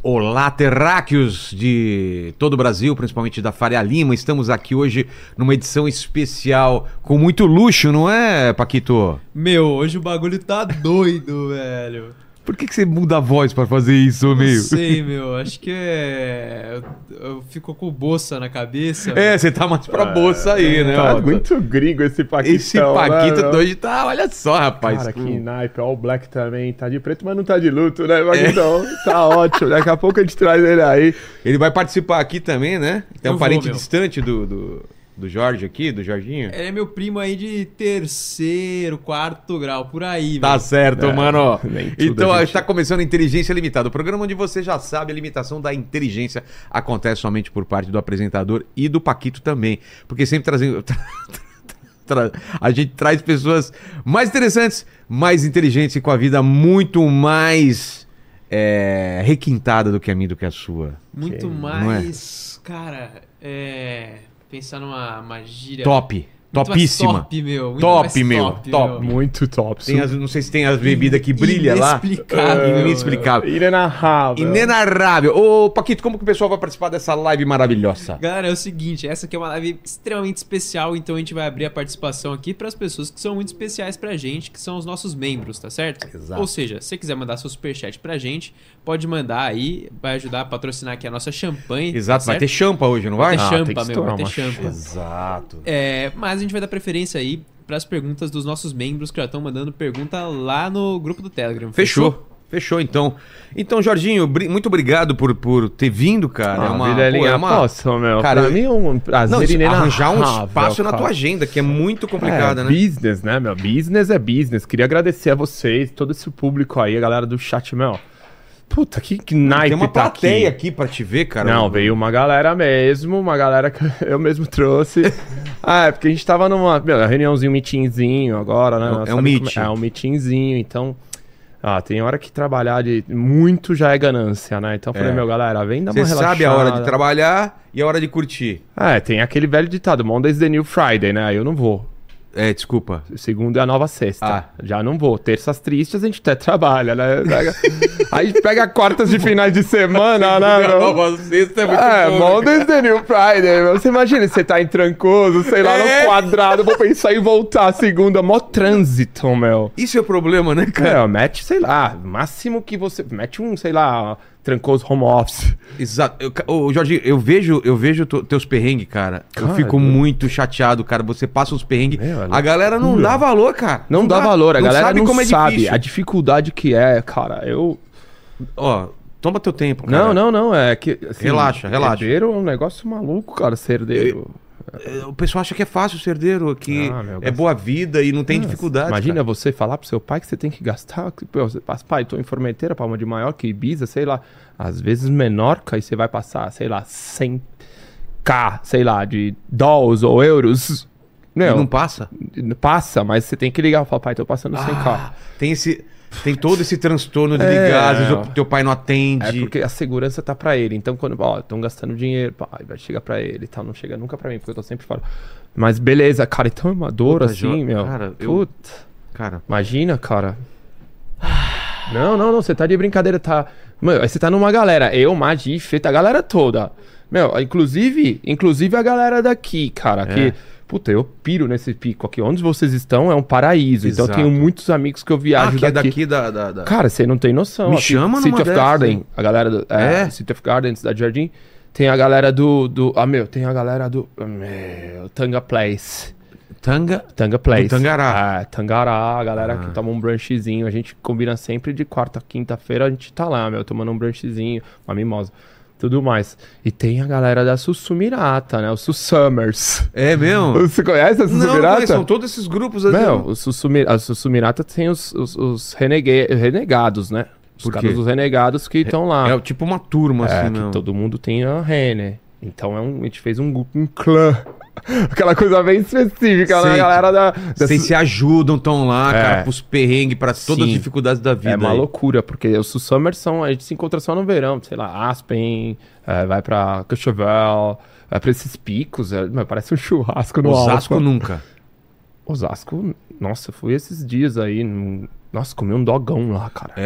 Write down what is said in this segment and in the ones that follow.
Olá, terráqueos de todo o Brasil, principalmente da Faria Lima. Estamos aqui hoje numa edição especial com muito luxo, não é, Paquito? Meu, hoje o bagulho tá doido, velho. Por que você muda a voz pra fazer isso, meu? Não sei, meu. Acho que eu fico com bolsa na cabeça. Você tá mais pra bolsa aí, né? Tá muito gringo esse Paquitão. Esse Paquito hoje tá, olha só, rapaz. Cara, que naipe. All Black também. Tá de preto, mas não tá de luto, né, Paquitão? Tá ótimo. Daqui a pouco a gente traz ele aí. Ele vai participar aqui também, né? É um parente meu. distante do Jorge aqui, do Jorginho. Ele é meu primo aí de terceiro, quarto grau, por aí, Tá meu. certo, mano. nem tudo Então, a gente- está começando a Inteligência Limitada. O programa onde você já sabe, a limitação da inteligência acontece somente por parte do apresentador e do Paquito também. Porque sempre trazendo... a gente traz pessoas mais interessantes, mais inteligentes e com a vida muito mais requintada do que a minha, do que a sua. Muito não é? mais, cara, pensar numa gíria... Top. Muito Topíssima. mais top, meu. Muito Top, mais meu. Top. meu. Muito top. Tem não sei se tem as bebidas que brilham lá. Inexplicável. Inexplicável. Inenarrável. Inenarrável. Ô, Paquito, como que o pessoal vai participar dessa live maravilhosa? Galera, é o seguinte, essa aqui é uma live extremamente especial, então a gente vai abrir a participação aqui para as pessoas que são muito especiais pra gente, que são os nossos membros, tá certo? Exato. Ou seja, se você quiser mandar seu superchat pra gente, pode mandar aí, vai ajudar a patrocinar aqui a nossa champanhe. Exato, tá vai ter certo? champa hoje, não vai? Vai ter tem champa, que meu, vai estourar ter uma champa. Exato. Mas a gente vai dar preferência aí pras perguntas dos nossos membros que já estão mandando pergunta lá no grupo do Telegram. Fechou, então. Então, Jorginho, muito obrigado por ter vindo, cara. Posso, meu. Cara, pra mim é um prazer inenarrável, arranjar um espaço na cara. tua agenda, que é muito complicada, né? Business, né, meu? Business é business. Queria agradecer a vocês, todo esse público aí, a galera do chat, meu. Puta, que naipe Tem uma tá plateia aqui. aqui pra te ver, cara. Não, veio uma galera mesmo, uma galera que eu mesmo trouxe. Porque a gente tava numa reuniãozinho, meetingzinho agora, né? É um Sabe meet. É um meetingzinho, então... tem hora que trabalhar de muito já é ganância, né? Então eu falei, galera, vem dar uma Você relaxada. sabe a hora de trabalhar e a hora de curtir. Tem aquele velho ditado, Monday's the new Friday, né? Aí eu não vou. Desculpa. Segunda é a nova sexta. Já não vou. Terças tristes a gente até trabalha, né? Aí pega quartas de finais de semana, né? A nova sexta é muito bom. Monday's the new Friday. Meu. Você imagina, você tá em Trancoso, sei lá, no quadrado, vou pensar em voltar a segunda. Mó trânsito, meu. Isso é o problema, né, cara? Mete, sei lá, máximo que você... Mete sei lá, Trancoso home office. Exato. Jorginho, eu vejo teus perrengues, cara. Eu fico muito chateado, cara. Você passa uns perrengues. A galera não dá valor, cara. Não dá valor. A galera não como sabe difícil. a dificuldade que é, cara. Toma teu tempo, cara. Não. É que... Assim, Relaxa. Herdeiro é um negócio maluco, cara, ser herdeiro. O pessoal acha que é fácil ser herdeiro, que é boa vida e não tem dificuldade. Imagina cara. você falar pro seu pai que você tem que gastar. Você passa, pai, tô em Formenteira, palma de maior que Ibiza, sei lá. Às vezes Menorca e você vai passar, sei lá, 100k, sei lá, de dólares ou euros. Não passa? Passa, mas você tem que ligar e falar, pai, tô passando 100k. Tem todo esse transtorno de ligar, às vezes o teu pai não atende. Porque a segurança tá pra ele. Então, quando, estão gastando dinheiro, pai, vai chegar pra ele e tal. Não chega nunca pra mim, porque eu tô sempre fora. Mas beleza, cara, então é uma dor assim, meu. Cara, Cara, imagina, cara. Não, você tá de brincadeira, tá... Mano, aí você tá numa galera, eu, Magi, Feta, a galera toda. Meu, inclusive a galera daqui, cara, que... Puta, eu piro nesse pico aqui. Onde vocês estão é um paraíso. Exato. Então eu tenho muitos amigos que eu viajo que é daqui. da... Cara, você não tem noção. Me Aqui, chama numa City of dessas, Garden, hein? a galera do... City of Garden, Cidade Jardim. Tem a galera tem a galera do... Tanga Place. Tanga Place. Do Tangará. Tangará, a galera que toma um brunchzinho. A gente combina sempre de quarta, quinta-feira, a gente tá lá, tomando um brunchzinho, uma mimosa. Tudo mais. E tem a galera da Sussumirata, né? Os Sussummers. É mesmo? Você conhece a Sussumirata? Não, são todos esses grupos. A Sussumirata tem os renegados, né? Os caras dos renegados que estão lá. É tipo uma turma, assim, que não. todo mundo tem a Rene. Então a gente fez um clã. Aquela coisa bem específica, né? A galera Vocês se ajudam, estão lá, cara, pros perrengues, pra todas as dificuldades da vida. É uma loucura, porque os Summers a gente se encontra só no verão, sei lá, Aspen, vai pra Courchevel, vai pra esses picos, parece um churrasco no Osasco Alfa. nunca. Osasco, nossa, fui esses dias aí, nossa, comi um dogão lá, cara.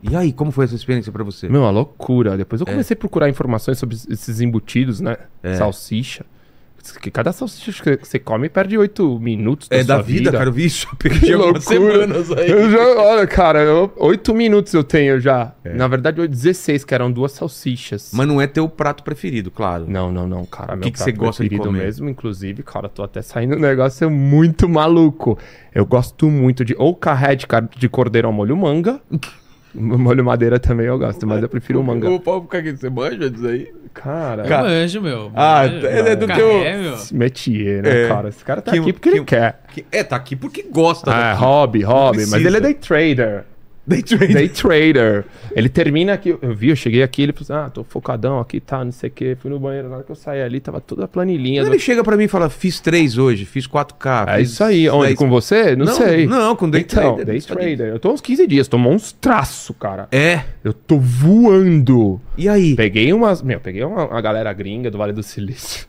E aí, como foi essa experiência pra você? Meu, uma loucura. Depois eu comecei a procurar informações sobre esses embutidos, né? É. É. Salsicha. Que cada salsicha que você come perde 8 minutos da É da sua vida, cara. Eu vi isso. Eu perdi Que algumas loucura. semanas aí. Eu já, olha, cara, 8 minutos eu tenho já. Na verdade, 16, que eram 2 salsichas. Mas não é teu prato preferido, claro. Não, cara. O Meu que você prato gosta de preferido comer? mesmo, inclusive, cara, tô até saindo um negócio muito maluco. Eu gosto muito de ou carré de cordeiro ao molho manga. Molho madeira também eu gosto, mas eu prefiro o manga. O Paulo fica aqui, você manja disso aí? Cara, Eu manjo, meu. Ah, Manjo. é do Carré, teu- meu. métier, né, É. cara? Esse cara tá Que- aqui porque ele que- quer. Tá aqui porque gosta. Ah, daqui. hobby, mas precisa. ele é day trader. Day trade. Day trader. Ele termina aqui, eu cheguei aqui, ele falou assim, tô focadão aqui, tá, não sei o que. Fui no banheiro, na hora que eu saí ali, tava toda a planilhinha. Ele chega pra mim e fala, fiz 3 hoje, fiz 4K. É fiz isso aí. Onde? 10. Com você? Não sei. Não, com day Então, trader. day trader. Eu tô uns 15 dias, tô monstraço, cara. É. Eu tô voando. E aí? Peguei uma galera gringa do Vale do Silício.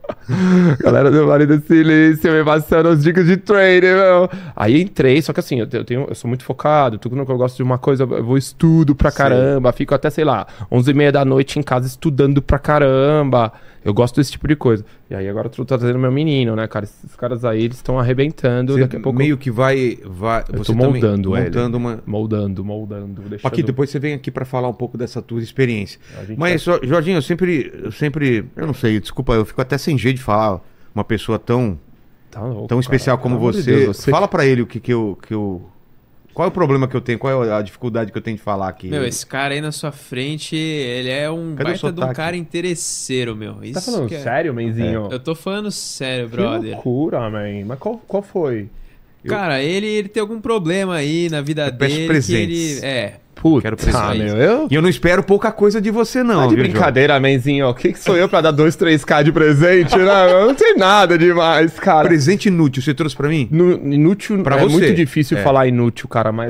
Galera do Vale do Silício me passando as dicas de trading, meu. Aí entrei, só que assim, eu sou muito focado, tudo que eu gosto de uma coisa, eu vou estudo pra caramba, fico até, sei lá, 11h30 da noite em casa estudando pra caramba. Eu gosto desse tipo de coisa. E aí agora eu tô trazendo meu menino, né, cara? Esses caras aí, eles estão arrebentando. Você Daqui a pouco meio que vai eu você tô moldando ele. montando uma... Moldando. Deixando... Aqui, depois você vem aqui pra falar um pouco dessa tua experiência. A gente Mas, Jorginho, eu não sei, desculpa, eu fico até sem jeito de falar uma pessoa tão Tá louco, tão especial cara. como Pelo amor de você. Deus, Fala pra ele o que eu... Qual é o problema que eu tenho? Qual é a dificuldade que eu tenho de falar aqui? Meu, esse cara aí na sua frente, ele é um Cadê o baita de um sotaque? cara interesseiro, meu. Tá Isso falando que é... sério, menzinho? Eu tô falando sério, Que brother. loucura, man. Mas qual foi? Cara, ele tem algum problema aí na vida peço dele presentes. que ele... Puta, Quero presente. meu. Eu... E eu não espero pouca coisa de você, não. Tá de viu, brincadeira, menzinho. O que sou eu pra dar 2, 3K de presente, né? Eu não tem nada demais, João? cara. Presente inútil, você trouxe pra mim? Inútil, Pra é você. muito difícil É. falar inútil, cara, mas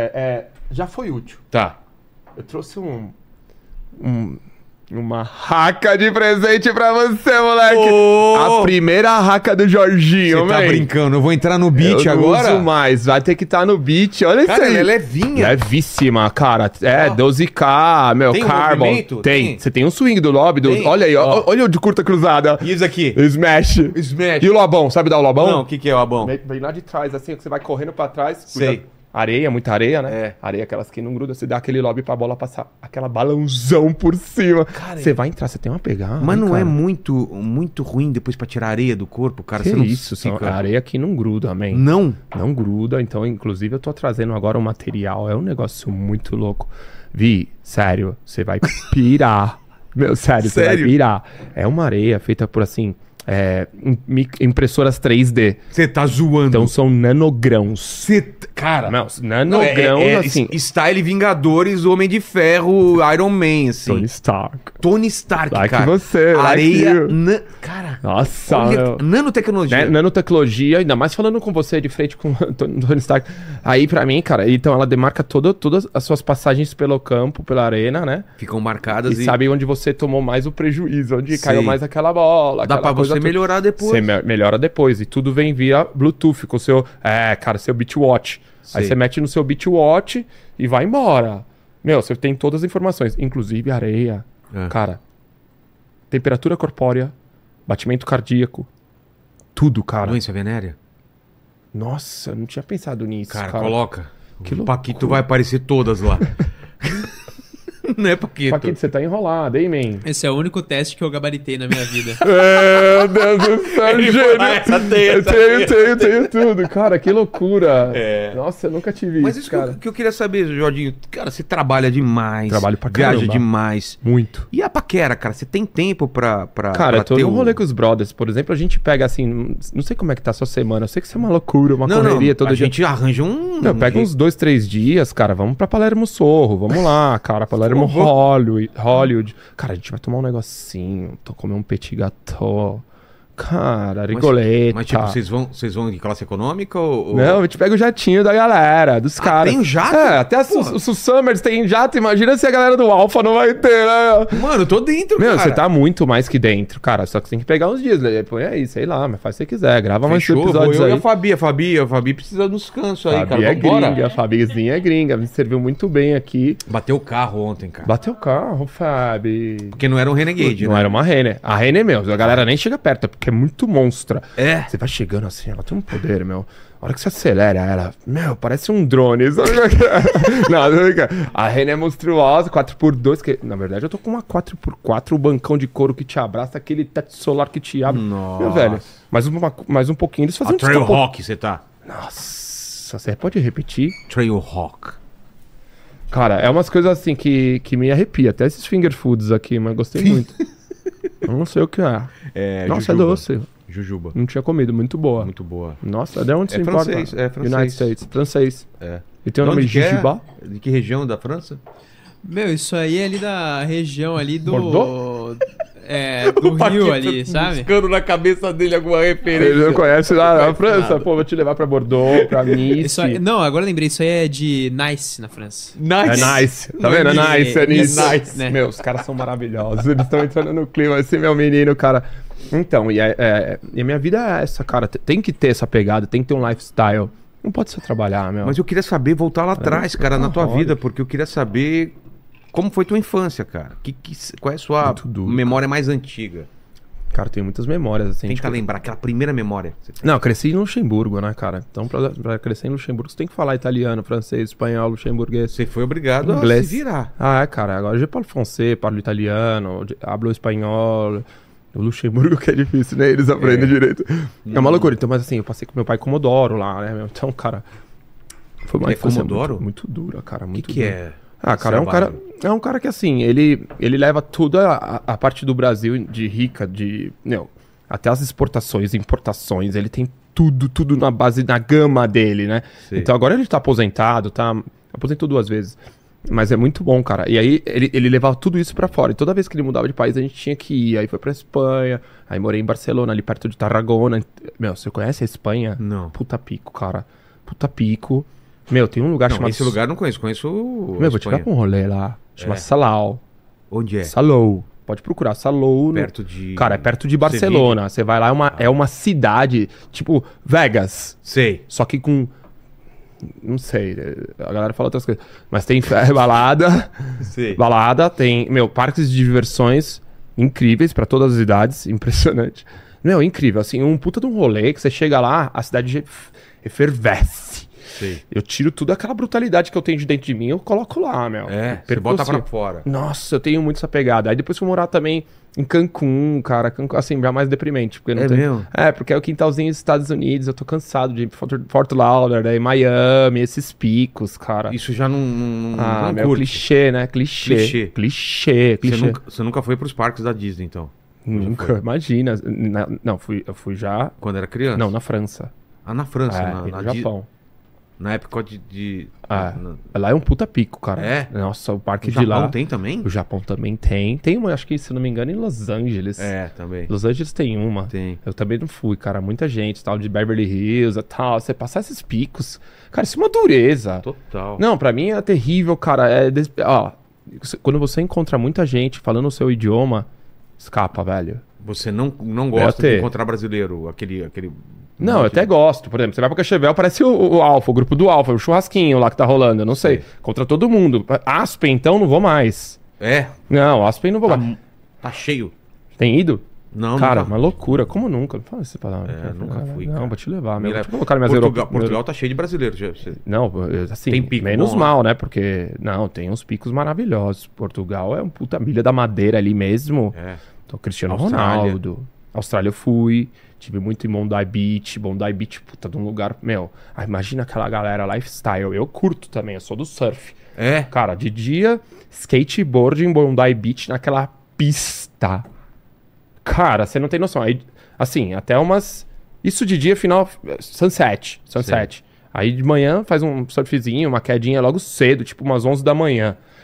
já foi útil. Tá. Eu trouxe uma raca de presente pra você, moleque. Ô! A primeira raca do Jorginho, Você tá man. brincando? Eu vou entrar no beat Eu agora? não uso mais, vai ter que estar no beat. Olha Cara, isso aí. ela é levinha. Levíssima, cara. É, Ó. 12K, meu, Tem um Carbon. movimento? Tem. Você tem um swing do lobby. Tem. Olha aí, Ó. olha o de curta cruzada. E isso aqui? Smash. Smash. E o lobão, sabe dar o lobão? Não, o que é o abão? Vem lá de trás, assim, que você vai correndo pra trás. Sei. Areia, muita areia, né? É. Areia, aquelas que não grudam. Você dá aquele lobby pra bola passar aquela balãozão por cima. Cara, Você vai entrar, você tem uma pegada. Mas não cara. é muito ruim depois pra tirar areia do corpo, cara? Que Você não isso, fica... a areia aqui não gruda, man. Não? Não gruda, então, inclusive, eu tô trazendo agora um material. É um negócio muito louco. Vi, sério, você vai pirar. Meu, sério, você vai Sério? pirar. É uma areia feita por, assim, impressoras 3D. Você tá zoando. Então, são nanogrãos. Você... Cara... Não, nanogrãos, assim... Style Vingadores, Homem de Ferro, Iron Man, assim. Tony Stark. Tony Stark, Like cara. você, like Areia... you. Cara... Nossa, olha, meu. nanotecnologia. Né? Nanotecnologia, ainda mais falando com você de frente com o Tony Stark. Aí, pra mim, cara, então ela demarca todas as suas passagens pelo campo, pela arena, né? Ficam marcadas E sabe onde você tomou mais o prejuízo, onde Sei. caiu mais aquela bola. Dá aquela pra coisa você toda. melhorar depois. Você melhora depois. E tudo vem via Bluetooth com o seu... seu BitWatch. Sei. Aí você mete no seu BitWatch e vai embora. Meu, você tem todas as informações. Inclusive areia. É. Cara, temperatura corpórea, batimento cardíaco. Tudo, cara. Doença venérea? Nossa, eu não tinha pensado nisso, Cara, cara. coloca. Que O loucura. Paquito vai aparecer todas lá. Não é, Paquito? Paquito, você tá enrolado, hein, man? Esse é o único teste que eu gabaritei na minha vida. Meu Deus do céu, Ele gênio. foi lá, essa tem, Eu essa tenho tudo. Cara, que loucura. É. Nossa, eu nunca tive Mas isso, isso cara. que eu queria saber, Jorginho. Cara, você trabalha demais. Trabalho pra Viaja caramba. demais. Muito. E a paquera, cara? Você tem tempo pra Cara, eu tô ter num rolê com os brothers, por exemplo, a gente pega assim, não sei como é que tá a sua semana, eu sei que isso é uma loucura, uma correria todo a dia. gente arranja um... Não, pega uns 2, 3 dias, cara, vamos pra Palermo Sorro, vamos lá, cara, Palermo Hollywood. Cara, a gente vai tomar um negocinho, comer um petit gâteau, Cara, Rigoleta. Mas tipo, vocês vão de classe econômica ou... Não, a gente pega o jatinho da galera, dos caras. Tem um jato? É, até os Summers tem jato. Imagina se a galera do Alpha não vai ter, né? Mano, eu tô dentro, Meu, cara. você tá muito mais que dentro, cara. Só que você tem que pegar uns dias, né? Põe aí, sei lá, mas faz se você quiser. Grava mais Fechou, episódios vou eu aí. e a Fabi precisa dos descanso aí, Fabi cara. é Vambora. gringa, a Fabizinha é gringa. Me serviu muito bem aqui. Bateu o carro ontem, cara. Bateu o carro, Fabi. Porque não era um Renegade, Não né? era uma Renner. A Renner, meu, a galera nem chega perto, porque é muito monstra. É. Você vai chegando assim, ela tem um poder, meu. A hora que você acelera ela, meu, parece um drone. Sabe? Não, não fica. A Renner é monstruosa, 4x2, que na verdade eu tô com uma 4x4, o bancão de couro que te abraça, aquele teto solar que te abre. Nossa. Meu velho, mais um pouquinho eles A faziam Trailhawk você tá. Nossa, você pode repetir? Trailhawk. Cara, é umas coisas assim que me arrepia. Até esses finger foods aqui, mas gostei muito. Eu não sei o que é. Nossa, jujuba. é doce. Jujuba. Não tinha comido, muito boa. Muito boa. Nossa, de onde É se francês, importa? é francês. United States, francês. É. E tem o De nome onde que é? Jujuba? De que região da França? Meu, isso aí é ali da região ali do... Bordeaux? Do Rio ali, sabe? Buscando na cabeça dele alguma Ele referência. não conhece lá na França? nada. Pô, vou te levar pra Bordeaux, pra Nice. Isso aí- não, agora eu lembrei, isso aí é de Nice, na França. É nice. Tá vendo? É nice, é nice. Nice, né? Meu, os caras são maravilhosos. Eles estão entrando no clima. Esse meu menino, cara. Então, e a minha vida é essa, cara. Tem que ter essa pegada, tem que ter um lifestyle. Não pode só trabalhar, meu. Mas eu queria saber, voltar lá atrás, cara, na tua roda. vida, porque eu queria saber como foi tua infância, cara. Qual é a sua Muito duro, memória mais antiga? Cara, eu tenho muitas memórias, assim. Tenta lembrar, aquela primeira memória. Que você tem. Não, eu cresci em Luxemburgo, né, cara? Então, pra crescer em Luxemburgo, você tem que falar italiano, francês, espanhol, luxemburguês. Você foi obrigado Inglês. a se virar. Ah, é, cara. Agora eu já falo francês, falo italiano, hablo espanhol. O Luxemburgo que é difícil, né? Eles aprendem direito. É uma loucura. Então, mas assim, eu passei com meu pai Comodoro lá, né? Então, cara... Foi uma É infância Comodoro? muito dura, cara. O Muito que dura. é? Ah, cara, é um cara que assim, ele leva tudo a parte do Brasil de rica, até as exportações, importações, ele tem tudo na base, na gama dele, né? Sim. Então agora ele tá aposentado, aposentou 2 vezes. Mas é muito bom, cara. E aí ele levava tudo isso pra fora. E toda vez que ele mudava de país, a gente tinha que ir. Aí foi pra Espanha, aí morei em Barcelona, ali perto de Tarragona. Meu, você conhece a Espanha? Não. Puta pico, cara. Puta pico. Meu, tem um lugar Não, chamado... esse lugar eu não conheço. Conheço o Meu, vou te dar pra um rolê lá. Chama Salau. Onde é? Salou. Pode procurar. Salou. Perto de... Cara, é perto de Barcelona. Você vai lá, é uma cidade, tipo Vegas. Sei. Só que com... Não sei, a galera fala outras coisas. Mas tem balada. Sei. Balada, tem, meu, parques de diversões incríveis pra todas as idades. Impressionante. Meu, incrível. Assim, um puta de um rolê que você chega lá, a cidade efervesce. Sei. Eu tiro tudo aquela brutalidade que eu tenho de dentro de mim, eu coloco lá, meu. Você bota pra fora. Nossa, eu tenho muito essa pegada. Aí depois fui morar também em Cancún, cara. Cancún, assim, já mais deprimente. Porque não É tem... mesmo? É, porque é o quintalzinho dos Estados Unidos. Eu tô cansado de Fort Lauderdale, Miami, esses picos, cara. Isso já não Meu, curte. clichê, né? Clichê. Você nunca foi pros parques da Disney, então? Nunca, imagina. Não, eu fui já... Quando era criança? Não, na França. Ah, na França. E no Japão. Na época de... Lá é um puta pico, cara. É? Nossa, o parque O de lá... Japão tem também? O Japão também tem. Tem uma, acho que, se não me engano, em Los Angeles. É, também. Los Angeles tem uma. Tem. Eu também não fui, cara. Muita gente, tal, de Beverly Hills e tal. Você passar esses picos. Cara, isso é uma dureza. Total. Não, pra mim é terrível, cara. Quando você encontra muita gente falando o seu idioma, escapa, velho. Você não gosta de encontrar brasileiro, aquele... Não, eu até gosto. Por exemplo, você vai pra Cascavel, parece o Alfa, o grupo do Alfa, o churrasquinho lá que tá rolando, eu não sei. Contra todo mundo. Aspen, então, não vou mais. É? Não, Aspen não vou mais. Tá cheio. Tem ido? Não, Cara, nunca. uma loucura. Como nunca? Não fala essa palavra. Nunca fui, Não, cara. vou te levar. Me Meu. Vou leva. te colocar nas minhas Portugal tá cheio de brasileiros. Não, assim, Tem pico menos bom, mal, né? Porque, não, tem uns picos maravilhosos. Portugal é um puta milha da madeira ali mesmo. É. Então, Cristiano Austrália. Ronaldo. Austrália eu fui. Tive muito em Bondi Beach. Bondi Beach, puta, de um lugar... Meu, imagina aquela galera lifestyle. Eu curto também, eu sou do surf. É? Cara, de dia, skateboard em Bondi Beach naquela pista. Cara, você não tem noção. Aí, assim, até umas... Isso de dia, final... Sunset. Aí de manhã faz um surfzinho, uma quedinha logo cedo, tipo umas 11 da manhã.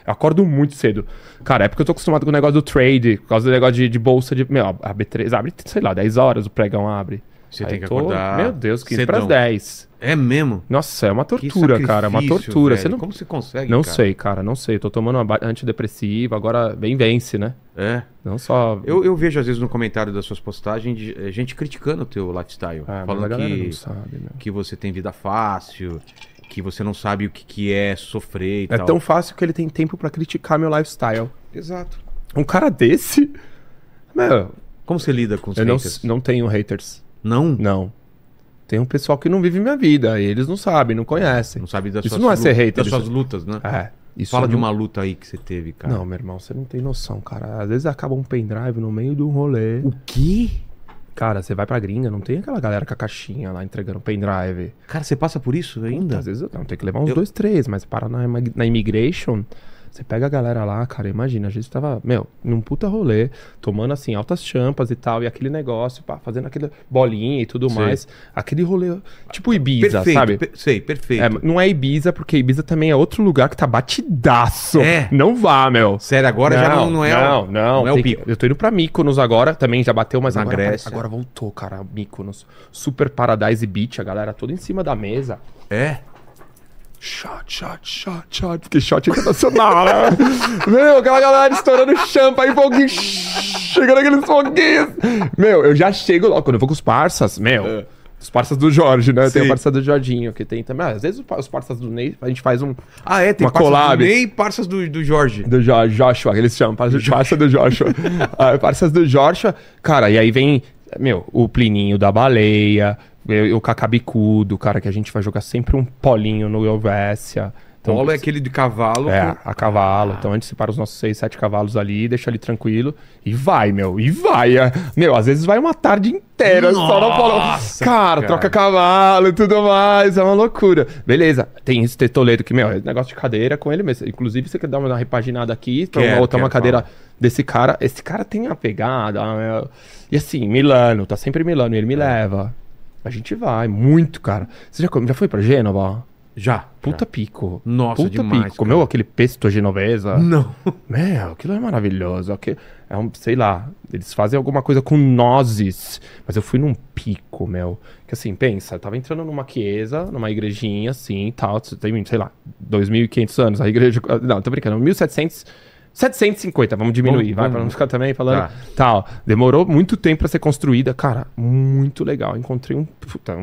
Eu acordo muito cedo. Cara, é porque eu tô acostumado com o negócio do trade, por causa do negócio de bolsa de... Meu, a B3 abre, sei lá, 10 horas o pregão abre. Você Aí tem que eu tô, acordar meu Deus, 15 cedão. pras 10. É mesmo? Nossa, é uma Que tortura, cara. É uma sacrifício, tortura. velho. Você não... Como você consegue, Não cara? sei, cara, não sei. Eu tô tomando uma antidepressiva, agora vem vence, né? É. Não só... Eu vejo, às vezes, no comentário das suas postagens, gente criticando o teu lifestyle. mas a falando galera que, não sabe, meu. que você tem vida fácil, que você não sabe o que é sofrer e É tal. tão fácil que ele tem tempo pra criticar meu lifestyle. Exato. Um cara desse... Meu, Como você lida com os eu haters? não tenho haters. Não? Não. Tem um pessoal que não vive minha vida, e eles não sabem, não conhecem. Não sabe das Isso suas não é ser lutas, hater, das isso- suas lutas, né? É. Isso Fala de não- uma luta aí que você teve, cara. Não, meu irmão, você não tem noção, cara. Às vezes acaba um pendrive no meio do rolê. O quê? Cara, você vai pra gringa, não tem aquela galera com a caixinha lá entregando pendrive. Cara, você passa por isso ainda? Às vezes não, tem que levar uns Eu- 2, 3, mas para na immigration, você pega a galera lá, cara, imagina, a gente tava, meu, num puta rolê, tomando assim, altas champas e tal, e aquele negócio, pá, fazendo aquele bolinha e tudo Sei. mais. Aquele rolê, tipo Ibiza, Perfeito, sabe? sei, perfeito. É, não é Ibiza, porque Ibiza também é outro lugar que tá batidaço. É. Não vá, meu. Sério, agora já não é Não, não é o tem que- pico. Eu tô indo pra Mykonos agora, também já bateu, mas Na agora, Grécia. agora voltou, cara, Mykonos. Super Paradise Beach, a galera toda em cima da mesa. É? Shot. Porque shot internacional, né? Meu, aquela galera estourando champa, foguinho, chegando aqueles foguinhos. Meu, eu já chego logo, quando eu vou com os parças, meu... Os parças do Jorge, né? Tem Sim. o parça do Jorginho, que tem também. Às vezes os parças do Ney, a gente faz um... Ah, é? Tem Uma parças collab. do Ney e parças do Jorge. Do Joshua, que eles chamam, parça do Joshua. Parças do Joshua. Cara, e aí vem, meu, o Plininho da Baleia, o Cacabicudo, cara, que a gente vai jogar sempre um polinho no Helvécia. Então, Polo é aquele de cavalo. é, a cavalo. Então a gente separa os nossos 6, 7 cavalos ali, deixa ali tranquilo. E vai, meu. E vai. Meu, às vezes vai uma tarde inteira só no polo. Nossa, Cara, troca cavalo e tudo mais. É uma loucura. Beleza. Tem esse Toledo que, meu, é negócio de cadeira com ele mesmo. Inclusive, você quer dar uma repaginada aqui, botar uma cadeira fala. desse cara. Esse cara tem uma pegada. Meu. E assim, Milano, tá sempre em Milano. E ele me leva. A gente vai. Muito, cara. Você já foi pra Gênova? Já. Puta pico. Nossa, Puta demais, pico. Comeu aquele pesto genovesa? Não. Meu, aquilo é maravilhoso. É um, sei lá, eles fazem alguma coisa com nozes. Mas eu fui num pico, meu. Que assim, pensa, eu tava entrando numa chiesa, numa igrejinha assim e tal. Tem, sei lá, 2.500 anos. A igreja. Não, tô brincando, 1.700. 750, vamos diminuir, vai, pra não ficar também falando. Tá. Tal. Demorou muito tempo pra ser construída. Cara, muito legal. Encontrei um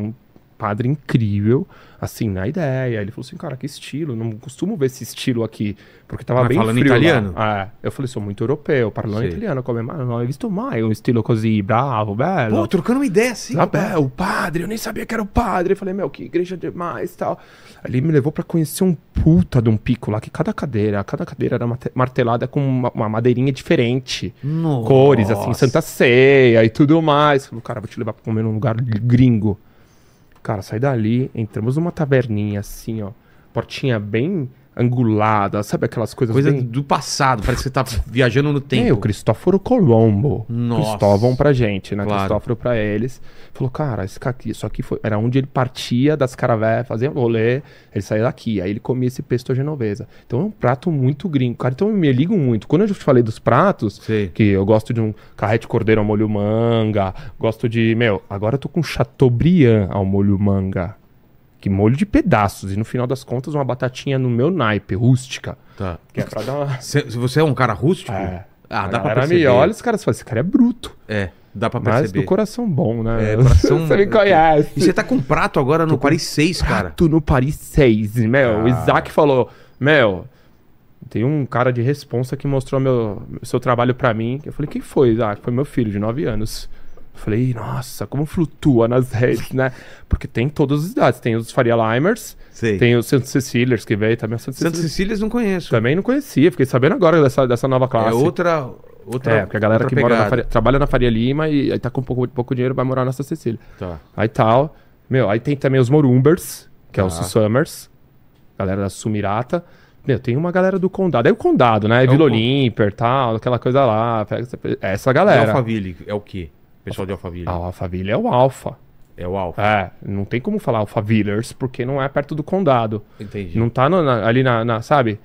padre incrível, assim, na ideia. Ele falou assim, cara, que estilo, não costumo ver esse estilo aqui, porque tava Mas bem falando frio italiano? lá. É, eu falei, sou muito europeu, parlando Sei. italiano, come mais, não ho visto mai um estilo così bravo, bello. Pô, trocando uma ideia assim. Vabbè, o padre, eu nem sabia que era o padre. Eu falei, meu, que igreja demais e tal. Aí ele me levou pra conhecer um puta de um pico lá, que cada cadeira era martelada com uma madeirinha diferente. Nossa. Cores, assim, Santa Ceia e tudo mais. Falei, cara, vou te levar pra comer num lugar gringo. Cara, saí dali, entramos numa taverninha, assim, ó. Portinha bem angulada, sabe aquelas coisas Coisa bem... do passado, parece que você tá viajando no tempo. É, o Cristóforo Colombo. Nossa. Cristóvão pra gente, né? Claro. Cristóforo pra eles. Falou, cara, isso aqui era onde ele partia das caravelas, fazia rolê, ele saía daqui. Aí ele comia esse pesto genovesa. Então é um prato muito gringo, cara. Então eu me ligo muito. Quando eu te falei dos pratos, Sei. que eu gosto de um carrete cordeiro ao molho manga, gosto de... Meu, agora eu tô com Chateaubriand ao molho manga. Que molho de pedaços. E no final das contas, uma batatinha no meu naipe, rústica. Tá. Que é pra dar uma... Você é um cara rústico? É. Ah, A dá pra galera perceber. me olha, os caras falam, esse cara é bruto. É, dá pra Mas perceber. do coração bom, né? É, coração... Você me conhece. E você tá com um prato agora no Paris 6, cara. Prato no Paris 6, meu. O Ah. Isaac falou, meu, tem um cara de responsa que mostrou seu trabalho pra mim. Eu falei, quem foi, Isaac? Foi meu filho, de 9 anos. Eu falei, nossa, como flutua nas redes, né? Porque tem todas as idades. Tem os Faria Limers, Sei. tem os Santos Cecílias, que veio também. Santa Cecília não conheço. Também não conhecia, fiquei sabendo agora dessa nova classe. É outra Porque a galera que mora trabalha na Faria Lima e aí tá com pouco dinheiro vai morar na Santa Cecília. Tá. Aí tal. Meu, aí tem também os Morumbers, que é os Tá. Summers, galera da Sumirata. Meu, tem uma galera do Condado. É o Condado, né? o Vila Olímpia e tal, aquela coisa lá. Essa galera. Alphaville é o quê? Pessoal de Alphaville. A Alphaville é o Alfa. É o Alfa. É, não tem como falar Alphavillers, porque não é perto do Condado. Entendi. Não tá ali sabe?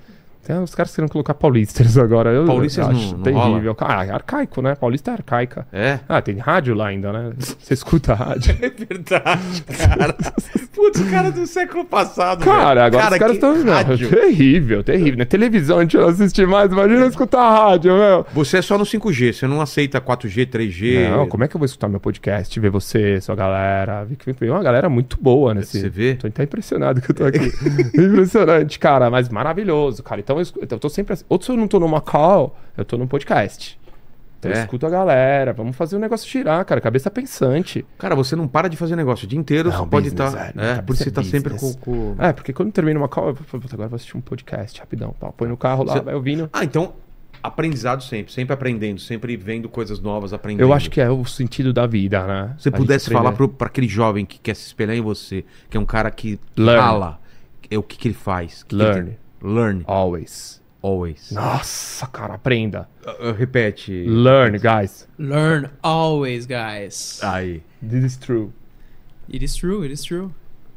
Tem uns caras querendo colocar paulistas agora. Paulistas acho não terrível. É arcaico, né? Paulista é arcaica. É? Ah, tem rádio lá ainda, né? Você escuta a rádio. É verdade, cara. Putz, cara do século passado, Cara, velho. agora os caras estão... rádio. Terrível, terrível. Né? Televisão a gente não assiste mais, imagina escutar a rádio, meu. Você é só no 5G, você não aceita 4G, 3G. Não, como é que eu vou escutar meu podcast, ver você, sua galera? Vi que veio uma galera muito boa nesse... Você vê? Tô até impressionado que eu tô aqui. Impressionante, cara, mas maravilhoso, cara. Então eu tô sempre assim. Ou se eu não tô numa call, eu tô num podcast. Então eu escuto a galera, vamos fazer o negócio girar, cara. Cabeça pensante. Cara, você não para de fazer negócio o dia inteiro, Não, você pode business, estar. né? Por você tá Cabeça sempre business. com. É, porque quando termina uma call, agora eu vou assistir um podcast rapidão. Tá? Põe no carro lá, Você- vai ouvindo. Ah, então, aprendizado sempre aprendendo, sempre vendo coisas novas, aprendendo. Eu acho que é o sentido da vida, né? Se você A gente pudesse falar aprender. pra aquele jovem que quer se espelhar em você, que é um cara que Learn. fala, o que ele faz? Que Learn. Learn, Always. always. Nossa, cara, aprenda. Repete. Learn, guys. Learn always, guys. Aí. This is true. It is true, it is true.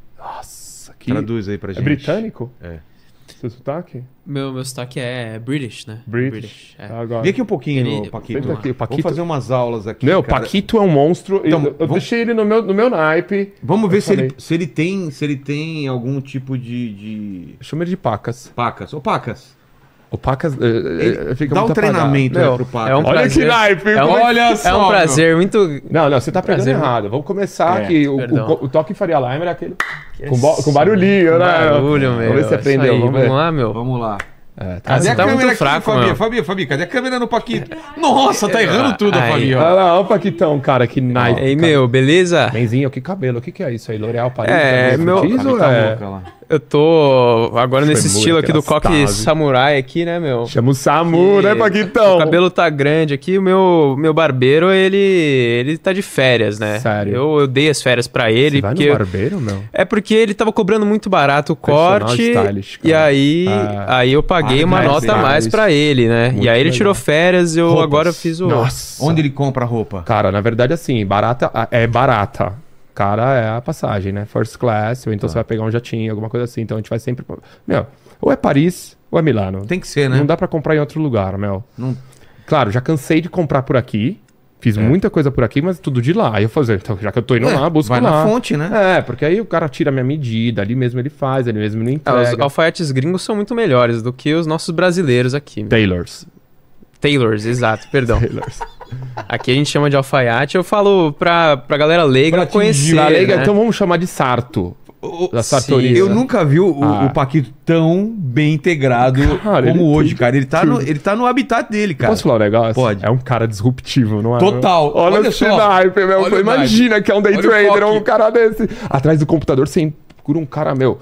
Nossa, que... Traduz aí pra É gente. britânico? É. Seu sotaque? Meu sotaque é British, né? British. É. Agora. Vem aqui um pouquinho, Ele- Paquito. Senta aqui, o Paquito- Vamos fazer umas aulas aqui. Meu, cara. Paquito é um monstro. Então, eu vamos- deixei ele no meu naipe. Vamos ver Eu se ele, falei. se ele tem algum tipo de... Eu chamo ele de Pacas. Pacas. Ô, Pacas, O Pacas fica dá um muito treinamento Meu, aí pro Pacas. é um Olha prazer. que naipe. É um, Olha é só, um prazer muito... Não, você tá pegando Prazer. errado. Vamos começar É, aqui. perdão. O toque Faria Lima era aquele com barulhinho, né? Barulho, meu. Vamos ver se Isso aprendeu. aí, Vamos ver. lá, meu. Vamos lá. É, tá. Ah, você tá muito fraco, Fabi? meu. Fabi, cadê a câmera no Paquito? Nossa, tá errando tudo, Aí. Fabi, ó. Olha lá, olha o Paquitão, cara, que naipe. Ei, meu, beleza? Benzinho, que cabelo. O que é isso aí? L'Oréal Paris? É, Cabelo meu- frutizo, Fabi tá é? louca lá. Eu tô agora nesse Foi estilo muito aqui do aquela coque stase. samurai aqui, né, meu? Chama o Samu, Que né, Paquitão? O cabelo tá grande aqui, o meu barbeiro, ele tá de férias, né? Sério? Eu dei as férias pra ele, Você vai porque no barbeiro, meu? é porque ele tava cobrando muito barato o Personal corte, stylist, cara. e aí, Ah. aí eu paguei uma mais nota a mais stylist. pra ele, né? Muito e aí ele legal. tirou férias, eu Roupas. agora fiz o... Nossa. Onde ele compra roupa? Cara, na verdade, assim, barata é barata. Cara, é a passagem, né? First class, ou então você vai pegar um jatinho, alguma coisa assim. Então a gente vai sempre... Meu, ou é Paris, ou é Milano. Tem que ser, né? Não dá pra comprar em outro lugar, meu. Não- Claro, já cansei de comprar por aqui. Fiz muita coisa por aqui, mas tudo de lá. Aí eu fazer, então, já que eu tô indo lá, busco vai lá. na fonte, né? É, porque aí o cara tira a minha medida, ali mesmo ele faz, ali mesmo ele Ah, os entrega. alfaiates gringos são muito melhores do que os nossos brasileiros aqui. meu. Tailors. Tailors, exato, perdão. Tailors. Aqui a gente chama de alfaiate, eu falo pra galera leiga Pra conhecer, Tá legal, né? então vamos chamar de sarto. Da Sim. sartoria. Eu nunca vi o Paquito tão bem integrado Cara, ele como hoje, tem cara. Ele tá no habitat dele, cara. Posso falar um negócio? Pode. É um cara disruptivo, não é? Total. Olha, Olha esse só. naipe, meu. Olha o Imagina que é um day Olha o trader, coque. um cara desse. Atrás do computador, você procura um cara, meu.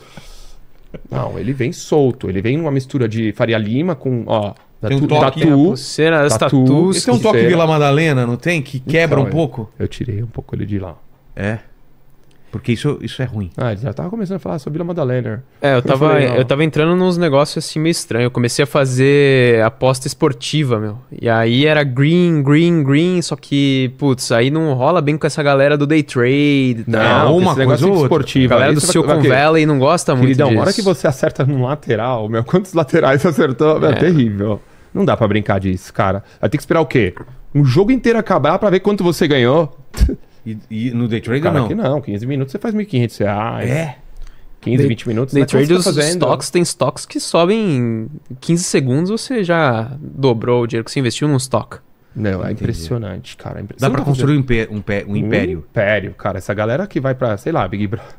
Não, ele vem solto. Ele vem numa mistura de Faria Lima com, ó... Tem um toque, Tem a tatu. pulseira, as Tatu. tatus. Esse tem um que toque será? Vila Madalena, não tem? Que quebra Então, um pouco? Eu tirei um pouco ele de lá. É. Porque isso é ruim. Ah, ele já tava começando a falar sobre Vila Madalena. É, falei, ó. eu tava entrando nos negócios assim meio estranhos. Eu comecei a fazer aposta esportiva, meu. E aí era green, só que, putz, aí não rola bem com essa galera do day trade. Não, uma esse negócio coisa ou outra. A esportivo. galera aí do você Silicon vai- Valley não gosta muito Queridão, disso. a hora que você acerta num lateral, meu, quantos laterais você acertou? Meu, É. terrível. Não dá pra brincar disso, cara. Vai ter que esperar o quê? Um jogo inteiro acabar pra ver quanto você ganhou? E no day trader Cara, não. que não. 15 minutos você faz R$1.500. É. 15, Day- 20 minutos. Day não é quanto trade, você os tá fazendo. stocks, tem stocks que sobem em 15 segundos, você já dobrou o dinheiro que você investiu num stock. Não, é impressionante, cara. Dá pra construir um império Império, cara. Essa galera que vai pra, sei lá, Big Brother.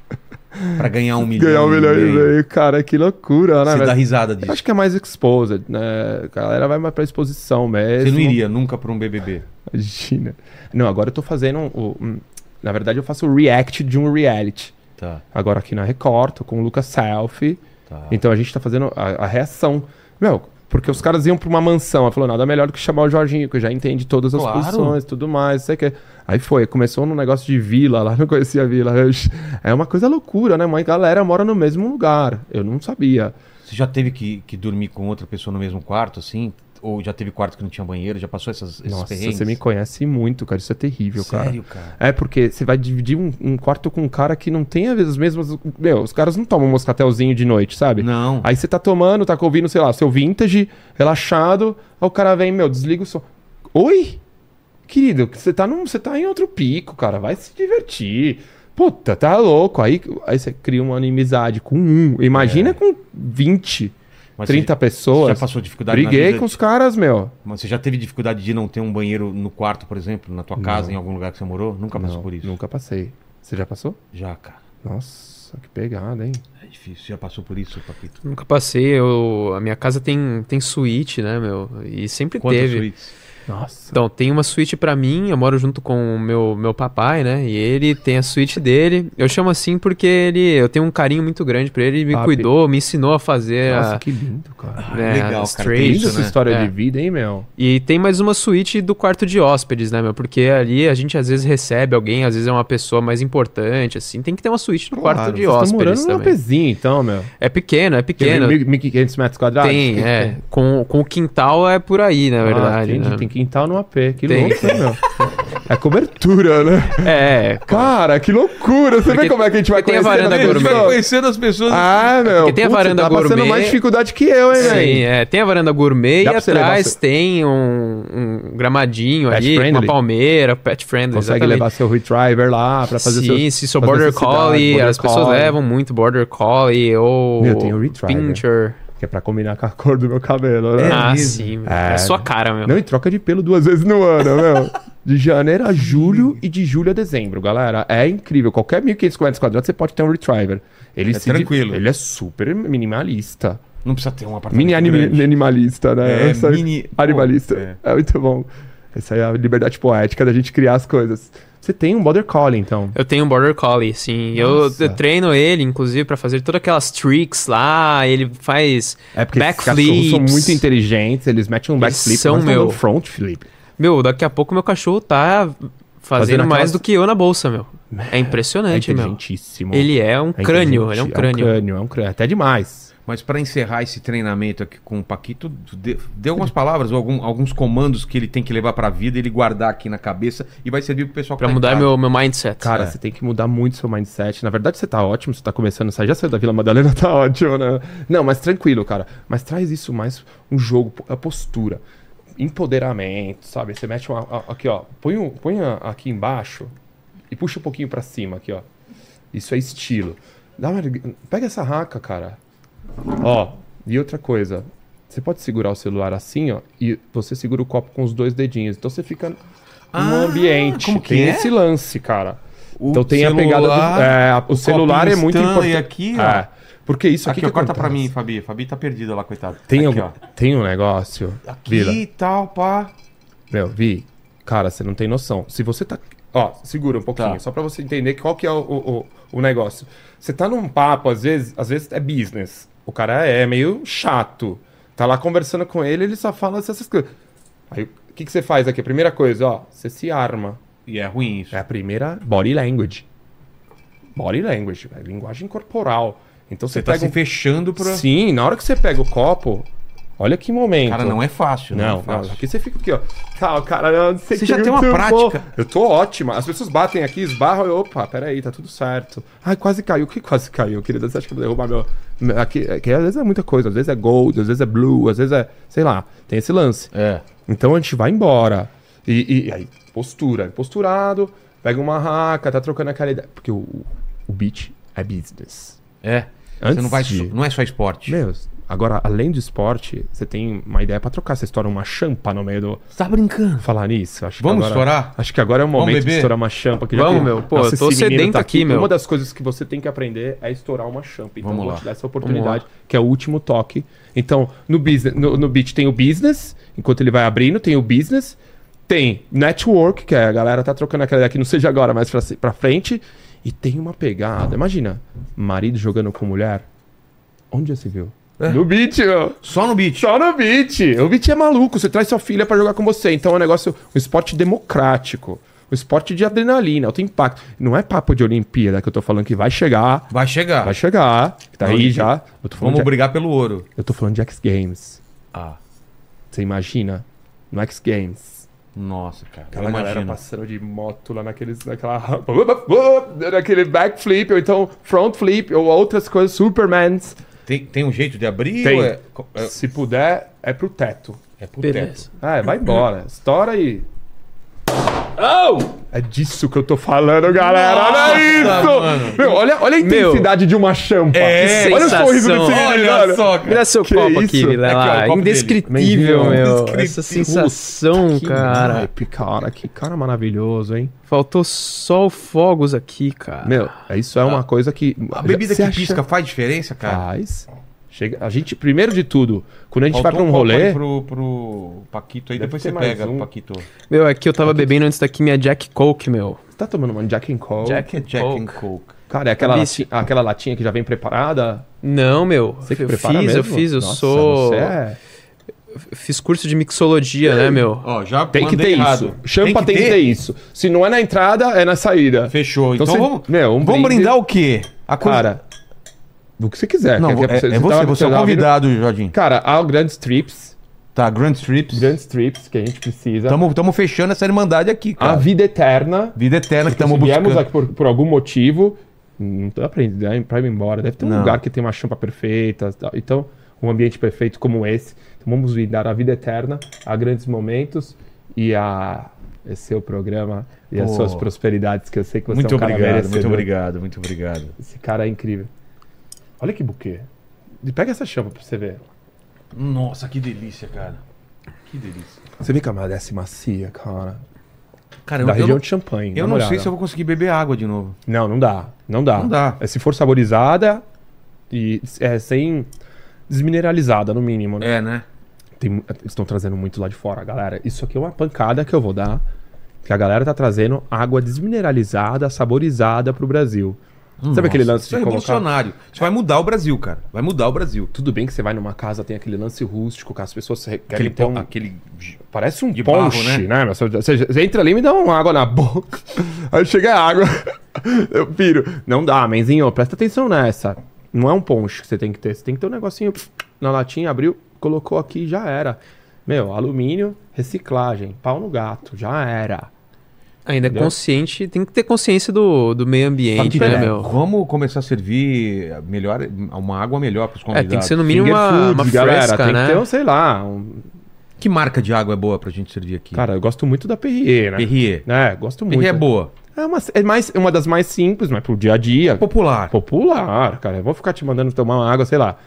pra ganhar 1 milhão. Ganhar 1 milhão e meio. meio, cara. Que loucura, né? Você velho? dá risada Eu disso. acho que é mais exposed, né? A galera vai mais pra exposição mesmo. Você não iria nunca pra um BBB. Imagina. Não, agora eu tô fazendo na verdade eu faço o react de um reality. Tá. Agora aqui na Record, tô com o Lucas Selfie. Tá. Então a gente tá fazendo a reação. Meu, porque os caras iam pra uma mansão. Ela falou, nada melhor do que chamar o Jorginho, que já entende todas as Claro. posições e tudo mais. Sei que... Aí foi, começou num negócio de vila lá, não conhecia a vila. É uma coisa loucura, né? Uma galera mora no mesmo lugar. Eu não sabia. Você já teve que dormir com outra pessoa no mesmo quarto, assim? Ou já teve quarto que não tinha banheiro? Já passou esses Nossa, perrengues? você me conhece muito, cara. Isso é terrível, Sério, cara? É porque você vai dividir um quarto com um cara que não tem as mesmas... Meu, os caras não tomam um moscatelzinho de noite, sabe? Não. Aí você tá tomando, tá ouvindo, sei lá, seu vintage, relaxado. Aí o cara vem, meu, desliga o som. Oi? Querido, você tá em outro pico, cara. Vai se divertir. Puta, tá louco. Aí você cria uma inimizade com um. Imagina com 20, Mas 30 pessoas. Você já passou dificuldade na Briguei vida com os caras, meu. Mas você já teve dificuldade de não ter um banheiro no quarto, por exemplo? Na tua casa, em algum lugar que você morou? Nunca passou Não, por isso? nunca passei. Você já passou? Já, cara. Nossa, que pegada, hein? É difícil. Você já passou por isso, Paquito? Nunca passei, a minha casa tem suíte, né, meu? E sempre Quantas teve. suítes? Nossa. Então, tem uma suíte pra mim, eu moro junto com o meu papai, né? E ele tem a suíte dele. Eu chamo assim porque eu tenho um carinho muito grande pra ele, ele me Papi. cuidou, me ensinou a fazer Nossa, que lindo, cara. legal, as cara, Que trades, linda essa né? história É. de vida, hein, meu? E tem mais uma suíte do quarto de hóspedes, né, meu? Porque ali a gente às vezes recebe alguém, às vezes é uma pessoa mais importante, assim. Tem que ter uma suíte no quarto de vocês estão morando hóspedes num também. APzinho, então, meu. É pequeno. 1.500 metros quadrados? Tem, com o quintal é por aí, na verdade. Entendi. né? Tem quintal no AP. Que Tem. louco, né, meu? É cobertura, né? Cara, que loucura. Você vê Porque como é que a gente vai tem a conhecendo varanda as A gente vai gourmet. conhecendo as pessoas. Ah, meu. Porque tem a varanda tá passando gourmet. mais dificuldade que eu, hein, Sim, velho? tem a varanda gourmet Dá e pra você levar atrás seu- tem um gramadinho Pet ali, com friendly? uma palmeira, pet friendly, Consegue exatamente. levar seu retriever lá pra fazer Sim, seus... se sou fazer Border necessidade, Collie, border as pessoas collie. levam muito Border Collie ou Meu, tem o retriever. Pinscher. Que é pra combinar com a cor do meu cabelo, né? Ah, mesmo? sim. É. É sua cara, meu. Não, e troca de pelo 2 vezes no ano, meu. De janeiro a julho e de julho a dezembro, galera. É incrível. Qualquer 1.500 metros quadrados você pode ter um retriever. Ele tranquilo. Ele é super minimalista. Não precisa ter um apartamento grande. Animalista, né? É, Essa- mini- Animalista. Pô, É muito bom. Essa é a liberdade poética da gente criar as coisas. Você tem um Border Collie, então. Eu tenho um Border Collie, sim. Nossa. Eu treino ele, inclusive, pra fazer todas aquelas tricks lá. Ele faz É porque esses cachorros backflips. são muito inteligentes, eles metem um Eles backflip, são, mas não meu. dão front flip. Meu, daqui a pouco meu cachorro tá fazendo Fazendo mais aquelas- do que eu na bolsa, meu. É É impressionante, meu. inteligentíssimo. Ele é um crânio, ele é um crânio. É um crânio, até demais. Mas pra encerrar esse treinamento aqui com o Paquito, dê algumas palavras ou alguns comandos que ele tem que levar pra vida, ele guardar aqui na cabeça e vai servir pro pessoal que Pra tá em mudar casa. meu mindset. Cara, É. você tem que mudar muito seu mindset. Na verdade, você tá ótimo, você tá começando a sair. Já saiu da Vila Madalena, tá ótimo, né? Não, mas tranquilo, cara. Mas traz isso mais um jogo, a postura. Empoderamento, sabe? Você mete aqui, ó. Põe aqui embaixo e puxa um pouquinho pra cima aqui, ó. Isso é estilo. Pega essa raca, cara. Ó, e outra coisa. Você pode segurar o celular assim, ó, e você segura o copo com os 2 dedinhos. Então você fica num ambiente. como que tem é? esse lance, cara. O Então tem a pegada do... o celular copinho é muito Stanley importante. aqui, ó. É, porque isso aqui Aqui, ó, que corta pra acontece. mim, Fabi. Fabi tá perdida lá, coitado. Tem, aqui, tem um negócio, Aqui Vila. e tal, pá. Meu, Vi, cara, você não tem noção. Se você tá... Ó, segura um pouquinho, Tá. só pra você entender qual que é o negócio. Você tá num papo, às vezes é business. O cara é meio chato. Tá lá conversando com ele, ele só fala essas coisas. Aí, o que você faz aqui? A primeira coisa, ó, você se arma. E é ruim isso. É a primeira body language. Body language, é linguagem corporal. Então você Você tá pega se fechando pra... Sim, na hora que você pega o copo, olha que momento. Cara, não é fácil, Não, é fácil. aqui você fica aqui, ó. Tá, cara, não sei Você que já tem uma muito prática. bom. Eu tô ótima. As pessoas batem aqui, esbarram, eu, opa, peraí, tá tudo certo. Ai, quase caiu. O que quase caiu, querida? Você acha que eu vou derrubar meu... Aqui, às vezes é muita coisa. Às vezes é gold, às vezes é blue, às vezes é... Sei lá, tem esse lance. É. Então a gente vai embora. E aí, postura. Posturado, pega uma raca, tá trocando aquela ideia. Porque o beach é business. É. Antes Você não vai... de- Não é só esporte. Meu, agora, além do esporte, você tem uma ideia pra trocar. Você estoura uma champa no meio do... Você tá brincando. Falar nisso, acho Vamos que agora, estourar? Acho que agora é o momento de beber? estourar uma champa. Que Vamos, que meu. Pô, nossa, eu tô esse menino sedento aqui, meu. Uma das coisas que você tem que aprender é estourar uma champa. Então Vamos eu vou lá. te dar essa oportunidade, que é o último toque. Então, no beat tem o business, enquanto ele vai abrindo, tem o business, tem network, que é a galera tá trocando aquela ideia que não seja agora, mas pra frente, e tem uma pegada. Imagina, marido jogando com mulher. Onde já se viu? No beat, meu. Só no beat. Só no beat. O beat é maluco. Você traz sua filha pra jogar com você. Então é um negócio, um esporte democrático. Um esporte de adrenalina, alto impacto. Não é papo de Olimpíada que eu tô falando que vai chegar. Vai chegar. Vai chegar. Que tá aí Olimpíada. já. Eu tô falando Vamos brigar pelo ouro. Eu tô falando de X Games. Ah. Você imagina? No X Games. Nossa, cara. Aquela galera passando de moto lá naquele backflip, ou então front flip, ou outras coisas, Supermans. Tem um jeito de abrir? Tem. Ou Se puder, é pro teto. é pro Beleza. teto? Vai embora. Estoura aí. Oh! É disso que eu tô falando, galera. Olha isso! Mano. Meu, olha a intensidade de uma champa. Que Olha o sorriso desse sensação. menino, Olha só, cara. Me dá seu Que copo isso? aqui, Vilela. Aqui, ó, o copo Indescritível, dele. meu. Indescritível. Essa sensação, Que cara. naipe, cara. Que cara maravilhoso, hein? Faltou só o fogos aqui, cara. Meu, isso é uma coisa que... A bebida Você que acha- pisca faz diferença, cara? Faz. A gente, primeiro de tudo, quando a gente Faltou vai pra um copo rolê... aí pro Paquito aí, Deve depois ter você mais pega, um. Paquito. Meu, aqui eu tava bebendo antes daqui minha Jack Coke, meu. Você tá tomando uma Jack and Coke? Jack and Jack Coke. and Coke. Cara, é aquela, Delícia. aquela latinha que já vem preparada? Não, meu. Você que eu prepara fiz, mesmo? eu fiz. Eu Nossa, sou... Você é... Fiz curso de mixologia, né, meu? Ó, já Tem que mandei ter errado. isso. Champa tem que ter isso. Se não é na entrada, é na saída. Fechou. Então, Então você- vamos, meu, um vamos brinde. brindar o quê? A coisa... Cara, do que você quiser. Não, Quer- é você, tava- você é o tava convidado, Jorginho. ouvindo? Cara, há grandes trips. Tá, Grand Strips. Que a gente precisa. Tamo fechando essa irmandade aqui, A cara. vida eterna. Vida eterna que Se estamos viemos buscando. aqui por algum motivo, não dá pra ir embora. Deve ter um Não. lugar que tem uma champa perfeita. Tal. Então, um ambiente perfeito como esse. Então, vamos dar a vida eterna, a grandes momentos e a esse seu programa e as Pô. suas prosperidades, que eu sei que você Muito é um cara obrigado, merecedor. muito obrigado, muito obrigado. Esse cara é incrível. Olha que buquê. Pega essa champa pra você ver. Nossa, que delícia, cara. Que delícia. Você vê que a ela desce macia, cara. Cara, Da eu região não, de Champagne. eu dá uma não sei olhada. se eu vou conseguir beber água de novo. Não dá. Não dá. Não dá. É, se for saborizada e sem desmineralizada, no mínimo, né? É, né? Eles estão trazendo muito lá de fora, galera. Isso aqui é uma pancada que eu vou dar. Que a galera tá trazendo água desmineralizada, saborizada pro Brasil. Sabe aquele lance Isso é de colocar... revolucionário. Isso vai mudar o Brasil, cara. Vai mudar o Brasil. Tudo bem que você vai numa casa, tem aquele lance rústico, que as pessoas querem Aquele, ter um... aquele... Parece um de barro, ponche, né? né? Você entra ali e me dá uma água na boca. Aí chega a água. Eu piro. Não dá, menzinho, presta atenção nessa. Não é um ponche que você tem que ter. Você tem que ter um negocinho na latinha, abriu, colocou aqui e já era. Meu, alumínio, reciclagem, pau no gato, já era. Ainda é Entendeu? consciente, tem que ter consciência do meio ambiente, né, meu? Vamos começar a servir melhor, uma água melhor pros convidados. Tem que ser no mínimo Finger uma foods, galera. fresca, Tem né? que ter, sei lá... Que marca de água é boa pra gente servir aqui? Cara, eu gosto muito da Perrier, né? Perrier. Gosto muito. Perrier é boa. É uma das mais simples, mas pro dia a dia. Popular. Popular, cara. Eu vou ficar te mandando tomar uma água, sei lá,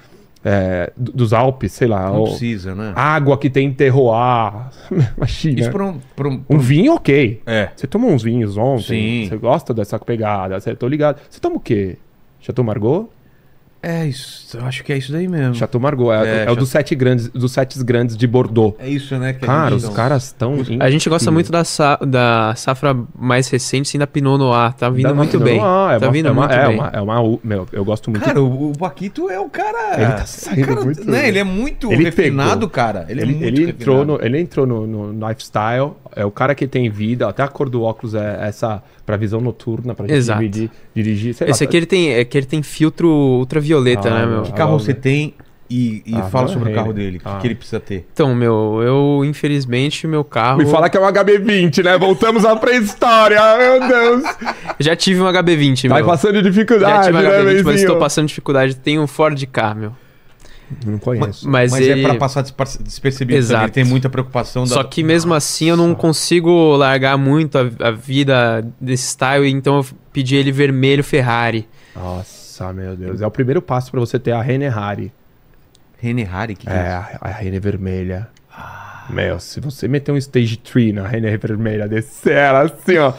dos Alpes, sei lá. Não ou precisa, né? água que tem terroir. Imagina. Isso pra Um vinho, ok. É. Você tomou uns vinhos ontem. Sim. Você gosta dessa pegada. Tô ligado. Você toma o quê? Chateau Margaux? É isso. Eu acho que é isso daí mesmo. Chateau Margaux. É o dos sete grandes de Bordeaux. É isso, né? Que a Cara, gente os não- caras estão... A gente gosta muito da safra mais recente, sim, da Pinot Noir. Tá vindo muito bem. Tá vindo muito bem. Meu, eu gosto muito. Cara, o Paquito é o cara... Ele tá saindo o cara, muito- né? Ele é muito Ele refinado, pegou. cara. Ele é muito Ele refinado. entrou no lifestyle, é o cara que tem vida, até a cor do óculos é essa pra visão noturna, pra gente Exato. dirigir, sei lá. Esse aqui ele tem filtro ultravioleta, né, meu? Que carro você tem e fala meu sobre o rei. carro dele. O que ele precisa ter. Então, eu, infelizmente, meu carro... Me fala que é um HB20, né? Voltamos à pré-história, meu Deus. Já tive um HB20, Tá meu. passando Já dificuldade, tive um né, HB20, mas Benzinho? estou passando dificuldade. Tem um Ford Ka, meu. Não conheço. Mas ele... é pra passar despercebido Exato. também. Ele tem muita preocupação. Só que mesmo assim eu não consigo largar muito a vida desse style, então eu pedi ele vermelho Ferrari. Nossa, meu Deus. É o primeiro passo pra você ter a Rene Harry. Rene Harry, que A Rene vermelha. Meu, se você meter um Stage 3 na Rene vermelha, descer ela assim, ó.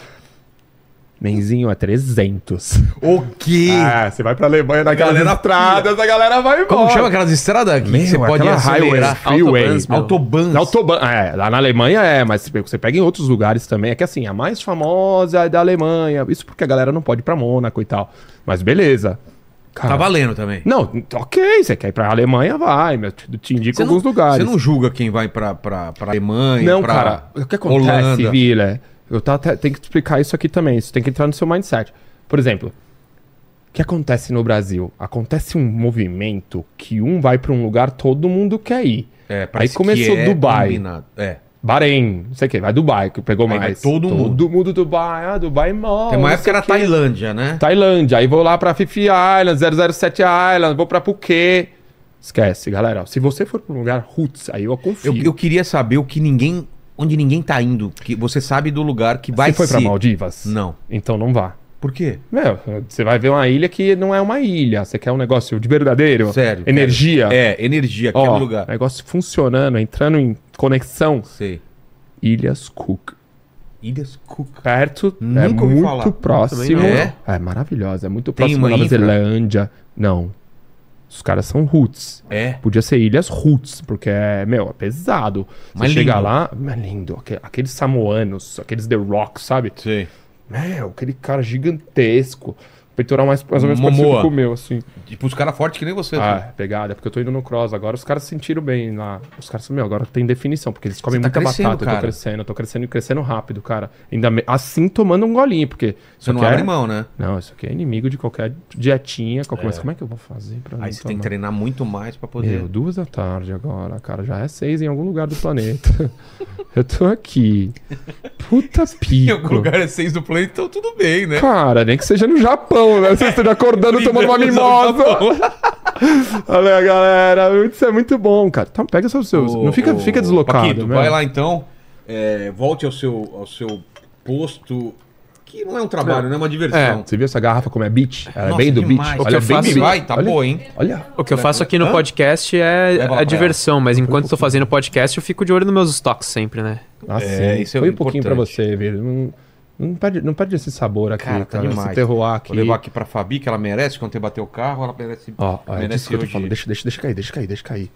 Menzinho é 300. O quê? Você vai pra Alemanha naquelas Galera estradas, a galera vai embora. Como chama aquelas estradas aqui? Meu, que você pode aquela acelerar? highway, freeway. Autobahns, meu. Autobahns. Autobahn, lá na Alemanha mas você pega em outros lugares também. É que assim, a mais famosa é da Alemanha. Isso porque a galera não pode ir pra Mônaco e tal. Mas beleza. Cara, Tá valendo também. não, ok, você quer ir pra Alemanha, vai, meu, te indico alguns lugares. Você não julga quem vai pra Alemanha, Não, pra cara, o que acontece, Holanda? Vila? Tenho que te explicar isso aqui também. Isso tem que entrar no seu mindset. Por exemplo, O que acontece no Brasil? Acontece um movimento que um vai pra um lugar, todo mundo quer ir. Aí parece começou que é Dubai. combinado. Bahrein, não sei o que, vai Dubai, que pegou Aí vai mais. todo mundo Dubai, Dubai mó. Tem uma não época que sei era o quê. Tailândia, né? Tailândia, aí vou lá pra Fifi Island, 007 Island, vou pra Phuket. Esquece, galera. Se você for pra um lugar roots, aí eu confio. Eu queria saber onde ninguém tá indo. Que você sabe do lugar que vai Você foi ser. pra Maldivas? Não. Então não vá. Por quê? Meu, você vai ver uma ilha que não é uma ilha. Você quer um negócio de verdadeiro? Sério. Energia. Energia, aquele lugar. Negócio funcionando, entrando em conexão. Sei. Ilhas Cook. Ilhas Cook. Perto, Nunca ouvi muito falar. próximo. Também não. É maravilhosa, é muito Tem próximo uma da Nova infra? Zelândia. Não. Os caras são roots. Podia ser ilhas roots, porque é pesado. Você Mas chega lindo. lá, é lindo. Aqueles samoanos, aqueles The Rock, sabe? Sei. Aquele cara gigantesco. Peitoral mais ou menos parecido Momoa. com o meu, assim. Tipo, os caras fortes que nem você. Pegada, porque eu tô indo no cross agora. Os caras se sentiram bem lá. Os caras são, agora tem definição, porque eles comem Você tá muita crescendo, batata. cara. Eu tô crescendo e crescendo rápido, cara. Assim tomando um golinho, porque. Você não abre mão, né? Não, isso aqui é inimigo de qualquer dietinha. Mas como é que eu vou fazer pra Aí não você tem que tomar? treinar muito mais pra poder. Meu, 2 da tarde agora, cara. Já é 6 em algum lugar do planeta. Eu tô aqui. Puta pico. Em algum lugar é 6 do planeta, então tudo bem, né? Cara, nem que seja no Japão, né? Você esteja acordando tomando uma mimosa. Olha aí, galera. Isso é muito bom, cara. Então, pega seus. Não fica deslocado. Paquito, né? vai lá então. Volte ao seu posto. Que não é um trabalho, né? É uma diversão. Você viu essa garrafa como é beach? Ela Nossa, é bem do demais. beach. Olha, eu faço- vai, tá boa, hein? Olha. O que eu faço aqui no podcast é Leva lá a pra diversão, mas enquanto eu tô fazendo podcast, eu fico de olho nos meus estoques sempre, né? Assim, isso é foi um pouquinho pra importante. você, velho. Não perde esse sabor aqui, Cara, tá demais. Esse terroir aqui. Vou levar aqui pra Fabi, que ela merece. Quando você bater o carro, ela merece. Ó, é merece disso que eu tô hoje. falando. Deixa cair.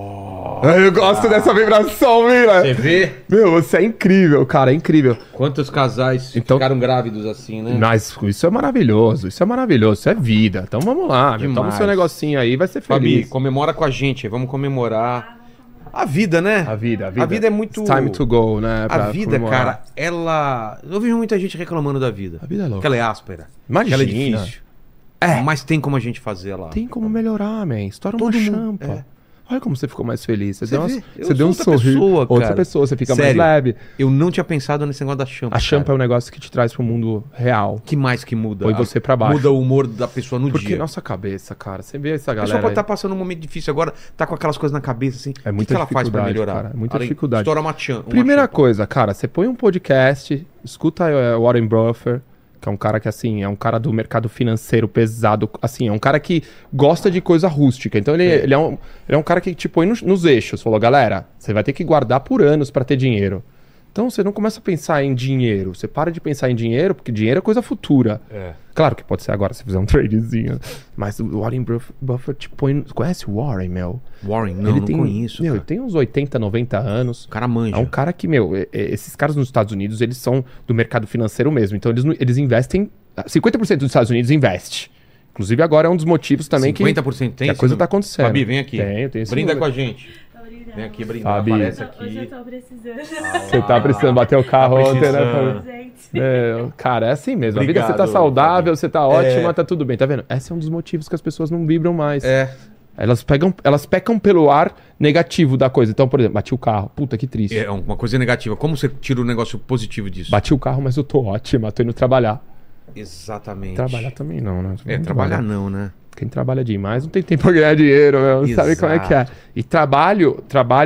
Eu gosto dessa vibração, mira. Você vê Meu, você é incrível, cara, é incrível. quantos casais Então- ficaram grávidos assim, né? Mas isso é maravilhoso, isso é vida. Então vamos lá, meu. Toma Demais. seu negocinho aí, vai ser Fabi, feliz. comemora com a gente. Vamos comemorar a vida, né? A vida. A vida é muito. It's time to go, né? A pra vida, comemorar. cara, ela. Eu vejo muita gente reclamando da vida. A vida é louca. Que ela é áspera. Imagina. Que ela é difícil. Mas tem como a gente fazer ela. Tem como melhorar, man. Estoura uma Todo mundo, champa. Olha como você ficou mais feliz. Você Você deu, vê? Eu você deu um sou outra sorriso. pessoa, Outra cara. pessoa, você fica Sério. mais leve. Eu não tinha pensado nesse negócio da champa. A champa é cara. um negócio que te traz pro mundo real. Que mais que muda? Põe você pra baixo. Muda o humor da pessoa no Porque dia. nossa cabeça, cara, você vê essa A galera. pessoa pode estar aí. passando um momento difícil agora, tá com aquelas coisas na cabeça assim. É muita o que ela faz pra dificuldade, melhorar? cara, muita Além- dificuldade. Estoura uma champa. Primeira coisa, cara, você põe um podcast, escuta Warren Buffett, que é um cara que, assim, é um cara do mercado financeiro pesado, assim, é um cara que gosta de coisa rústica. Então ele é um cara que te põe nos eixos. Falou, galera, você vai ter que guardar por anos pra ter dinheiro. Então você não começa a pensar em dinheiro. Você para de pensar em dinheiro, porque dinheiro é coisa futura. Claro que pode ser agora se fizer um tradezinho. Mas o Warren Buffett te põe... Conhece o Warren, meu? Warren, não, Ele não tem, conheço. Meu, Cara. ele tem uns 80, 90 anos. O cara manja. É um cara que, meu, esses caras nos Estados Unidos, eles são do mercado financeiro mesmo. Então eles investem... 50% dos Estados Unidos investe. Inclusive agora é um dos motivos também 50% tem? que a coisa tá acontecendo. Fabi, vem aqui. Tenho esse Brinda número. com a gente. Obrigada. Vem aqui brindar. Fabi. Aparece Hoje eu aqui. tô precisando. Você tá precisando bater o carro Tá ontem, né, precisando. Fabi? Gente. Cara, é assim mesmo. A vida Obrigado, você tá saudável, Fabi. você tá ótima, tá tudo bem. Tá vendo? Esse é um dos motivos que as pessoas não vibram mais. Elas pecam pelo ar negativo da coisa. Então, por exemplo, bati o carro. Puta, que triste. É uma coisa negativa. Como você tira o negócio positivo disso? Bati o carro, mas eu tô ótima, tô indo trabalhar. Exatamente. Trabalhar também não, né? Trabalhar não, né? Quem trabalha demais não tem tempo pra ganhar dinheiro, meu. Não sabe como é que é. E trabalho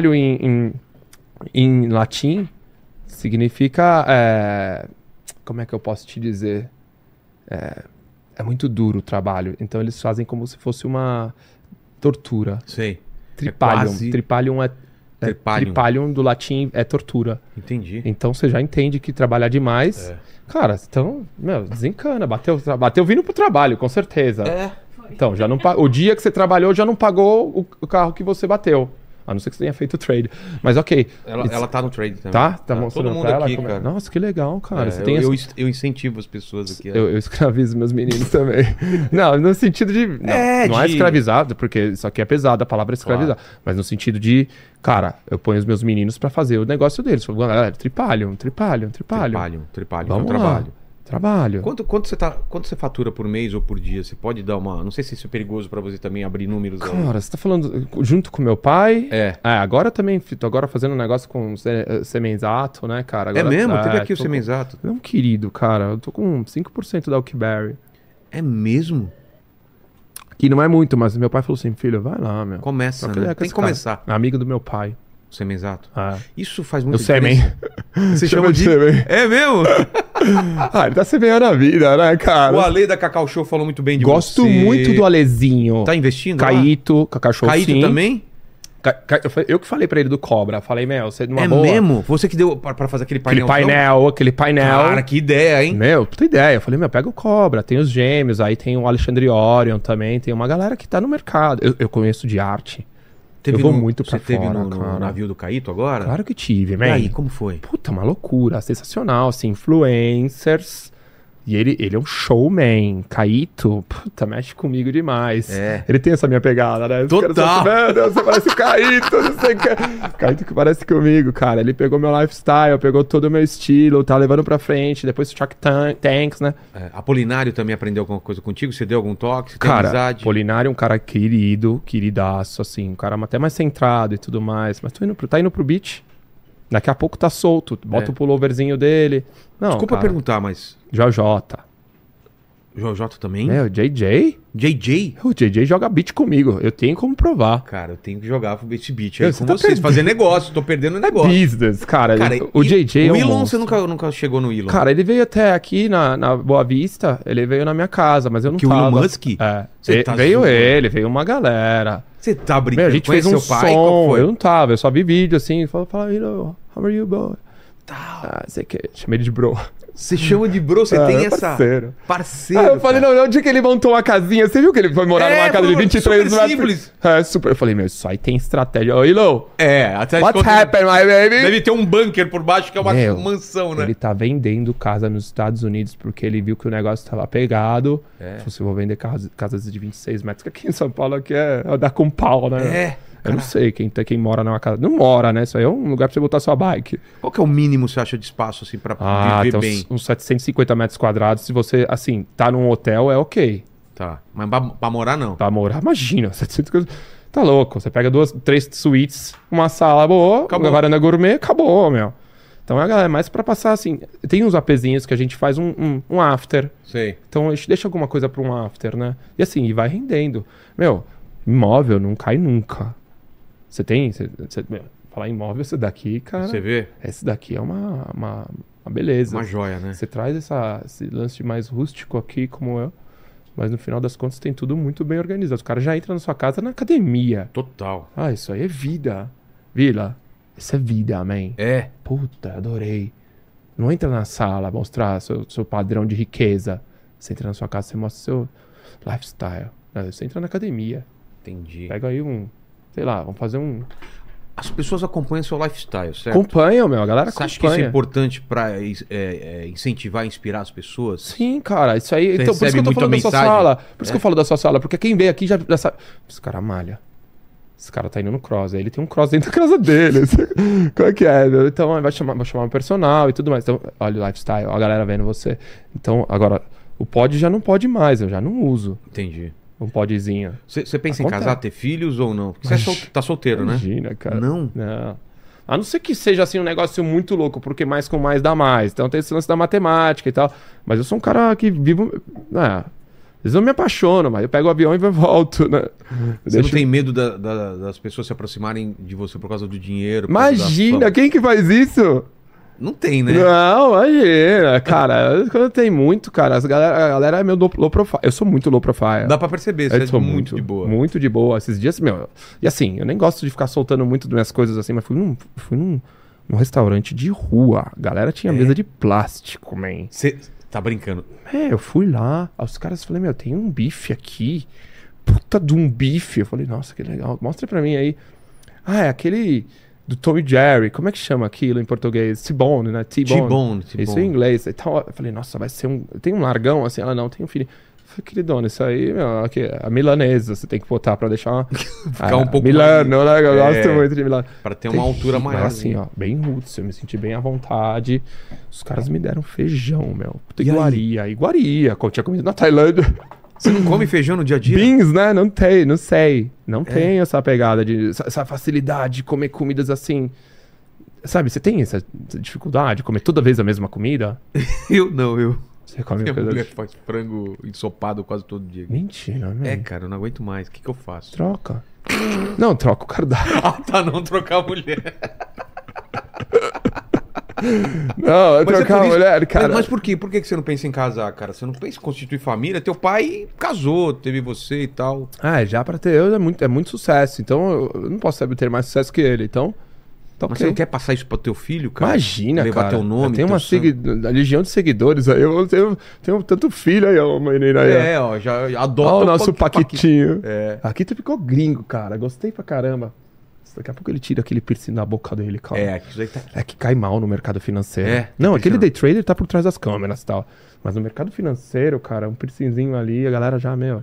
em latim significa... como é que eu posso te dizer? É muito duro o trabalho. Então eles fazem como se fosse uma tortura. Sei. Tripalium. quase- Tripalium Tripalium. Tripalium do latim é tortura. Entendi. Então você já entende que trabalhar demais... Cara, então, meu, desencana. Bateu vindo pro trabalho, com certeza. Então, já não o dia que você trabalhou já não pagou o carro que você bateu. A não ser que você tenha feito o trade. Mas ok. Ela tá no trade também. Tá? Tá todo mostrando mundo pra ela aqui, como é- cara. Nossa, que legal, cara. Você eu, tem eu incentivo as pessoas aqui. eu escravizo meus meninos também. Não, no sentido de... Não é escravizado, porque isso aqui é pesado, a palavra é escravizar. Mas no sentido de... Cara, eu ponho os meus meninos pra fazer o negócio deles. Falo, galera, tripalham. Tripalho, Vamos é um lá. trabalho. Trabalho. Quanto você fatura por mês ou por dia? Você pode dar uma... Não sei se isso é perigoso pra você também abrir números. Cara, você tá falando junto com meu pai? Agora também, tô agora fazendo um negócio com Semenzato, né, cara? Agora, mesmo? Teve aqui o Semenzato. É um querido, cara. Eu tô com 5% da Oakberry. É mesmo? Que não é muito, mas meu pai falou assim, filho, vai lá, meu. Começa, né? Tem que começar. Amigo do meu pai. O Semenzato. Ah. Isso faz muito diferença. Você chama de sêmen? É mesmo? Ele tá semeando a vida, né, cara? O Ale da Cacau Show falou muito bem de Gosto você. muito do Alezinho. Tá investindo Caíto, lá? Cacau Show, Caíto sim. também? Eu que falei pra ele do Cobra. Falei, você numa boa. É mesmo? Você que deu pra fazer aquele painel. Aquele painel. Cara, que ideia, hein? Puta ideia. Eu falei, pega o Cobra. Tem os gêmeos, aí tem o Alexandre Orion também. Tem uma galera que tá no mercado. Eu conheço de arte. Eu vou muito pra fora, Você teve no navio do Caíto agora? Claro que tive, man. E aí, como foi? Puta, uma loucura. Sensacional, assim. Influencers. E ele é um showman. Caíto, puta, mexe comigo demais. Ele tem essa minha pegada, né? Total. Meu Deus, você parece o Caíto, não sei o que. Caíto que parece comigo, cara. Ele pegou meu lifestyle, pegou todo o meu estilo, tá levando pra frente. Depois o Shark Tanks, né? Apolinário também aprendeu alguma coisa contigo? Você deu algum toque? Você tem cara, amizade? Apolinário é um cara queridaço, assim. Um cara até mais centrado e tudo mais. Mas tá indo pro beach. Daqui a pouco tá solto. Bota o pulloverzinho dele. Não, desculpa perguntar, mas... JJ. JJ também? O JJ? JJ? O JJ joga beat comigo. Eu tenho como provar. Cara, eu tenho que jogar esse beat aí com vocês. Fazer negócio. Tô perdendo negócio. Business, cara. O JJ o Elon, você nunca chegou no Elon? Cara, ele veio até aqui na Boa Vista. Ele veio na minha casa, mas eu não tava. Que o Elon Musk? Veio uma galera. Você tá brincando? A gente fez um som. Eu não tava, eu só vi vídeo assim. Fala, Elon, how are you, boy? Sei que. Chamei ele de bro. Você chama de bro, você tem essa... Parceiro. Eu falei, não, onde que ele montou uma casinha? Você viu que ele foi morar numa casa de 23 metros? Simples. Super. Eu falei, isso aí tem estratégia. Ô, Ilo. Até What happened, my baby? Deve ter um bunker por baixo que é uma mansão, né? Ele tá vendendo casa nos Estados Unidos porque ele viu que o negócio tava pegado. Falou assim, vou vender casas de 26 metros, que aqui em São Paulo aqui é dar com pau, né? Eu não sei quem mora numa casa. Não mora, né? Isso aí é um lugar pra você botar sua bike. Qual que é o mínimo, você acha, de espaço, assim, pra viver bem? Uns 750 metros quadrados. Se você, assim, tá num hotel, é ok. Tá. Mas pra morar, não. Pra morar, imagina. 750... Tá louco. Você pega 3 suítes, uma sala boa, uma varanda gourmet, acabou, meu. Então, é mais pra passar, assim... Tem uns apezinhos que a gente faz um after. Sei. Então, a gente deixa alguma coisa pra um after, né? E assim, vai rendendo. Imóvel não cai nunca. Falar imóvel, esse daqui, cara... Você vê? Esse daqui é uma beleza. Uma joia, né? Você traz esse lance mais rústico aqui, como eu, mas no final das contas tem tudo muito bem organizado. O cara já entra na sua casa na academia. Total. Isso aí é vida. Vila, isso é vida, amém? Puta, adorei. Não entra na sala mostrar seu padrão de riqueza. Você entra na sua casa, você mostra seu lifestyle. Você entra na academia. Entendi. Pega aí sei lá, vamos fazer um... As pessoas acompanham seu lifestyle, certo? Acompanham, a galera acompanha. Você acha que isso é importante pra incentivar, inspirar as pessoas? Sim, cara, isso aí... Então, por isso que eu tô falando da sua sala. Por isso que eu falo da sua sala, porque quem vem aqui já sabe... Esse cara malha. Esse cara tá indo no cross. Aí ele tem um cross dentro da casa dele. Qual é que é? Então, vai chamar um personal e tudo mais. Então, olha o lifestyle, a galera vendo você. Então, agora, o pod já não pode mais, eu já não uso. Entendi. Um podzinho. Você pensa em casar, ter filhos ou não? Porque você tá solteiro, né? Imagina, cara. Não? Não. A não ser que seja assim um negócio muito louco, porque mais com mais dá mais. Então tem esse lance da matemática e tal. Mas eu sou um cara que vivo... Às vezes eu me apaixono, mas eu pego o avião e volto, né? Você não tem medo das pessoas se aproximarem de você por causa do dinheiro? Imagina, quem que faz isso? Não tem, né? Não, imagina, cara. Quando tem muito, cara, a galera é meio low profile. Eu sou muito low profile. Dá pra perceber, você é muito de boa. Muito de boa. Esses dias, E assim, eu nem gosto de ficar soltando muito das minhas coisas assim, mas fui num restaurante de rua. A galera tinha mesa de plástico, man. Você tá brincando? Eu fui lá. Os caras falaram, tem um bife aqui. Puta de um bife. Eu falei, nossa, que legal. Mostra pra mim aí. É aquele... do Tom e Jerry, como é que chama aquilo em português? T-bone, né? T-bone. T-bone. Isso em inglês. Então eu falei, nossa, vai ser tem um largão assim? Ela não, tem um filho. Falei, queridona, isso aí, meu, aqui, a milanesa você tem que botar pra deixar uma... Ficar um pouco Milano, mais... né? Eu gosto muito de Milano. Pra ter uma altura maior. Mas assim, ó, bem roots, eu me senti bem à vontade. Os caras me deram feijão, meu. Puta, E iguaria. Tinha comido na Tailândia. Você não come feijão no dia a dia? Beans, né? Não tem, não sei. Não tem essa pegada de... Essa facilidade de comer comidas assim... Sabe, você tem essa dificuldade de comer toda vez a mesma comida? Eu não. Você come Minha coisa... mulher faz frango ensopado quase todo dia. Mentira, né? É, cara, eu não aguento mais. O que eu faço? Troca. Não, troca o cardápio. Ah, tá, não trocar a mulher. Não, é Mas trocar a mulher, cara. Mas por quê? Por que você não pensa em casar, cara? Você não pensa em constituir família? Teu pai casou, teve você e tal. Ah, já pra ter eu é muito sucesso. Então eu não posso ter mais sucesso que ele. Então. Tá, Mas okay. você não quer passar isso pro teu filho, cara? Imagina, levar cara. Teu nome, tem uma legião de seguidores aí. Eu tenho tanto filho aí, ó, menina aí. Ó, já adota o nosso Paquitinho. É. Aqui tu ficou gringo, cara. Gostei pra caramba. Daqui a pouco ele tira aquele piercing na boca dele, cara. Aqui já tá aqui. É que cai mal no mercado financeiro. É, não, aquele day trader tá por trás das câmeras e tal. Mas no mercado financeiro, cara, um piercingzinho ali, a galera já, meu...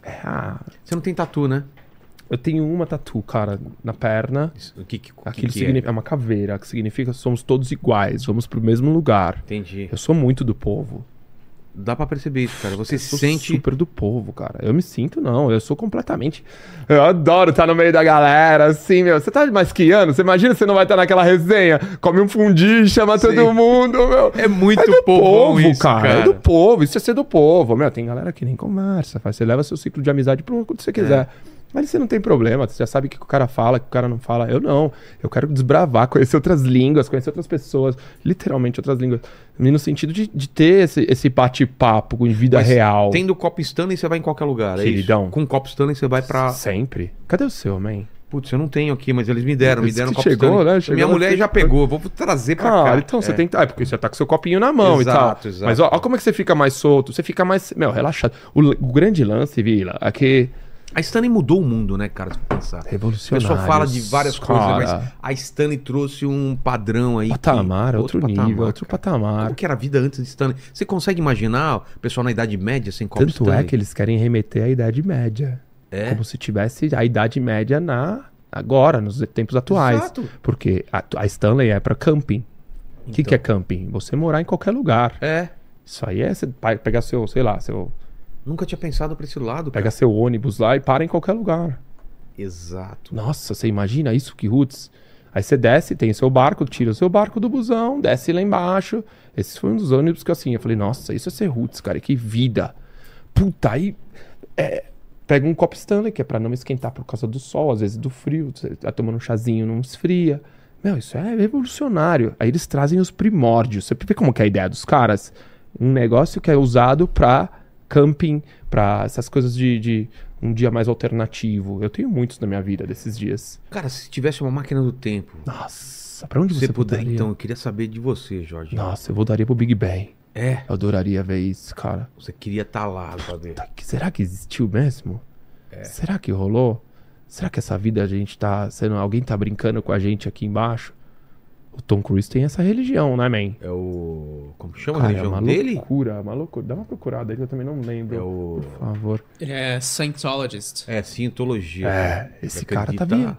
Você não tem tatu, né? Eu tenho uma tatu, cara, na perna. O que significa, é uma caveira, que significa que somos todos iguais, vamos pro mesmo lugar. Entendi. Eu sou muito do povo. Dá pra perceber isso, cara. Você se sente... super do povo, cara. Eu me sinto, não. Eu sou completamente... Eu adoro estar no meio da galera, assim, meu. Você tá mais que ano? Você imagina que você não vai estar naquela resenha? Come um fundi, chama todo mundo, meu. É muito do povo isso, cara. É do povo. Isso é ser do povo. Meu, tem galera que nem conversa. Você leva seu ciclo de amizade pro quando você quiser. Mas você não tem problema, você já sabe o que o cara fala, o que o cara não fala. Eu não. Eu quero desbravar, conhecer outras línguas, conhecer outras pessoas, literalmente outras línguas. No sentido de ter esse bate-papo com vida real. Tendo copo Stanley, você vai em qualquer lugar, Queridão. É isso? Com copo Stanley, você vai pra... Sempre. Cadê o seu, man? Putz, eu não tenho aqui, mas eles me deram copo chegou, Stanley. né? Chegou. Minha mulher já pegou, vou trazer pra cá. Então você tem que... porque você tá com seu copinho na mão e tal. Exato. Mas ó como é que você fica mais solto. Você fica mais, relaxado. O grande lance, Vila, é que... A Stanley mudou o mundo, né, cara, se pensar. Revolucionário. O pessoal fala de várias coisas, mas a Stanley trouxe um padrão aí. Patamar, outro nível, outro patamar. Como que era a vida antes de Stanley? Você consegue imaginar o pessoal na Idade Média sem copo Stanley? Tanto é que eles querem remeter à Idade Média. Como se tivesse a Idade Média agora, nos tempos atuais. Exato. Porque a Stanley é pra camping. O que é camping? Você morar em qualquer lugar. Isso aí é você pegar seu, sei lá, Nunca tinha pensado pra esse lado, cara. Pega seu ônibus lá e para em qualquer lugar. Exato. Nossa, você imagina isso, que roots? Aí você desce, tem o seu barco, tira o seu barco do busão, desce lá embaixo. Esse foi um dos ônibus que eu falei, nossa, isso é ser roots, cara, que vida. Puta, aí pega um copo Stanley, que é pra não me esquentar por causa do sol, às vezes do frio, você tá tomando um chazinho, não esfria. Meu, isso é revolucionário. Aí eles trazem os primórdios. Você vê como que é a ideia dos caras? Um negócio que é usado pra camping, pra essas coisas de um dia mais alternativo. Eu tenho muitos na minha vida desses dias. Cara, se tivesse uma máquina do tempo... Nossa, pra onde você poderia? Então, eu queria saber de você, Jorge. Nossa, eu voltaria pro Big Bang. Eu adoraria ver isso, cara. Você queria estar lá pra ver. Será que existiu mesmo? Será que rolou? Será que essa vida a gente tá sendo... Alguém tá brincando com a gente aqui embaixo? O Tom Cruise tem essa religião, né, man? É o... Como chama a religião dele? Uma loucura. Dá uma procurada aí que eu também não lembro. Por favor. Ele é Scientologist. Cientologia. Esse cara tá vindo.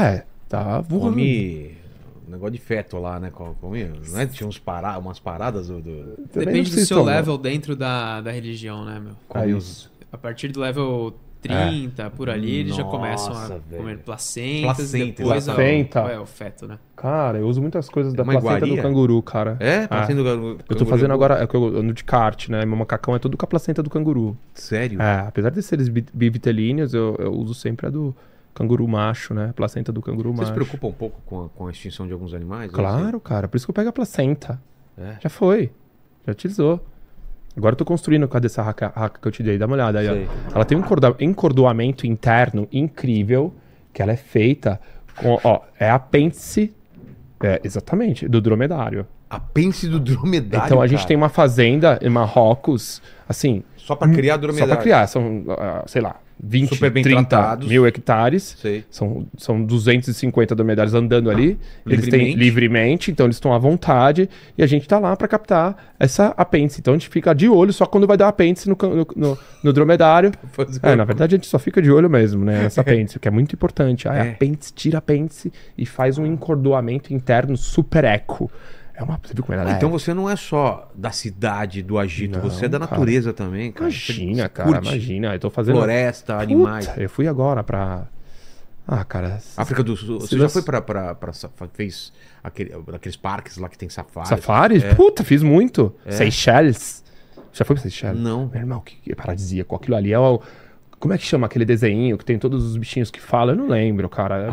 Tá voando. Come negócio de feto lá, né? Come, não é? Tinha umas paradas do... Depende do seu level dentro da religião, né, meu? A partir do level 30, por ali, eles já começam a comer placentas e depois o feto, né? Cara, eu uso muitas coisas da placenta do canguru, cara. Placenta do canguru. Eu tô fazendo agora, eu ando de kart, né? Meu macacão é tudo com a placenta do canguru. Sério? Apesar de serem bivitelíneos, eu uso sempre a do canguru macho, né? Placenta do canguru macho. Você se preocupa um pouco com a extinção de alguns animais? Claro, cara. Por isso que eu pego a placenta. Já foi. Já utilizou. Agora eu tô construindo, cadê essa raca que eu te dei? Dá uma olhada aí, ó. Ela tem um encordoamento interno incrível, que ela é feita com, é apêndice, exatamente, do dromedário. Apêndice do dromedário, então a gente tem uma fazenda em Marrocos, assim... Só pra criar dromedário? Só pra criar, são, sei lá, 20, super bem 30 tratados. mil hectares. Sei. São 250 dromedários andando ali. Eles têm livremente, então eles estão à vontade. E a gente tá lá para captar essa apêndice. Então a gente fica de olho só quando vai dar apêndice no dromedário. Na verdade a gente só fica de olho mesmo, né? Nessa apêndice, que é muito importante. Apêndice, tira apêndice e faz um encordoamento interno super eco. Você viu como então você não é só da cidade, do agito, você é da natureza também, cara. Imagina, cara, imagina. Eu tô fazendo... Floresta, animais. Eu fui agora pra... cara... África do Sul. Você já foi fez aqueles parques lá que tem safari? Safaris? Puta, fiz muito. Seychelles. Já foi pra Seychelles? Não. Meu irmão, que paradisíaco. Aquilo ali é o... Como é que chama aquele desenho que tem todos os bichinhos que falam? Eu não lembro, cara.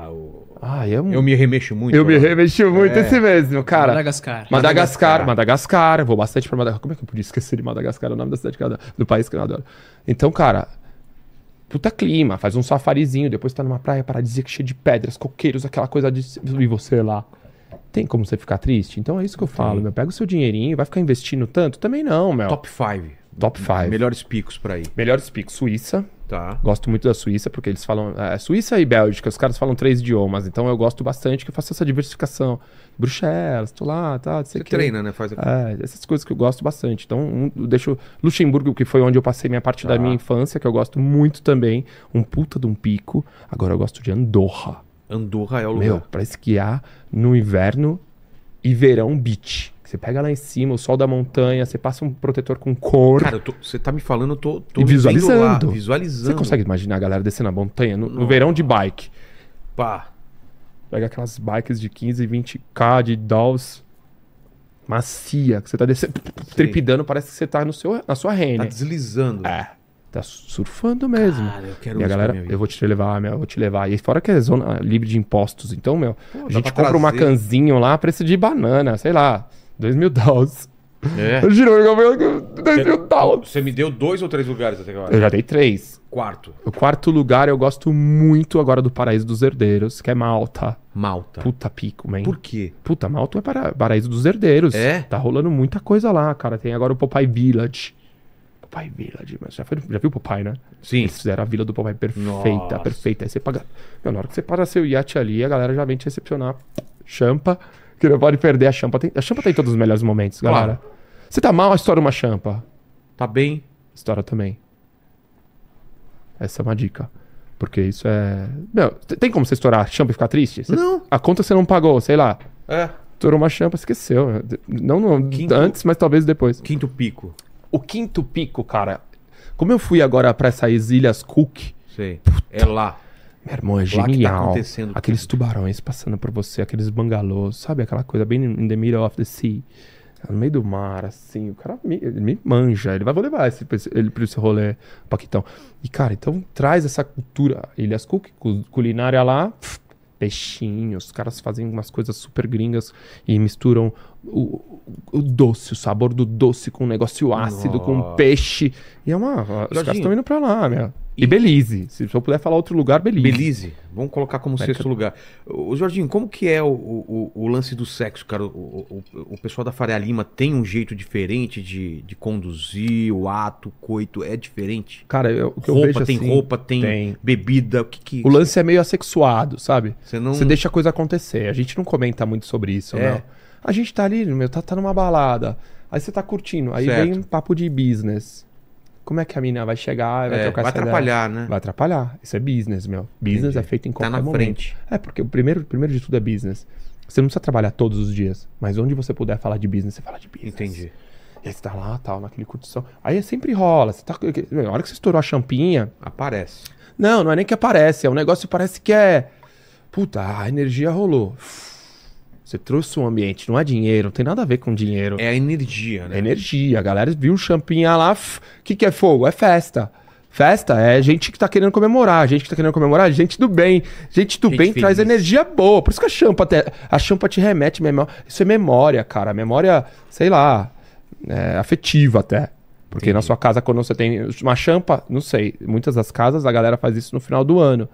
Eu me remexo muito. Eu me remexo muito, esse mesmo, cara. Madagascar. Vou bastante pra Madagascar. Como é que eu podia esquecer de Madagascar? É o nome da cidade do país que eu adoro. Então, cara, puta clima. Faz um safarizinho. Depois tá numa praia paradisíaca cheia de pedras, coqueiros, aquela coisa de... E você lá. Tem como você ficar triste? Então é isso que eu falo, meu. Pega o seu dinheirinho, vai ficar investindo tanto? Também não, meu. Top 5. Top 5. Melhores picos pra ir. Melhores picos. Suíça. Tá. Gosto muito da Suíça, porque eles falam... Suíça e Bélgica, os caras falam 3 idiomas. Então eu gosto bastante que eu faço essa diversificação. Bruxelas, tô lá, tá... Você treina, né? Faz essas coisas que eu gosto bastante. Então, deixo Luxemburgo, que foi onde eu passei minha parte da minha infância, que eu gosto muito também. Um puta de um pico. Agora eu gosto de Andorra. Andorra é o lugar. Meu, pra esquiar no inverno e verão beach. Você pega lá em cima, o sol da montanha, você passa um protetor com cor. Cara, você tá me falando, eu tô visualizando. Visualizando. Você consegue imaginar a galera descendo a montanha no verão de bike? Pá. Pega aquelas bikes de 15, 20k de dolls macia, que você tá descendo, trepidando, parece que você tá na sua rene. Tá deslizando. Tá surfando mesmo. Cara, eu quero e a galera, eu vou te levar, meu, eu vou te levar. E fora que é zona livre de impostos, então, meu, a gente compra uma canzinho lá, preço de banana, sei lá, $2.000. É. Girou, $2.000. Você me deu 2 ou 3 lugares até agora? Eu já dei 3. Quarto. O quarto lugar eu gosto muito agora do Paraíso dos Herdeiros, que é Malta. Malta. Puta pico, man. Por quê? Puta, Malta é Paraíso dos Herdeiros. Tá rolando muita coisa lá, cara. Tem agora o Popeye Village. Popeye Village, mas já viu o Popeye, né? Sim. Eles fizeram a vila do Popeye perfeita. Aí você paga... Meu, na hora que você para seu iate ali, a galera já vem te recepcionar. Champa, que não pode perder a champa. A champa tem todos os melhores momentos, galera. Claro. Você tá mal, estoura uma champa. Tá bem. Estoura também. Essa é uma dica. Porque isso é... Meu, tem como você estourar a champa e ficar triste? Não. A conta você não pagou, sei lá. Estourou uma champa, esqueceu. Não antes, mas talvez depois. Quinto pico. O quinto pico, cara... Como eu fui agora pra essas Ilhas Cook... Sei. Puta, é lá. Meu irmão, é genial. Tá aqueles tubarões passando por você, aqueles bangalôs, sabe? Aquela coisa bem in the middle of the sea. No meio do mar, assim. O cara me manja. Vou levar ele pra esse rolê, Paquitão. E, cara, então traz essa cultura. Ilhas Cook, culinária lá... Peixinhos, os caras fazem umas coisas super gringas e misturam o doce, o sabor do doce com um negócio ácido, com peixe. E é uma... Os caras estão indo pra lá, meu. E Belize. Se eu puder falar outro lugar, Belize. Belize. Vamos colocar como sexto lugar. Ô, Jorginho, como que é o lance do sexo, cara? O pessoal da Faria Lima tem um jeito diferente de conduzir o ato, o coito? É diferente? Cara, o que eu vejo tem assim... Roupa, tem bebida, o que... O lance é meio assexuado, sabe? Você deixa a coisa acontecer. A gente não comenta muito sobre isso, não. A gente tá ali, meu, tá numa balada. Aí você tá curtindo. Aí vem um papo de business. Como é que a menina vai chegar e vai trocar essa ideia? Vai atrapalhar, né? Vai atrapalhar. Isso é business, meu. Business é feito em qualquer momento. Tá na frente. Porque o primeiro de tudo é business. Você não precisa trabalhar todos os dias. Mas onde você puder falar de business, você fala de business. Entendi. E aí você tá lá, tal, naquele curtição. Aí sempre rola. Na hora que você estourou a champinha... Aparece. Não é nem que aparece. É um negócio que parece que é... Puta, a energia rolou. Você trouxe um ambiente, não é dinheiro, não tem nada a ver com dinheiro. É a energia, né? É energia. A galera viu o champinha lá. O que é fogo? É festa. Festa é gente que tá querendo comemorar. Gente do bem. Gente do bem traz energia boa. Por isso que a champa te remete. Isso é memória, cara. Memória, sei lá, afetiva até. Porque na sua casa, quando você tem uma champa, não sei, muitas das casas a galera faz isso no final do ano.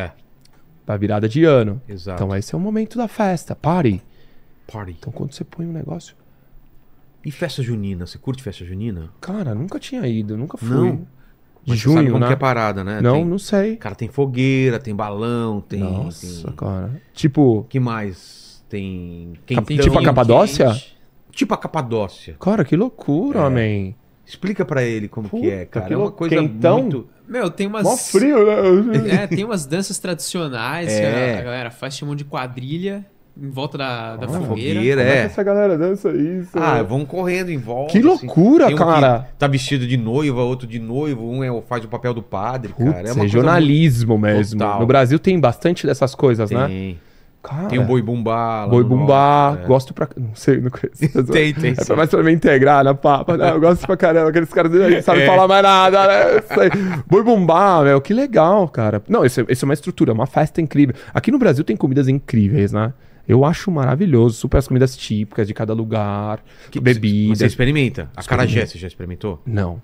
Pra virada de ano. Exato. Então esse é o momento da festa. Party. Então quando você põe um negócio... E festa junina? Você curte festa junina? Cara, nunca tinha ido, nunca fui. Não. de junho, sabe como que é parada, né? Não sei. Cara, tem fogueira, tem balão, tem... Nossa, cara. Tipo... que mais? Tem... tipo a Capadócia? Tipo a Capadócia. Cara, que loucura, man. Explica pra ele como que é, cara. É uma coisa quentão. muito... Meu, tem umas... Mó frio, né? Tem umas danças tradicionais que a galera faz, chamam de quadrilha, em volta da fogueira. Como é que essa galera dança isso? Vão correndo em volta. Que loucura, assim. cara. Tá vestido de noiva, outro de noivo, faz o papel do padre, cara. É jornalismo mesmo. Total. No Brasil tem bastante dessas coisas, né? Cara, tem o Boi Bumbá. Boi Bumbá, gosto pra... Não sei, não conheço. tem. É mais pra me integrar na papa. Não, eu gosto pra caramba. Aqueles caras não sabem falar mais nada, né? Boi Bumbá, meu, que legal, cara. Não, isso é uma estrutura, uma festa incrível. Aqui no Brasil tem comidas incríveis, né? Eu acho maravilhoso. Super as comidas típicas de cada lugar. Bebidas. Você experimenta? Acarajé, você já experimentou? Não.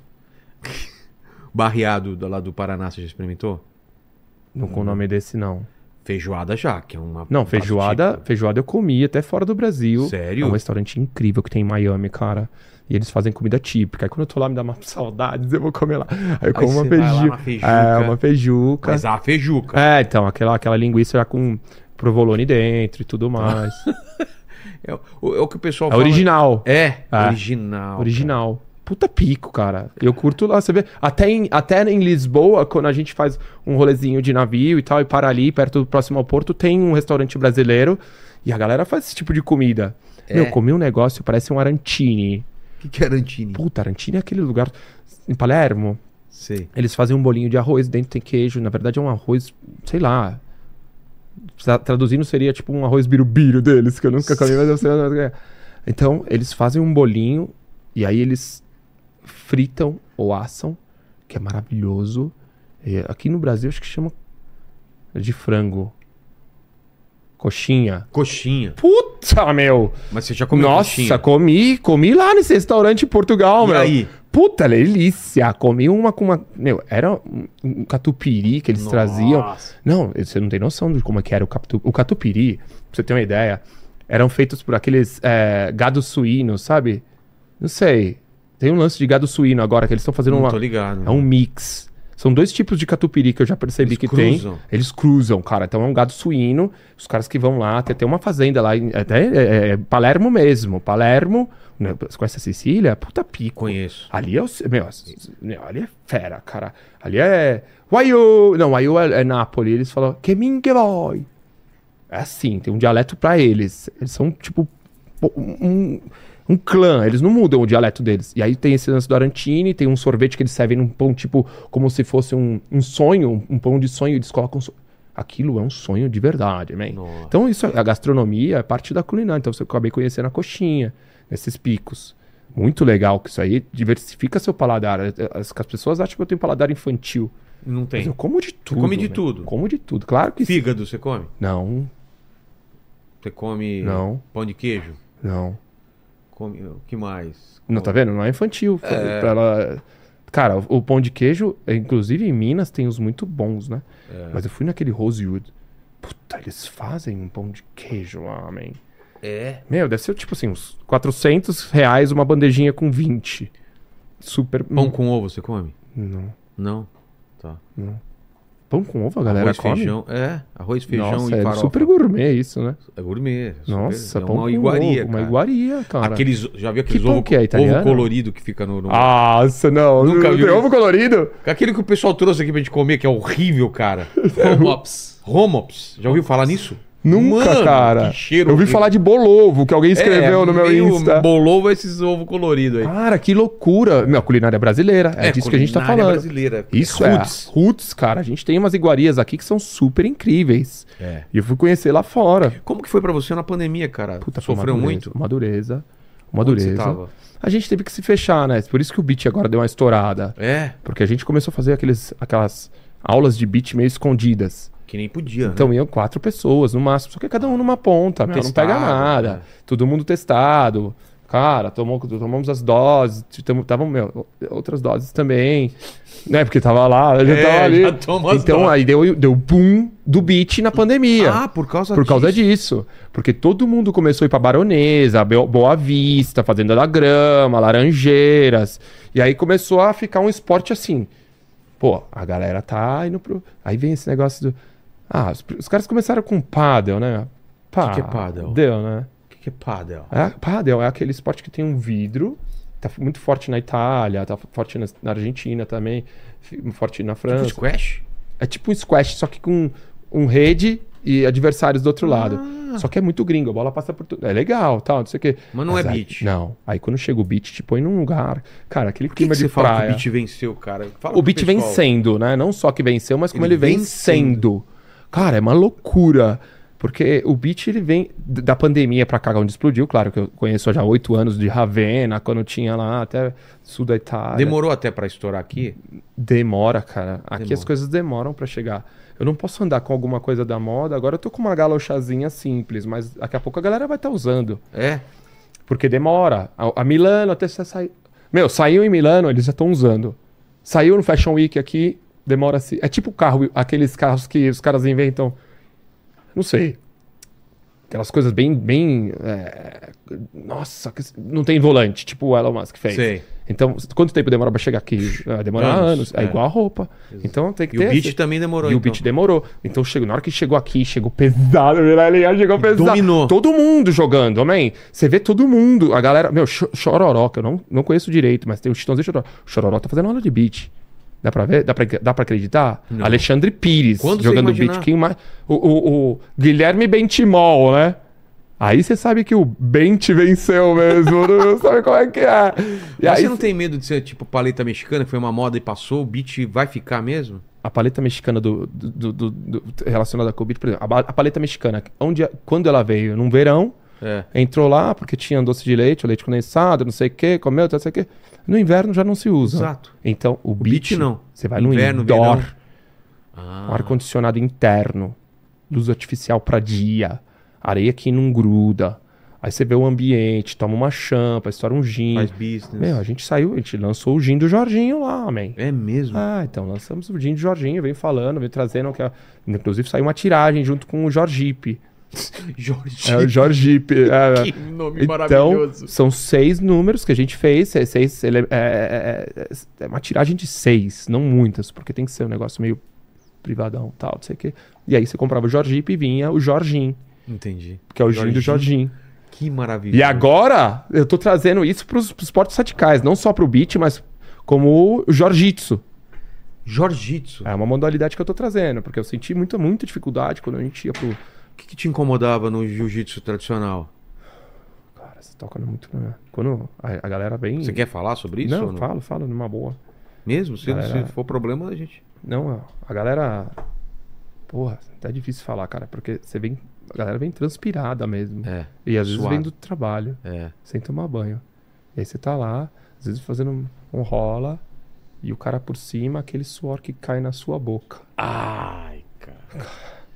Barreado lá do Paraná, você já experimentou? Não com o nome desse, não. Feijoada já, que é uma... Não, feijoada eu comi até fora do Brasil. Sério? É um restaurante incrível que tem em Miami, cara. E eles fazem comida típica. Aí quando eu tô lá, me dá uma saudades, eu vou comer lá. Aí eu como uma feijuca. Uma feijuca. Mas a feijuca. Então, aquela linguiça já com provolone dentro e tudo mais. É o que o pessoal fala. Original. Original. Original. Cara. Puta pico, cara. Eu curto lá, você vê. Até em Lisboa, quando a gente faz um rolezinho de navio e tal, e para ali, perto do próximo ao porto, tem um restaurante brasileiro e a galera faz esse tipo de comida. Meu, comi um negócio, parece um arancini. O que é arancini? Puta, arancini é aquele lugar em Palermo. Sei. Eles fazem um bolinho de arroz, dentro tem queijo. Na verdade é um arroz, sei lá. Traduzindo seria tipo um arroz birubiru deles, que eu nunca comi, mas eu sei. Então, eles fazem um bolinho e aí eles fritam ou assam, que é maravilhoso. Aqui no Brasil acho que chama de frango. Coxinha. Puta, meu! Mas você já comeu coxinha? Nossa, comi lá nesse restaurante em Portugal, meu. E aí? Puta, delícia! Comi uma com uma... Meu, era um catupiry que eles traziam. Não, você não tem noção de como é que era o catupiry. Pra você ter uma ideia, eram feitos por aqueles gados suínos, sabe? Não sei. Tem um lance de gado suíno agora que eles estão fazendo tô ligado. É um mix. São 2 tipos de catupiry que eu já percebi que tem. Eles cruzam, cara. Então é um gado suíno. Os caras que vão lá, tem uma fazenda lá, até Palermo mesmo. Palermo, né? Você conhece a Sicília? Puta pico. Conheço. Ali é ali é fera, cara. Ali é... Waiu! Não, Waiu é Nápoles. Eles falam, que mingue voi. É assim, tem um dialeto pra eles. Eles são tipo um clã, eles não mudam o dialeto deles. E aí tem esse lance do arancini, tem um sorvete que eles servem num pão, tipo, como se fosse um sonho, um pão de sonho, eles colocam... Aquilo é um sonho de verdade, man. Então isso, a gastronomia é parte da culinária. Então eu acabei conhecendo a coxinha, esses picos. Muito legal que isso aí diversifica seu paladar. As pessoas acham que eu tenho paladar infantil. Não tem. Mas eu como de tudo. Você come de tudo? Como de tudo, claro que sim. Fígado você come? Não. Você come pão de queijo? Não. O que mais? Não, tá vendo? Não é infantil. Cara, o pão de queijo, inclusive em Minas, tem os muito bons, né? Mas eu fui naquele Rosewood. Puta, eles fazem um pão de queijo lá, man. Meu, deve ser tipo assim, uns R$400 uma bandejinha com 20. Super... Pão com ovo você come? Não? Tá. Não. Pão com ovo a galera come? Feijão. Arroz, feijão. Nossa, e farofa. Super gourmet isso, né? É gourmet. Nossa, pão uma iguaria, uma iguaria, cara. Já viu aqueles ovo colorido que fica no... Nossa, não. Nunca viu. Tem ovo colorido? Aquele que o pessoal trouxe aqui pra gente comer, que é horrível, cara. Romops. Já ouviu falar nisso? Nunca, mano, cara. Que cheiro. Eu ouvi falar de bolovo, que alguém escreveu no meu Insta. Bolovo é esses ovos coloridos aí. Cara, que loucura. Meu, culinária brasileira. É disso que a gente tá falando. Brasileira. Isso roots, cara. A gente tem umas iguarias aqui que são super incríveis. E eu fui conhecer lá fora. Como que foi pra você na pandemia, cara? Puta, sofreu muito? Uma dureza. A gente teve que se fechar, né? Por isso que o beat agora deu uma estourada. Porque a gente começou a fazer aquelas aulas de beat meio escondidas. Que nem podia, então iam 4 pessoas no máximo, só que cada um numa ponta, não pega nada. Todo mundo testado. Cara, tomamos as doses, estavam, outras doses também, né? Porque tava lá, já tava ali. Então aí deu boom do beat na pandemia. Por causa disso. Porque todo mundo começou a ir pra Baronesa, Boa Vista, Fazenda da Grama, Laranjeiras. E aí começou a ficar um esporte assim. Pô, a galera tá indo pro... Aí vem esse negócio do... os caras começaram com pádel, né? O que é pádel? Deu, né? O que é pádel? Pádel é aquele esporte que tem um vidro, tá muito forte na Itália, tá forte na Argentina também, forte na França. Tipo squash? É tipo um squash, só que com rede e adversários do outro lado. Só que é muito gringo, a bola passa por tudo. É legal, tal, não sei o quê. Mas não é beach. Não. Aí quando chega o beach, te põe num lugar... Cara, aquele Por clima que de você fala praia... que o beach venceu, cara? O beach vencendo, né? Não só que venceu, mas como ele vem sendo. Cara, é uma loucura. Porque o beach, ele vem da pandemia pra cá, onde explodiu. Claro que eu conheço já há 8 anos de Ravenna, quando tinha lá até sul da Itália. Demorou até pra estourar aqui? Demora, cara. Aqui as coisas demoram pra chegar. Eu não posso andar com alguma coisa da moda. Agora eu tô com uma galochazinha simples, mas daqui a pouco a galera vai estar usando. É? Porque demora. A Milano até você sair... saiu em Milano, eles já estão usando. Saiu no Fashion Week aqui, demora-se... É tipo carro, aqueles carros que os caras inventam... Não sei. Aquelas coisas bem nossa, não tem volante, tipo o Elon Musk fez. Sei. Então, quanto tempo demora pra chegar aqui? Demora anos. É igual a roupa. Exato. Então tem que ter. E o beach também demorou. O beach demorou. Então na hora que chegou aqui, chegou pesado, chegou pesado. Dominou. Todo mundo jogando, amém? Você vê todo mundo. A galera, Chororó, que eu não conheço direito, mas tem o Chitãozinho Chororó. O Chororó tá fazendo aula de beach. Dá pra ver? Dá pra acreditar? Não. Alexandre Pires jogando beach. Quem mais? O Guilherme Bentimol, né? Aí você sabe que o Bent venceu mesmo, não sabe como é que é. E aí, você não tem medo de ser tipo paleta mexicana, que foi uma moda e passou, o beat vai ficar mesmo? A paleta mexicana relacionada com o beat, por exemplo, a paleta mexicana, quando ela veio num verão, entrou lá porque tinha doce de leite, o leite condensado, não sei o que, comeu, não sei o que. No inverno já não se usa. Exato. Então, o beat não. Você vai inverno, no indoor, ar-condicionado interno, luz artificial pra dia, areia que não gruda. Aí você vê o ambiente, toma uma champa, estoura um gin. Faz business. A gente lançou o gin do Jorginho lá, man. É mesmo? Então lançamos o gin do Jorginho, veio falando, veio trazendo. Inclusive saiu uma tiragem junto com o Jorgipe. Jorgipe. É o Jorgipe. Que nome maravilhoso. Então, são 6 números que a gente fez. É uma tiragem de 6, não muitas, porque tem que ser um negócio meio privadão, tal, não sei o quê. E aí você comprava o Jorgipe e vinha o Jorginho. Entendi. Que é o gin do Jorginho. Que maravilha. E agora, eu tô trazendo isso pros esportes radicais. Não só pro beach, mas como o Jiu-Jitsu. Jiu-Jitsu? É uma modalidade que eu tô trazendo. Porque eu senti muita dificuldade quando a gente ia pro... O que te incomodava no jiu-jitsu tradicional? Cara, você toca muito... Né? Quando a galera vem... Você quer falar sobre isso? Não, falo numa boa. Mesmo? Se for problema, a gente... Não, a galera... Porra, até difícil falar, cara. Porque você vem... A galera vem transpirada mesmo. E às vezes vem do trabalho. Sem tomar banho. E aí você tá lá, às vezes fazendo um rola, e o cara por cima, aquele suor que cai na sua boca. Ai, cara.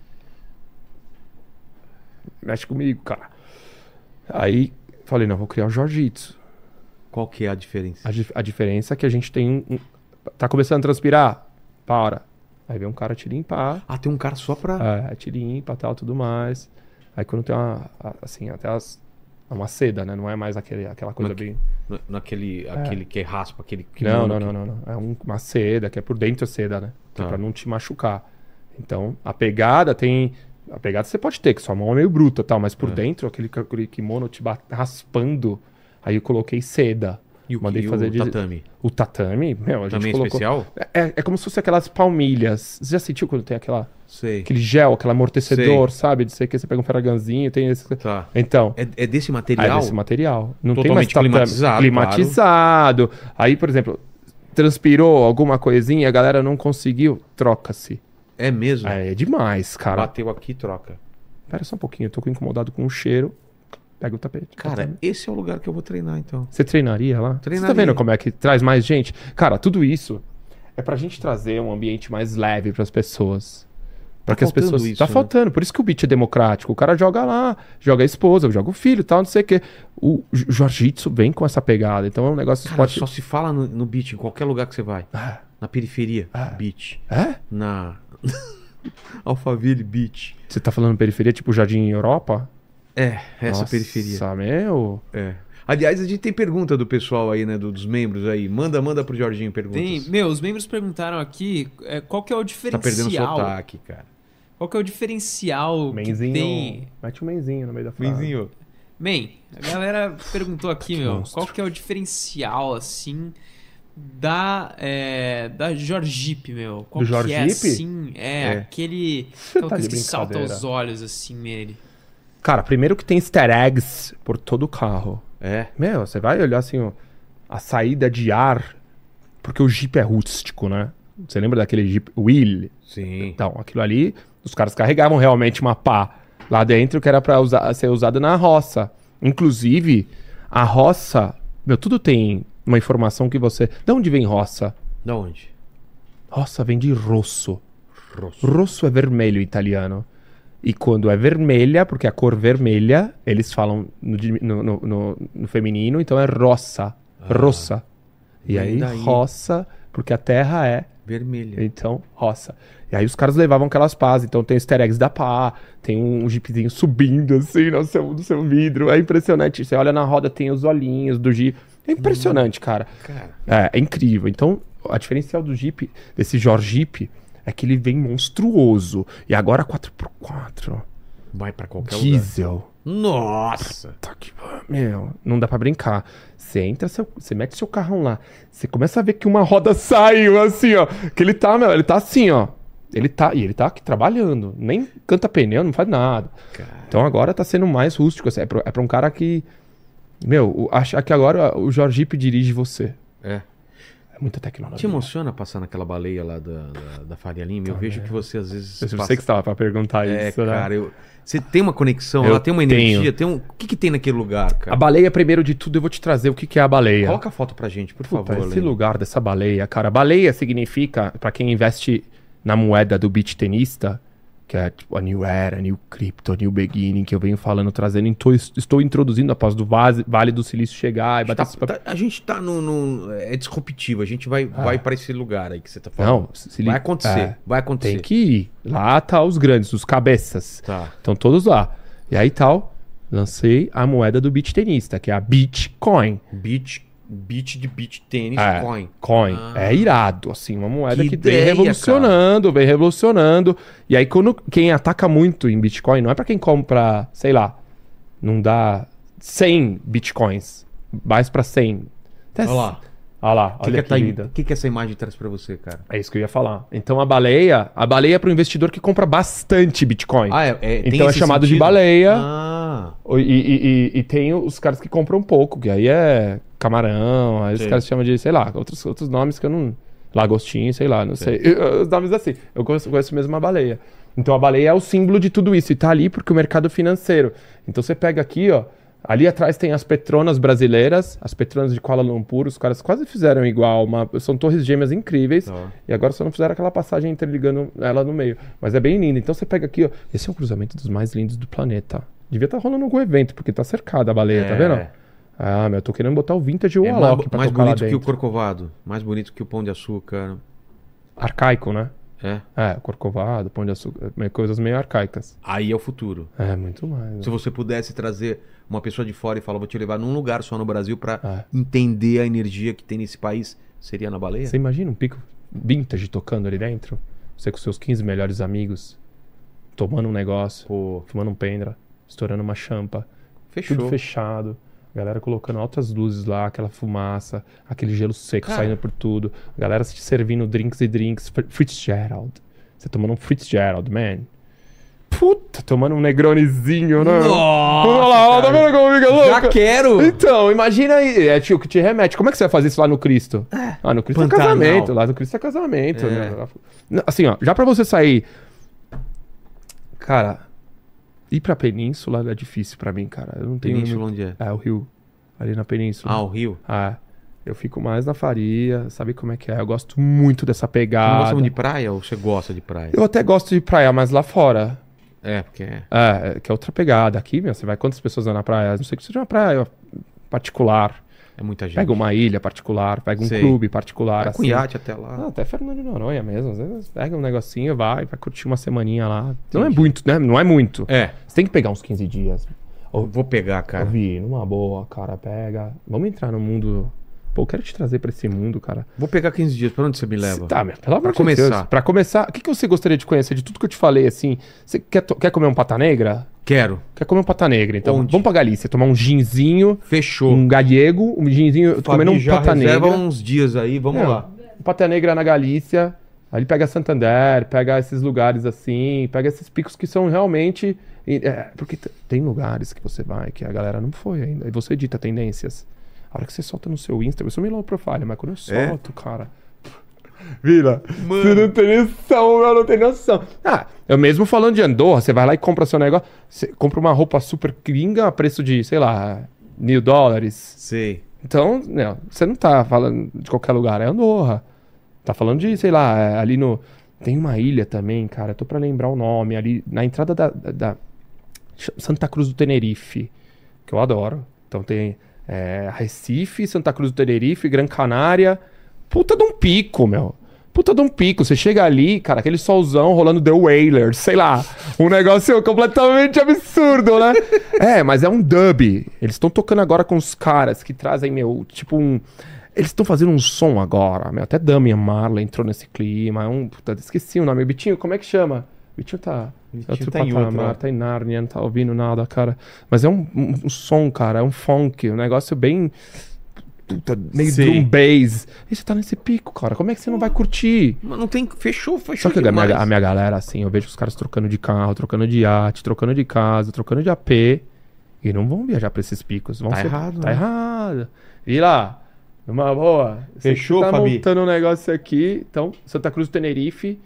Mexe comigo, cara. Aí falei, não, vou criar o Jiu-Jitsu. Qual que é a diferença? A diferença é que a gente tem tá começando a transpirar? Para. Aí vem um cara te limpar. Tem um cara só pra... te limpa, tal, tudo mais. Aí quando tem uma seda, né? Não é mais aquela coisa bem... Aquele que raspa, aquele... Não. É uma seda, que é por dentro a seda, né? Que é pra não te machucar. Então, a pegada você pode ter, que sua mão é meio bruta, tal. Mas por dentro, aquele kimono te raspando. Aí eu coloquei seda. E o tatame? O tatame, a gente colocou... especial? É como se fosse aquelas palmilhas. Você já sentiu quando tem Sei. Aquele gel, aquele amortecedor, sabe? De ser que você pega um ferraganzinho, tem esse... Tá. Então... É desse material? É desse material. Não totalmente tem mais tatame. Climatizado. Claro. Aí, por exemplo, transpirou alguma coisinha, a galera não conseguiu, troca-se. É mesmo? É demais, cara. Bateu aqui, troca. Espera só um pouquinho, eu tô incomodado com o cheiro. Pega o tapete. Cara, esse é o lugar que eu vou treinar, então. Você treinaria lá? Treinaria. Você tá vendo como é que traz mais gente? Cara, tudo isso é pra gente trazer um ambiente mais leve pras pessoas. Pra que as pessoas... Isso, tá faltando. Por isso que o beach é democrático. O cara joga lá, joga a esposa, joga o filho e tal, não sei o quê. O Jiu-Jitsu vem com essa pegada. Então é um negócio... Cara, só se fala no beach, em qualquer lugar que você vai. Na periferia, beach. Na... Alphaville Beach. Você tá falando periferia, tipo Jardim Europa? Essa periferia. Nossa, meu... Aliás, a gente tem pergunta do pessoal aí, né? Dos membros aí. Manda pro Jorginho perguntas. Tem. Os membros perguntaram aqui qual que é o diferencial. Tá perdendo o sotaque, cara. Qual que é o diferencial menzinho, que tem... Mete um menzinho no meio da frase. Menzinho. Man, a galera perguntou aqui, qual que é o diferencial, assim, da Jorgipe, meu? Qual do Jorgipe? Assim, aquele... Aquela coisa que salta aos olhos, assim, nele. Cara, primeiro que tem easter eggs por todo o carro. Meu, você vai olhar assim, ó, a saída de ar, porque o Jeep é rústico, né? Você lembra daquele Jeep Wheel? Sim. Então, aquilo ali, os caras carregavam realmente uma pá lá dentro que era pra ser usado na roça. Inclusive, a roça... tudo tem uma informação que você... De onde vem roça? De onde? Roça vem de rosso. Rosso é vermelho italiano. E quando é vermelha, porque a cor vermelha, eles falam no feminino, então é roça. Roça. E aí, roça, porque a terra é... vermelha. Então, roça. E aí os caras levavam aquelas pás. Então tem easter eggs da pá, tem um jeepzinho subindo assim no seu vidro. É impressionante. Você olha na roda, tem os olhinhos do Jeep. É impressionante, cara. É incrível. Então, a diferencial do Jeep, desse Jorgipe, é que ele vem monstruoso. E agora 4x4. Vai pra qualquer diesel. Lugar. Nossa! Não dá pra brincar. Você entra, você mete seu carrão lá. Você começa a ver que uma roda saiu assim, ó. Que ele tá assim, ó. Ele tá aqui trabalhando. Nem canta pneu, não faz nada. Cara. Então agora tá sendo mais rústico. Assim, é pra um cara que... acha que agora o Jorgipe dirige você. É muita tecnologia. Te emociona passar naquela baleia lá da Faria Lima? Eu vejo que você às vezes... Eu sei que você estava pra perguntar isso, né? Cara, você tem uma conexão, ela tem uma energia, o que tem naquele lugar, cara? A baleia, primeiro de tudo, eu vou te trazer o que é a baleia. Coloca a foto pra gente, por favor. Esse lugar dessa baleia, cara. Baleia significa, pra quem investe na moeda do beach tenista, que é tipo a New Era, New Crypto, New Beginning, que eu venho falando, trazendo, estou introduzindo após do Vale do Silício chegar e bater a gente tá é disruptivo, a gente vai pra esse lugar aí que você tá falando. Não, vai acontecer, vai acontecer. Tem que ir. Lá tá os grandes, os cabeças. Tá. Estão todos lá. E aí lancei a moeda do beach tenista, que é a Bitcoin. Beach de beach tênis, coin. É irado, assim, uma moeda que vem revolucionando. E aí, quem ataca muito em Bitcoin, não é pra quem compra, sei lá, não dá 100 Bitcoins, mais pra 100. Olha lá. Olha que linda. O que essa imagem traz pra você, cara? É isso que eu ia falar. Então a baleia é pro investidor que compra bastante Bitcoin. Então é chamado de baleia. E tem os caras que compram pouco, que aí é camarão, aí os caras chamam de, sei lá, outros nomes que eu não... Lagostinho, sei lá, não sei. Os nomes assim. Eu conheço mesmo a baleia. Então a baleia é o símbolo de tudo isso. E tá ali porque o mercado financeiro. Então você pega aqui, ó. Ali atrás tem as Petronas brasileiras, as Petronas de Kuala Lumpur, os caras quase fizeram igual, são torres gêmeas incríveis, e agora só não fizeram aquela passagem interligando ela no meio. Mas é bem lindo. Então você pega aqui, ó, esse é um cruzamento dos mais lindos do planeta. Devia estar rolando algum evento, porque tá cercada a baleia, tá vendo? Eu tô querendo botar o Vintage e o Alok pra mais tocar lá bonito dentro. Que o Corcovado, mais bonito que o Pão de Açúcar. Arcaico, né? Corcovado, Pão de Açúcar, coisas meio arcaicas. Aí é o futuro. Muito mais. Se você pudesse trazer uma pessoa de fora e falar, vou te levar num lugar só no Brasil pra entender a energia que tem nesse país, seria na baleia? Você imagina um pico vintage tocando ali dentro? Você com seus 15 melhores amigos, tomando um negócio, fumando um pendra, estourando uma champa. Fechou. Tudo fechado. Galera colocando altas luzes lá, aquela fumaça, aquele gelo seco saindo por tudo. Galera te servindo drinks e drinks. Fitzgerald. Você tomando um Fitzgerald, man. Puta, tomando um Negronezinho, né? Nossa, tá vendo como fica louco? Já quero! Então, imagina aí. É tio que te remete. Como é que você vai fazer isso lá no Cristo? No Cristo é casamento. Lá no Cristo é casamento. Né? Assim, ó, já pra você sair... Cara... Ir pra Península é difícil pra mim, cara. Eu não tenho... Península onde é? O Rio. Ali na Península. O Rio? Eu fico mais na Faria, sabe como é que é? Eu gosto muito dessa pegada. Você gosta de praia ou você gosta de praia? Eu até gosto de praia, mas lá fora. Porque... que é outra pegada. Aqui, você vai quantas pessoas vão na praia? Não sei que seja uma praia particular. É muita gente. Pega uma ilha particular, pega um clube particular. Vai com iate até lá. Até Fernando de Noronha mesmo. Às vezes pega um negocinho, vai curtir uma semaninha lá. Não é muito, né? Não é muito. Você tem que pegar uns 15 dias. Vou pegar, cara. Vi, numa boa, cara, pega. Vamos entrar no mundo... Pô, eu quero te trazer pra esse mundo, cara. Vou pegar 15 dias. Pra onde você me leva? Tá, pelo amor de Deus. Pra começar, o que você gostaria de conhecer de tudo que eu te falei, assim? Você quer comer um pata negra? Quero. Quer comer um pata negra, então. Onde? Vamos pra Galícia, tomar um ginzinho. Fechou. Um gallego, um ginzinho, comendo um pata negra. Reserva uns dias aí, vamos lá. Um pata negra na Galícia. Ali pega Santander, pega esses lugares assim, pega esses picos que são realmente... porque tem lugares que você vai que a galera não foi ainda. E você edita tendências. A hora que você solta no seu Insta, eu sou meio low profile, mas quando eu solto, cara... Vira, mano, você não tem noção, eu não tenho noção. Eu mesmo falando de Andorra, você vai lá e compra seu negócio, você compra uma roupa super gringa a preço de, sei lá, $1.000. Sei. Então, você não tá falando de qualquer lugar, é Andorra. Tá falando de, sei lá, ali no... Tem uma ilha também, cara, tô pra lembrar o nome, ali na entrada da Santa Cruz do Tenerife, que eu adoro. Então tem Recife, Santa Cruz do Tenerife, Gran Canária. Puta de um pico, meu. Puta de um pico. Você chega ali, cara, aquele solzão rolando The Wailers, sei lá. Um negócio completamente absurdo, né? Mas é um dub. Eles estão tocando agora com os caras que trazem, tipo um... Eles estão fazendo um som agora, até Damian Marley entrou nesse clima, esqueci o nome, Bitinho, como é que chama? Bitinho tá em patamar, tá em Nárnia, não tá ouvindo nada, cara. Mas é um som, cara, é um funk, um negócio bem, meio drum bass. E você tá nesse pico, cara, como é que você não vai curtir? Mas não tem, fechou Só que a minha galera, assim, eu vejo os caras trocando de carro, trocando de iate, trocando de casa, trocando de AP, e não vão viajar pra esses picos. Errado. Tá errado. E lá... Uma boa. Fechou, tá Fabi? Montando um negócio aqui. Então, Santa Cruz do Tenerife,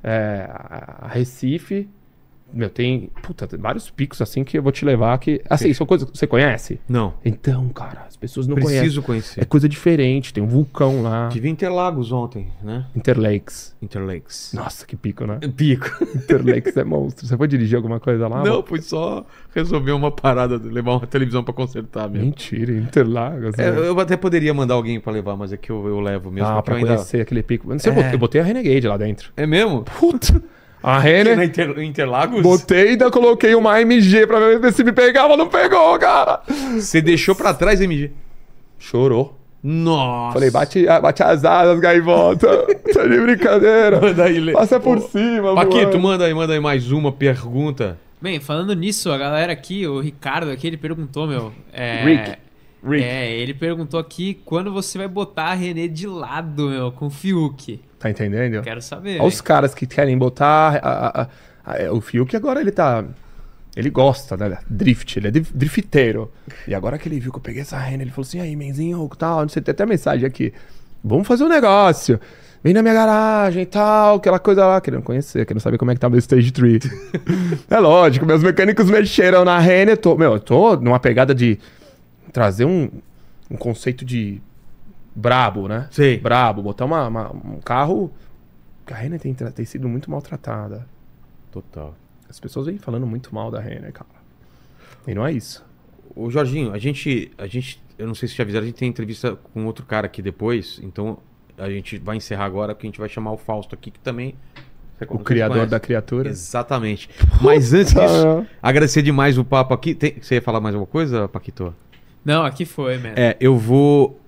Recife. Tem vários picos assim que eu vou te levar que... Assim, são coisas que você conhece? Não. Então, cara, as pessoas não conhecem. Preciso conhecer. É coisa diferente. Tem um vulcão lá. Tive em Interlagos ontem, né? Interlakes. Nossa, que pico, né? Pico. Interlakes é monstro. Você foi dirigir alguma coisa lá? Não, fui só resolver uma parada, levar uma televisão pra consertar mesmo. Mentira, Interlagos. Eu até poderia mandar alguém pra levar, mas é que eu levo mesmo. Pra conhecer aquele pico. Eu botei a Renegade lá dentro. É mesmo? Puta... A Renner... Na Interlagos? Botei e ainda coloquei uma AMG pra ver se me pegava, não pegou, cara. Você deixou pra trás a MG? Chorou. Nossa. Falei, bate as asas, gaivota. Tá de brincadeira. Manda aí, passa por cima, Paquito, manda aí mais uma pergunta. Bem, falando nisso, a galera aqui, o Ricardo aqui, ele perguntou, Rick. Ele perguntou aqui quando você vai botar a René de lado, com o Fiuk. Tá entendendo? Quero saber. Olha os caras que querem botar... o Fiuk agora ele tá... Ele gosta, né? Drift, ele é drifteiro. E agora que ele viu que eu peguei essa René, ele falou assim, aí, menzinho, tal, não sei, tem até mensagem aqui. Vamos fazer um negócio. Vem na minha garagem e tal, aquela coisa lá. Querendo conhecer, querendo saber como é que tá o meu Stage 3. É lógico, meus mecânicos mexeram na René. Eu tô numa pegada de trazer um conceito de brabo, né? Sim. Brabo, botar um carro... A René tem sido muito maltratada. Total. As pessoas vêm falando muito mal da René, cara. E não é isso. Ô Jorginho, a gente, eu não sei se te avisaram, a gente tem entrevista com outro cara aqui depois, então a gente vai encerrar agora, porque a gente vai chamar o Fausto aqui, que também... O criador da criatura. Exatamente. Mas antes disso, agradecer demais o papo aqui. Você ia falar mais alguma coisa, Paquito? Não, aqui foi, man. Eu vou...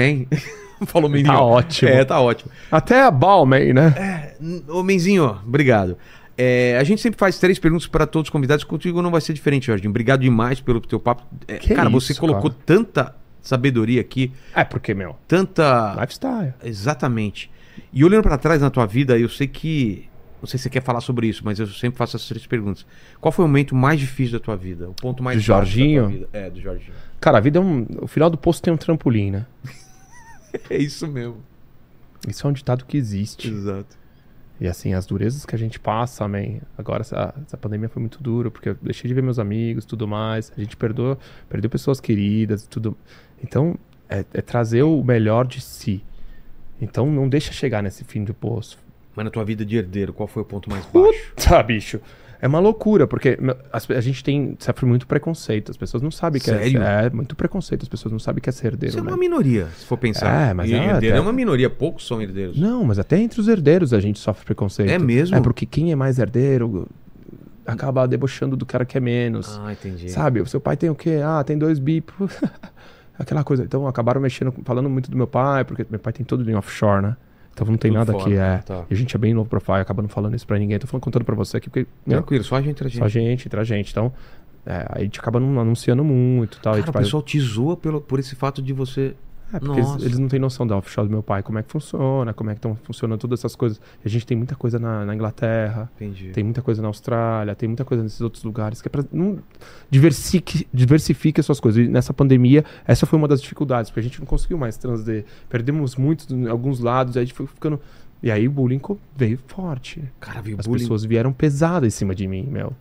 Falou Menzinho. Tá ótimo. Tá ótimo. Até a Balmain, né? Ô Menzinho, obrigado. A gente sempre faz 3 perguntas para todos os convidados. Contigo não vai ser diferente, Jorginho. Obrigado demais pelo teu papo. Cara, você colocou tanta sabedoria aqui. Porque, tanta... Lifestyle. Exatamente. E olhando para trás na tua vida, eu sei que... Não sei se você quer falar sobre isso, mas eu sempre faço essas 3 perguntas. Qual foi o momento mais difícil da tua vida? O ponto mais baixo da tua vida? Do Jorginho. Cara, a vida o final do poço tem um trampolim, né? É isso mesmo. Isso é um ditado que existe. Exato. E assim, as durezas que a gente passa, amém. Agora essa pandemia foi muito dura, porque eu deixei de ver meus amigos e tudo mais. A gente perdeu pessoas queridas e tudo. Então, é trazer o melhor de si. Então, não deixa chegar nesse fim do poço. Mas na tua vida de herdeiro, qual foi o ponto mais baixo? Puta, bicho. É uma loucura, porque a gente sofre muito preconceito. As pessoas não sabem que Sério? é muito preconceito. As pessoas não sabem que é ser herdeiro. Isso é uma minoria, se for pensar. Mas herdeiro é uma minoria, poucos são herdeiros. Não, mas até entre os herdeiros a gente sofre preconceito. É mesmo? Porque quem é mais herdeiro acaba debochando do cara que é menos. Ah, entendi. Sabe? O seu pai tem o quê? Ah, tem 2 bi. Aquela coisa. Então acabaram falando muito do meu pai, porque meu pai tem tudo em offshore, né? Então não tem tudo nada fora, aqui. Tá. E a gente é bem low profile, acaba não falando isso pra ninguém. Tô contando pra você aqui, porque... Tranquilo, só a gente entre a gente. Só a gente, entre a gente. Então, a gente acaba não anunciando muito e tal. Cara, o pessoal te zoa por esse fato de você... porque eles não têm noção da offshore do meu pai, como é que funciona, como é que estão funcionando todas essas coisas. E a gente tem muita coisa na Inglaterra, tem muita coisa na Austrália, tem muita coisa nesses outros lugares, que é pra não diversifique as suas coisas. E nessa pandemia, essa foi uma das dificuldades, porque a gente não conseguiu mais transder. Perdemos muito em alguns lados, aí a gente foi ficando... E aí o bullying veio forte. Cara, veio as bullying. Pessoas vieram pesadas em cima de mim, meu.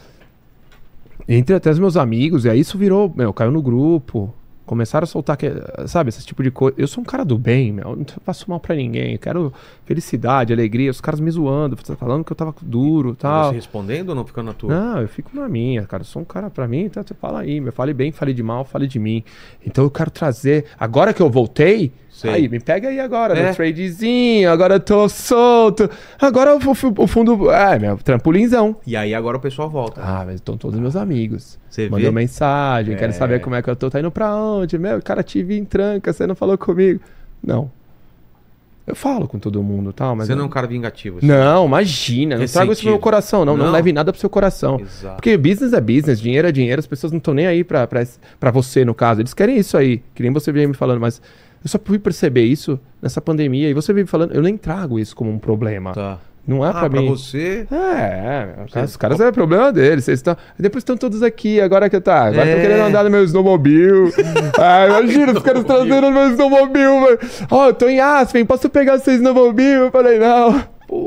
Entre até os meus amigos, e aí isso virou, caiu no grupo... Começaram a soltar, sabe, esse tipo de coisa. Eu sou um cara do bem, eu não faço mal pra ninguém. Eu quero felicidade, alegria. Os caras me zoando, falando que eu tava duro e tal. Você respondendo ou não ficando na tua? Não, eu fico na minha, cara. Eu sou um cara pra mim, então você fala aí. Fale bem, fale de mal, fale de mim. Então eu quero trazer... Agora que eu voltei... Aí, me pega aí agora, no tradezinho, agora eu tô solto. Agora o fundo, meu trampolinzão. E aí agora o pessoal volta. Ah, mas estão todos meus amigos. Você mandou mensagem, quero saber como é que eu tô. Tá indo pra onde? Cara, te vi em tranca, você não falou comigo. Não. Eu falo com todo mundo, tal, mas... Você não é um cara vingativo. Assim. Não, imagina. Não trago isso pro meu coração, não. Não leve nada pro seu coração. Exato. Porque business é business, dinheiro é dinheiro. As pessoas não estão nem aí pra você, no caso. Eles querem isso aí. Que nem você veio me falando, mas... Eu só fui perceber isso nessa pandemia. E você veio me falando, eu nem trago isso como um problema. Tá. Não é pra mim. Pra você... Os caras é problema deles. Depois estão todos aqui. Agora que tá. Agora estão querendo andar no meu snowmobile. Imagina, os caras trazendo no meu snowmobile. Eu tô em Aspen, posso pegar o seu snowmobile? Eu falei, não.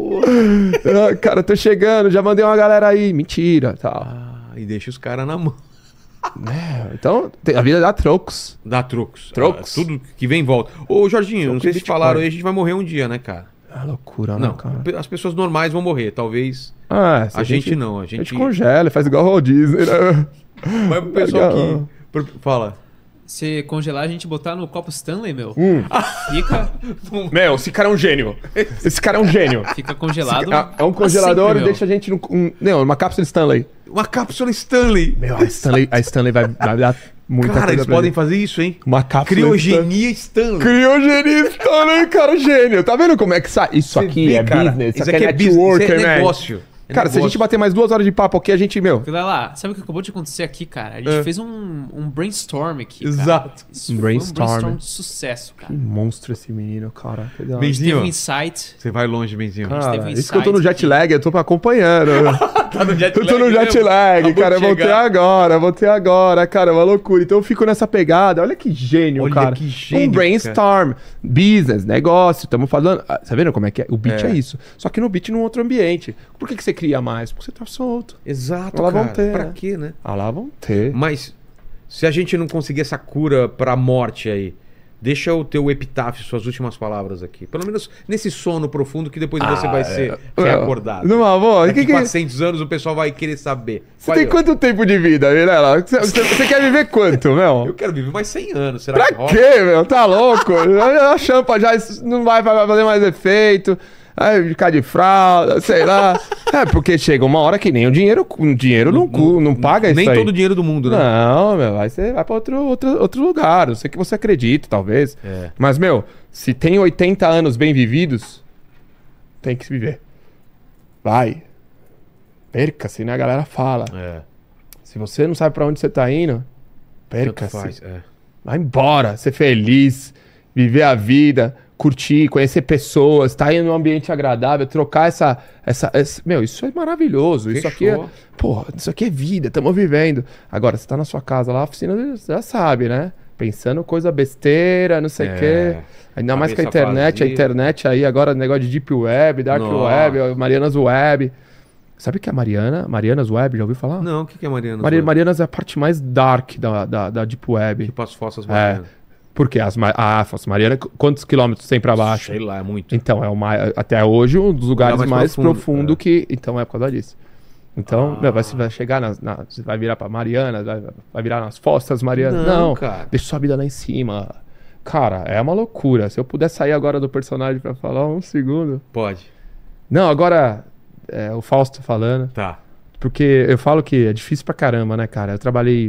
Cara, tô chegando, já mandei uma galera aí. Mentira, tal. E deixa os caras na mão. Então, a vida dá trocos. Dá trocos. Tudo que vem em volta. Ô, Jorginho, não sei se falaram aí, a gente vai morrer um dia, né, cara? É loucura, né, cara? As pessoas normais vão morrer, talvez. A gente não. A gente congela, faz igual o Walt Disney, né? Mas pro pessoal que... Fala. Se congelar, a gente botar no copo Stanley, fica... esse cara é um gênio. Esse cara é um gênio. Fica congelado. É um congelador e deixa a gente uma cápsula Stanley. Uma cápsula Stanley. A Stanley vai dar muita coisa. Cara, eles podem fazer isso, hein? Uma cápsula Criogenia Stanley. Criogenia Stanley, cara, gênio. Tá vendo como é que sai? Isso aqui é business, isso aqui é network, isso é negócio. Cara, se a gente bater mais 2 horas de papo aqui, a gente, lá, sabe o que acabou de acontecer aqui, cara? A gente fez um brainstorm aqui, cara. Exato. Um brainstorm de sucesso, cara. Que monstro esse menino, cara. Benzinho, teve um insight. Você vai longe, Benzinho. Cara, isso que eu tô no jet lag, eu tô acompanhando. Tá no jet lag? Eu tô no jet lag, cara. Eu voltei agora, cara. É uma loucura. Então eu fico nessa pegada. Olha que gênio, cara. Que gênio, um brainstorm. Cara. Business, negócio. Estamos falando... Tá vendo como é que é? O beat é isso. Só que no beat, num outro ambiente. Por que você cria mais? Porque você tá solto. Exato, lá cara. Vão ter, pra quê, né? Lá vão ter. Mas se a gente não conseguir essa cura pra morte aí, deixa o teu epitáfio, suas últimas palavras aqui. Pelo menos nesse sono profundo que depois você vai ser reacordado. Não, amor. Daqui 400 anos o pessoal vai querer saber. Você tem quanto tempo de vida, Vilela? Você quer viver quanto, meu? Eu quero viver mais 100 anos. Será pra que quê, meu? Tá louco? A champa já não vai fazer mais efeito. Aí ficar de fralda, sei lá. Porque chega uma hora que nem o dinheiro não paga isso aí. Nem todo o dinheiro do mundo, né? Não, meu, aí você vai pra outro lugar. Não sei que você acredita, talvez. Mas, meu, se tem 80 anos bem vividos, tem que se viver. Vai. Perca-se, né? A galera fala. Se você não sabe pra onde você tá indo, perca-se. Vai embora, ser feliz, viver a vida, curtir, conhecer pessoas, estar em um ambiente agradável, trocar essa... Meu, isso é maravilhoso. Fechou. Isso aqui é... Porra, isso aqui é vida, estamos vivendo. Agora, você tá na sua casa lá, a oficina já sabe, né? Pensando coisa besteira, não sei o quê. Ainda mais com a internet aí, agora negócio de Deep Web, Dark Web, Marianas Web. Sabe o que é Marianas Web? Já ouviu falar? Não, o que é Marianas Web? Marianas é a parte mais dark da Deep Web. Tipo as fossas Marianas. Porque as Fossa Mariana, quantos quilômetros tem pra baixo? Sei lá, é muito. Então, até hoje, um dos lugares mais profundo que... Então, é por causa disso. Então, você vai chegar você vai virar pra Mariana, vai virar nas Fossas Marianas. Não, cara. Deixa sua vida lá em cima. Cara, é uma loucura. Se eu puder sair agora do personagem pra falar um segundo... Pode. Não, agora... o Fausto falando. Tá. Porque eu falo que é difícil pra caramba, né, cara? Eu trabalhei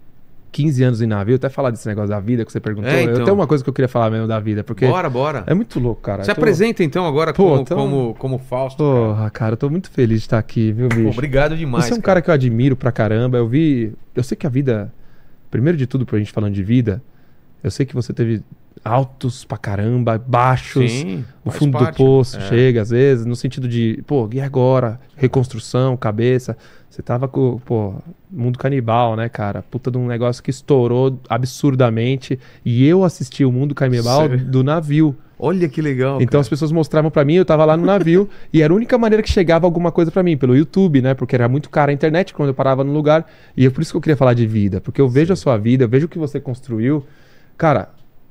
15 anos em navio, até falar desse negócio da vida que você perguntou. Então. Eu tenho uma coisa que eu queria falar mesmo da vida, porque... Bora. É muito louco, cara. Se apresenta então agora como Fausto. Porra, cara, eu tô muito feliz de estar aqui, viu, bicho? Obrigado demais. Você é um cara que eu admiro pra caramba. Eu sei que a vida... Primeiro de tudo, pra gente falando de vida, eu sei que você teve altos pra caramba, baixos, no fundo do poço, chega às vezes, no sentido de, e agora? Reconstrução, cabeça. Você tava com, mundo canibal, né, cara? Puta de um negócio que estourou absurdamente. E eu assisti o mundo canibal do navio. Olha que legal. Então as pessoas mostravam pra mim, eu tava lá no navio, e era a única maneira que chegava alguma coisa pra mim, pelo YouTube, né? Porque era muito cara a internet quando eu parava no lugar. E é por isso que eu queria falar de vida, porque eu vejo a sua vida, eu vejo o que você construiu. Cara,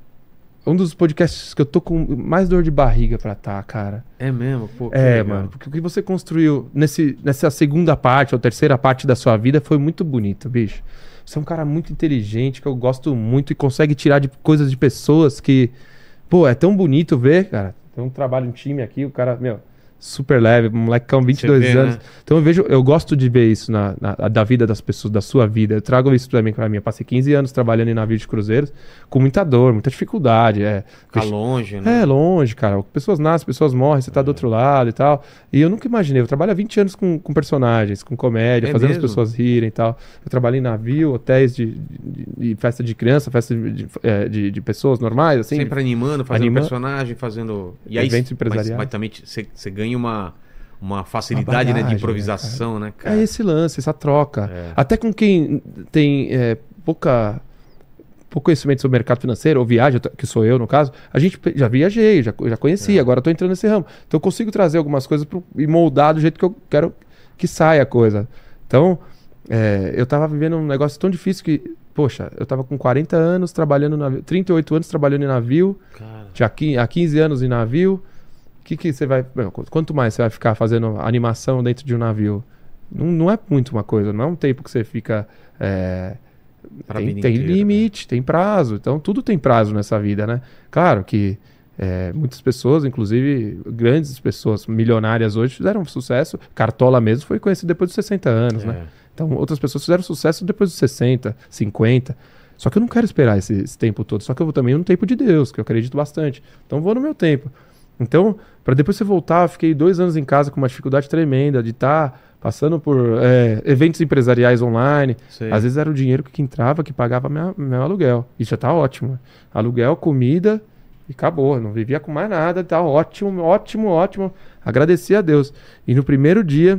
um dos podcasts que eu tô com mais dor de barriga pra cara. É mesmo? Pô, mano, porque o que você construiu nessa segunda parte ou terceira parte da sua vida foi muito bonito, bicho. Você é um cara muito inteligente, que eu gosto muito e consegue tirar de coisas de pessoas que... é tão bonito ver, cara. Tem um trabalho em time aqui, o cara, super leve, molecão, 22 anos. Né? Então eu gosto de ver isso da vida das pessoas, da sua vida. Eu trago isso também pra mim. Eu passei 15 anos trabalhando em navio de cruzeiros, com muita dor, muita dificuldade. Ficar longe, né? É, longe, cara. Pessoas nascem, pessoas morrem, você tá do outro lado e tal. E eu nunca imaginei. Eu trabalho há 20 anos com personagens, com comédia, fazendo as pessoas rirem e tal. Eu trabalhei em navio, hotéis de festa de criança, festa de pessoas normais, assim. Sempre fazendo personagem, fazendo... E aí, eventos empresariais. Mas também você ganha uma facilidade, bagagem, de improvisação, né, cara? É esse lance, essa troca. Até com quem tem pouco conhecimento sobre o mercado financeiro, ou viagem, que sou eu no caso, a gente já viajei, já conheci, agora estou entrando nesse ramo. Então eu consigo trazer algumas coisas e moldar do jeito que eu quero que saia a coisa. Então, eu estava vivendo um negócio tão difícil que, poxa, eu estava com 40 anos trabalhando no navio, 38 anos trabalhando em navio, já há 15 anos em navio. Que você vai... Quanto mais você vai ficar fazendo animação dentro de um navio? Não é muito uma coisa, não é um tempo que você fica... Tem limite, tem prazo. Então tudo tem prazo nessa vida, né? Claro que muitas pessoas, inclusive grandes pessoas milionárias hoje, fizeram sucesso. Cartola mesmo foi conhecido depois dos 60 anos, né? Então outras pessoas fizeram sucesso depois dos 60, 50. Só que eu não quero esperar esse tempo todo. Só que eu vou também no tempo de Deus, que eu acredito bastante. Então eu vou no meu tempo. Então, para depois você voltar, eu fiquei 2 anos em casa com uma dificuldade tremenda de estar passando por eventos empresariais online. Sei. Às vezes era o dinheiro que entrava, que pagava meu aluguel. E já tá ótimo. Aluguel, comida e acabou. Não vivia com mais nada, tá ótimo, ótimo, ótimo. Agradeci a Deus. E no primeiro dia,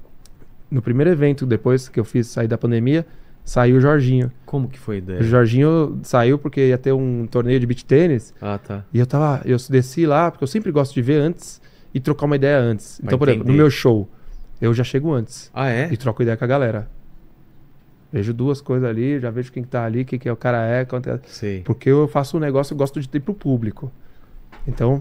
no primeiro evento, depois que eu fiz sair da pandemia, saiu o Jorginho. Como que foi a ideia? O Jorginho saiu porque ia ter um torneio de beach tênis. Ah, tá. E eu desci lá, porque eu sempre gosto de ver antes e trocar uma ideia antes. Então, por exemplo, no meu show, eu já chego antes. Ah, é? E troco ideia com a galera. Vejo 2 coisas ali, já vejo quem que tá ali, quem que o cara é. Sei. Porque eu faço um negócio, eu gosto de ter pro público. Então,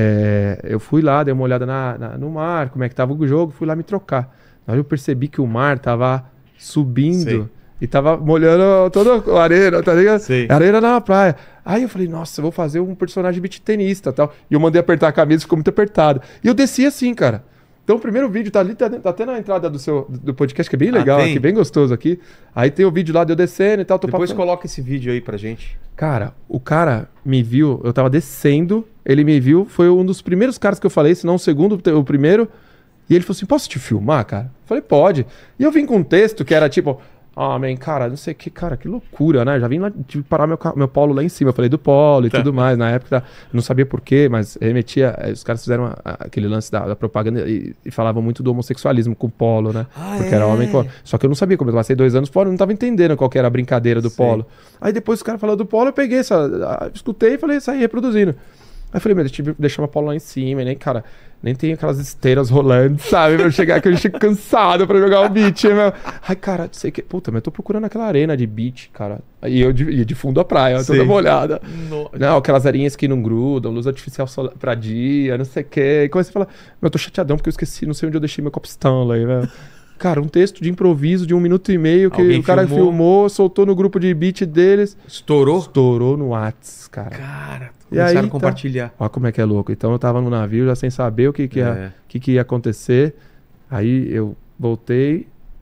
eu fui lá, dei uma olhada no mar, como é que tava o jogo, fui lá me trocar. Aí eu percebi que o mar tava subindo. Sei. E tava molhando toda a areia, tá ligado? Sei. A areia na praia. Aí eu falei, nossa, eu vou fazer um personagem beach tenista e tal. E eu mandei apertar a camisa, ficou muito apertado. E eu desci assim, cara. Então o primeiro vídeo tá ali, tá até na entrada do podcast, que é bem legal aqui, bem gostoso aqui. Aí tem o vídeo lá de eu descendo e tal. Depois coloca esse vídeo aí pra gente. Cara, o cara me viu, eu tava descendo, ele me viu, foi um dos primeiros caras que eu falei, se não o segundo, o primeiro. E ele falou assim, posso te filmar, cara? Eu falei, pode. E eu vim com um texto que era tipo... cara, não sei o que, cara, que loucura, né? Já vim lá, tive que parar meu polo lá em cima. Eu falei do polo e tudo mais. Na época, não sabia porquê, mas remetia. Os caras fizeram aquele lance da propaganda e falavam muito do homossexualismo com o polo, né? Porque era homem com... Só que eu não sabia, como eu passei 2 anos fora, eu não tava entendendo qual que era a brincadeira do polo. Aí depois os caras falaram do polo, eu peguei escutei e falei, saí reproduzindo. Aí eu falei, deixa eu deixar meu polo lá em cima, e nem, cara, nem tem aquelas esteiras rolando, sabe? Pra eu chegar aqui, eu chego cansado pra jogar o beach, meu. Ai, cara, sei que... Puta, mas eu tô procurando aquela arena de beach, cara. E eu de fundo a praia, toda molhada. Não, aquelas arinhas que não grudam, luz artificial pra dia, não sei o quê. E comecei a falar, eu tô chateadão porque eu esqueci, não sei onde eu deixei meu copo Stanley, velho. Cara, um texto de improviso de 1 minuto e meio que alguém o cara filmou, soltou no grupo de beat deles. Estourou? Estourou no Whats, cara. Cara, começaram a compartilhar. Olha como é que é louco. Então eu tava no navio já sem saber o que ia acontecer. Aí eu voltei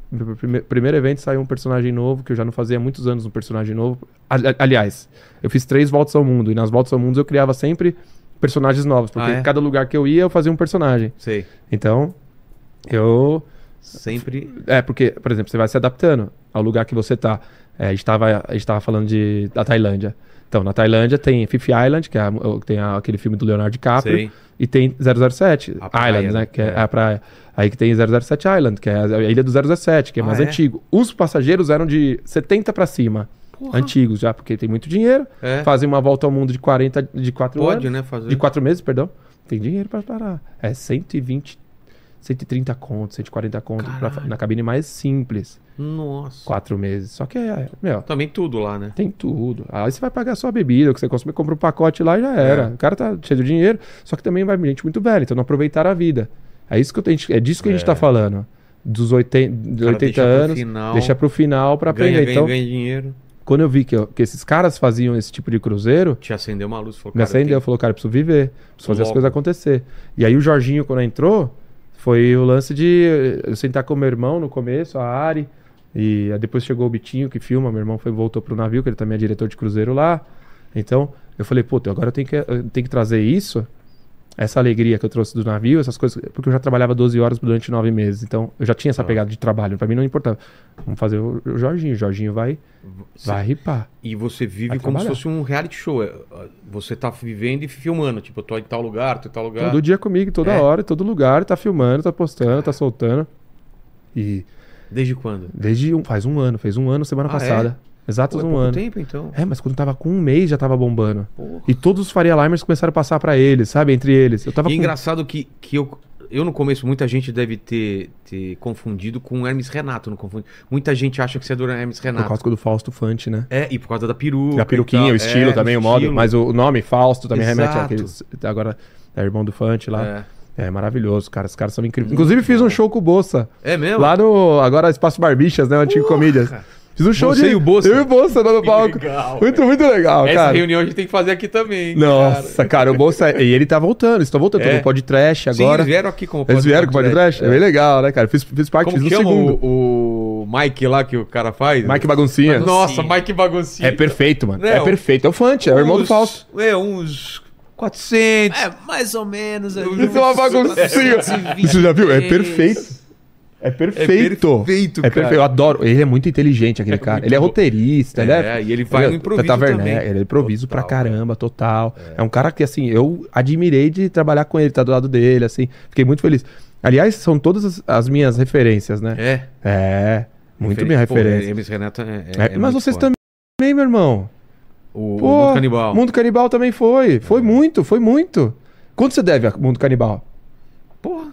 primeiro evento saiu um personagem novo, que eu já não fazia há muitos anos um personagem novo. Aliás, eu fiz 3 voltas ao mundo, e nas voltas ao mundo eu criava sempre personagens novos, porque cada lugar que eu ia eu fazia um personagem. Sei. Então, eu... Sempre... porque, por exemplo, você vai se adaptando ao lugar que você tá. A gente tava falando da Tailândia. Então, na Tailândia tem Fifth Island, que tem aquele filme do Leonardo DiCaprio. Sei. E tem 007 Island, né? Que é a praia. Aí que tem 007 Island, que é a ilha do 007, que é mais antigo. Os passageiros eram de 70 pra cima. Porra. Antigos já, porque tem muito dinheiro. Fazem uma volta ao mundo de 4 anos. Pode, né? Fazer. De 4 meses, perdão. Tem dinheiro pra parar. 120, 130 contos, 140 contos na cabine mais simples. Nossa. 4 meses. Só que também tudo lá, né? Tem tudo. Aí você vai pagar só a bebida, o que você consome, compra um pacote lá e já era. O cara tá cheio de dinheiro, só que também vai gente muito velha, então não aproveitar a vida. É disso que a gente tá falando. Dos 80 anos, deixa pro final pra aprender. Então, ganha dinheiro. Quando eu vi que esses caras faziam esse tipo de cruzeiro... Te acendeu uma luz. Me acendeu, falou, cara, eu preciso viver. Preciso fazer as coisas acontecer. E aí o Jorginho, quando entrou, foi o lance de eu sentar com o meu irmão no começo, a Ari... E depois chegou o Bitinho, que filma, meu irmão voltou pro navio, que ele também é diretor de cruzeiro lá. Então, eu falei, agora eu tenho que trazer isso, essa alegria que eu trouxe do navio, essas coisas, porque eu já trabalhava 12 horas durante 9 meses. Então, eu já tinha essa pegada de trabalho, pra mim não importava. Vamos fazer o Jorginho, o Jorginho vai ripar. E você vive como se fosse um reality show. Você tá vivendo e filmando, tipo, eu tô em tal lugar, tô em tal lugar. Todo dia comigo, toda hora, em todo lugar, tá filmando, tá postando, tá soltando. Desde quando? Faz um ano, semana passada. Exatos um ano. Tempo, então. Mas quando tava com um mês já tava bombando. Porra. E todos os Faria Limers começaram a passar pra eles, sabe? Entre eles. Engraçado que eu no começo, muita gente deve ter confundido com Hermes Renato, não confunde. Muita gente acha que você é do Hermes Renato. Por causa do Fausto Fante, né? E por causa da peruca. Da peruquinha, o estilo também, o modo. Mas o nome Fausto também remete àqueles... Agora é irmão do Fante lá. É maravilhoso, cara. Os caras são incríveis. Inclusive, fiz um show com o Bossa. É mesmo? Lá no... Agora, Espaço Barbixas, né? O Antigo Comídias. Fiz um show eu e o Bossa. Eu e o Bossa lá no palco. Legal, muito legal, cara. Essa reunião a gente tem que fazer aqui também. Nossa, cara, o Bossa... E ele tá voltando. Eles estão voltando. Tô no podcast agora. Sim, eles vieram aqui com o podcast. Eles vieram com o podcast? É bem legal, né, cara? Fiz parte, fiz no segundo. O Mike lá que o cara faz? Mike Baguncinha. Nossa, Mike Baguncinha. É perfeito, mano. É perfeito. É o Fante, é o irmão do Fausto. Uns... 400. Mais ou menos. Isso é uma baguncinha. Você já viu? É perfeito. É perfeito. Cara. Perfeito. Eu adoro. Ele é muito inteligente, aquele cara. Ele é roteirista. E ele vai no improviso também. Ele é improviso total, pra caramba, total. É um cara que, assim, eu admirei de trabalhar com ele, tá do lado dele, assim. Fiquei muito feliz. Aliás, são todas as minhas referências, né? Muito minha referência. Hermes Renato mas vocês também, meu irmão. O Mundo Canibal. Mundo Canibal também foi. Foi muito. Quanto você deve a Mundo Canibal? Porra.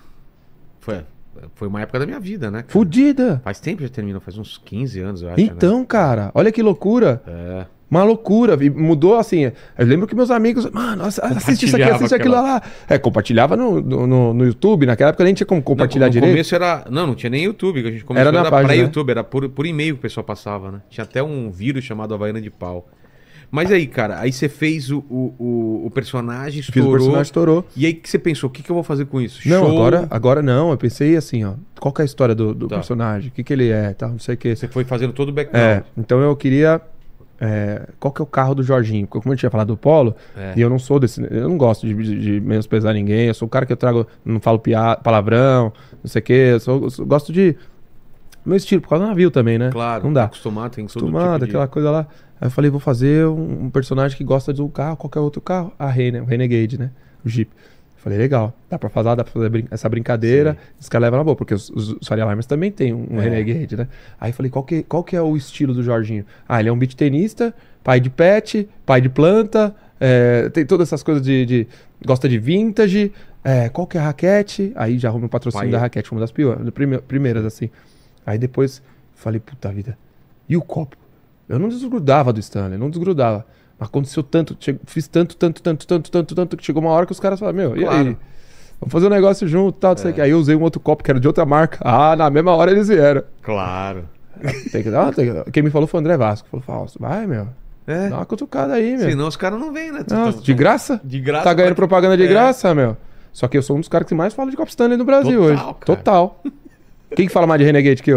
Foi uma época da minha vida, né? Cara? Fudida. Faz tempo que já terminou, faz uns 15 anos, eu acho. Então, né? Cara, olha que loucura. Uma loucura. E mudou assim. Eu lembro que meus amigos, mano, assiste isso aqui, assiste aquilo lá. Compartilhava no YouTube. Naquela época nem tinha como compartilhar direito. No começo era. Não tinha nem YouTube. A gente começou era pra YouTube, era por e-mail que o pessoal passava, né? Tinha até um vírus chamado Havaiana de Pau. Mas aí, cara, aí você fez o personagem, estourou. Fiz o personagem, estourou. E aí que você pensou, o que eu vou fazer com isso? Não, agora não. Eu pensei assim, ó. Qual que é a história do personagem? O que ele é, tal, não sei o que. Você foi fazendo todo o background. Então eu queria... qual que é o carro do Jorginho? Porque como eu tinha falado do Polo, e eu não sou desse... Eu não gosto de menosprezar ninguém. Eu sou o cara que eu trago... Não falo palavrão, não sei o que. Eu gosto de... Meu estilo, por causa do navio também, né? Claro. Não dá. Acostumado, tem todo tipo de... aquela coisa lá. Aí eu falei, vou fazer um personagem que gosta de um carro, qualquer outro carro. A o Renegade, né? O Jeep. Eu falei, legal, dá pra fazer essa brincadeira. Sim. Os caras levam na boa, porque os Faria Limers também tem um Renegade, né? Aí eu falei, qual que é o estilo do Jorginho? Ele é um beach tenista, pai de pet, pai de planta, tem todas essas coisas de gosta de vintage. Qual que é a raquete? Aí já arrumei o patrocínio da raquete, uma das primeiras, assim. Aí depois falei, puta vida, e o copo? Eu não desgrudava do Stanley, não desgrudava. Mas aconteceu tanto, fiz tanto, que chegou uma hora que os caras falaram, e aí? Vamos fazer um negócio junto, tal, não sei o que. Aí eu usei um outro copo que era de outra marca. Na mesma hora eles vieram. Claro. Quem me falou foi o André Vasco. Falou, Fausto, vai, meu. Dá uma cutucada aí, meu. Senão os caras não vêm, né? De graça? De graça. Tá ganhando propaganda de graça, meu. Só que eu sou um dos caras que mais fala de copo Stanley no Brasil hoje. Cara. Total. Quem que fala mais de Renegade que eu?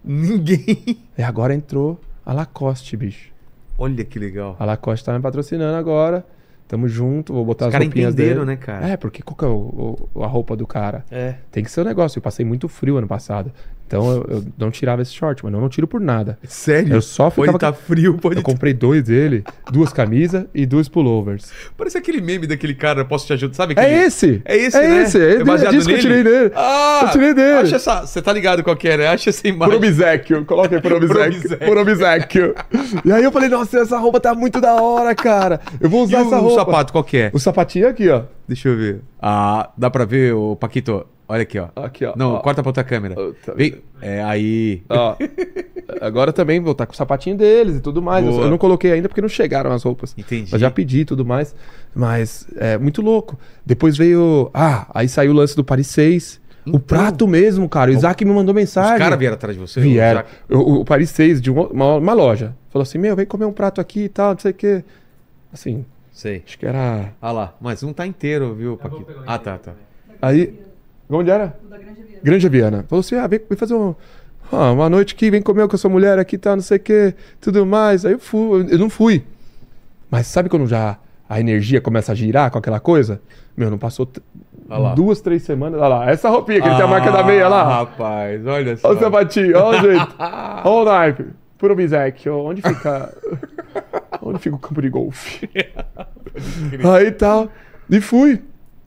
Ninguém. E agora entrou a Lacoste, bicho. Olha que legal. A Lacoste tá me patrocinando agora. Tamo junto, vou botar as roupinhas dele. Os caras entenderam, né, cara? Porque qual que é a roupa do cara? Tem que ser o negócio. Eu passei muito frio ano passado. Então eu não tirava esse short, mas eu não tiro por nada. Sério? Eu só ficava... Pode tá frio, Eu comprei 2 dele, 2 camisas e 2 pullovers. Parece aquele meme daquele cara, posso te ajudar, sabe? Aquele... É esse! É esse, né? É baseado nele? Que eu tirei dele. Eu tirei dele. Acha essa... Você tá ligado qual que é, né? Acha essa imagem. Probizecchio. Coloca aí Probizecchio. E aí eu falei, nossa, essa roupa tá muito da hora, cara. Eu vou usar essa roupa. O sapato, qual que é? O sapatinho aqui, ó. Deixa eu ver. Dá pra ver, o Paquito? Olha aqui, ó. Aqui, ó. Não, corta pra outra câmera. Vem. Aí. Ó. Agora também vou estar com o sapatinho deles e tudo mais. Eu não coloquei ainda porque não chegaram as roupas. Entendi. Mas já pedi e tudo mais. Mas é muito louco. Depois veio... aí saiu o lance do Paris 6. Então, o prato mesmo, cara. O Isaac me mandou mensagem. Os caras vieram atrás de você? Vieram. O Paris 6 de uma loja. Falou assim, vem comer um prato aqui e tal, não sei o quê. Assim... Sei. Acho que era... lá. Mas não tá inteiro, viu, Paquito? Tá. Aí... Onde era? Grande Viana. Falou assim, vem fazer uma noite aqui, vem comer com a sua mulher aqui e tal, não sei o que, tudo mais. Aí eu não fui. Mas sabe quando já a energia começa a girar com aquela coisa? Não passou 2, 3 semanas. Olha lá, essa roupinha que ele tem a marca da meia lá. Rapaz, olha só. Olha o sapatinho, olha o jeito. Olha o naipe. Puro Bizek, onde fica... onde fica o campo de golfe? Aí tal. E fui.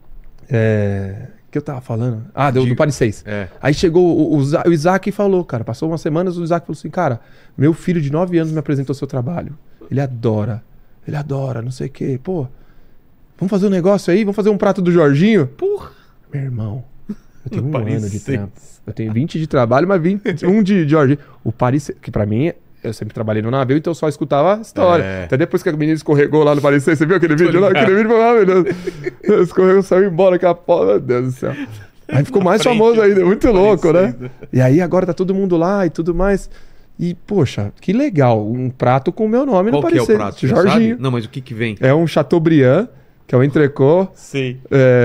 Que eu tava falando? Do Paris 6. Aí chegou o Isaac e falou, cara, passou umas semanas, o Isaac falou assim, cara, meu filho de 9 anos me apresentou seu trabalho. Ele adora, não sei o quê. Pô, vamos fazer um negócio aí? Vamos fazer um prato do Jorginho? Porra! Meu irmão, eu tenho um ano de tempo. Eu tenho 20 de trabalho, mas 21 de Jorginho. O Paris 6, que pra mim... Eu sempre trabalhei no navio, então eu só escutava a história. Até depois que a menina escorregou lá no Paris 6, você viu aquele vídeo lá? Aquele vídeo foi maravilhoso. Escorregou, saiu embora, aquela porra, meu Deus do céu. Aí ficou mais famoso ainda, muito louco, né? E aí agora tá todo mundo lá e tudo mais. E, poxa, que legal, um prato com o meu nome no Paris 6. Qual que é o prato? Jorginho. Não, mas o que vem? É um Chateaubriand, que é um entrecô. Sei.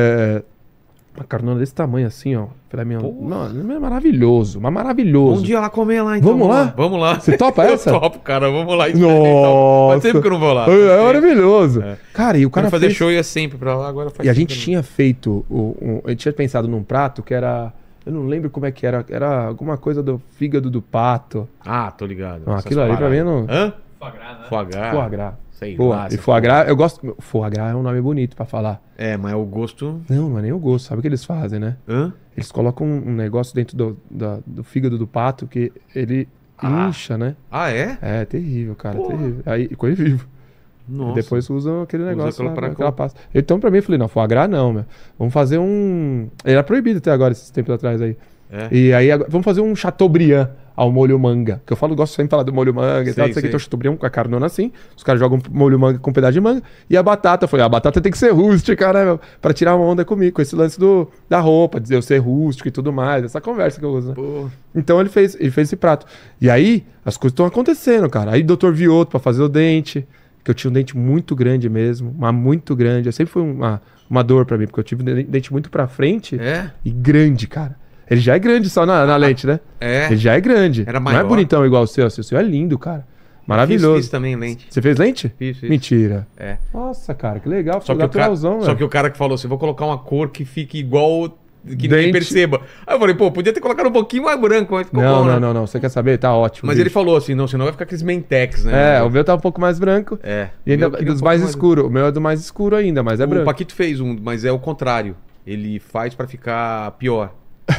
Uma carnona desse tamanho assim, ó. Mano, é maravilhoso, mas maravilhoso. Um dia lá comer lá, então. Vamos lá? Vamos lá. Você topa essa? Eu topo, cara. Vamos lá. Nossa. Faz tempo que eu não vou lá. É maravilhoso. Cara, e o cara fazer show ia sempre pra lá, agora faz. E a gente tinha feito, a gente tinha pensado num prato que era... Eu não lembro como é que era. Era alguma coisa do fígado do pato. Tô ligado. Aquilo ali pra mim não... Foie gras, né? Foie gras. Sei lá. E foie gras, eu gosto... Foie gras é um nome bonito pra falar. Mas o gosto... Não é nem o gosto. Sabe o que eles fazem, né? Eles colocam um negócio dentro do fígado do pato que ele incha, né? É? É terrível, cara. Terrível. Aí, coisa vivo. Nossa. E depois usam aquele negócio lá, aquela pasta. Então, pra mim, eu falei, não, foie gras não, meu. Vamos fazer um... Ele era proibido até agora, esses tempos atrás aí. E aí, vamos fazer um Chateaubriand ao molho manga. Que eu gosto sempre de falar do molho manga e tal. Sei que tem o Chateaubriand com a carnona assim. Os caras jogam molho manga com um pedaço de manga. E a batata, eu falei, a batata tem que ser rústica, né, meu? Pra tirar uma onda comigo, com esse lance da roupa, dizer eu ser rústico e tudo mais. Essa conversa que eu uso, né? Então ele fez esse prato. E aí, as coisas estão acontecendo, cara. Aí Dr. Vioto pra fazer o dente. Que eu tinha um dente muito grande mesmo. Mas muito grande. Sempre foi uma dor pra mim, porque eu tive um dente muito pra frente. E grande, cara. Ele já é grande só na lente, né? Ele já é grande. Era maior. Não é bonitão igual o seu. O seu é lindo, cara. Maravilhoso. Fiz também lente. Você fez lente? Fiz. Mentira. Nossa, cara, que legal. Só que o cara que falou assim, vou colocar uma cor que fique igual... Que ninguém perceba. Aí eu falei, podia ter colocado um pouquinho mais branco. Mas ficou bom, né? Não. Você quer saber? Tá ótimo. Mas ele falou assim, não, senão vai ficar aqueles mentex, né? O meu tá um pouco mais branco. E ainda dos mais escuros. O meu é do mais escuro ainda, mas é branco. O Paquito fez mas é o contrário. Ele faz pra ficar pior.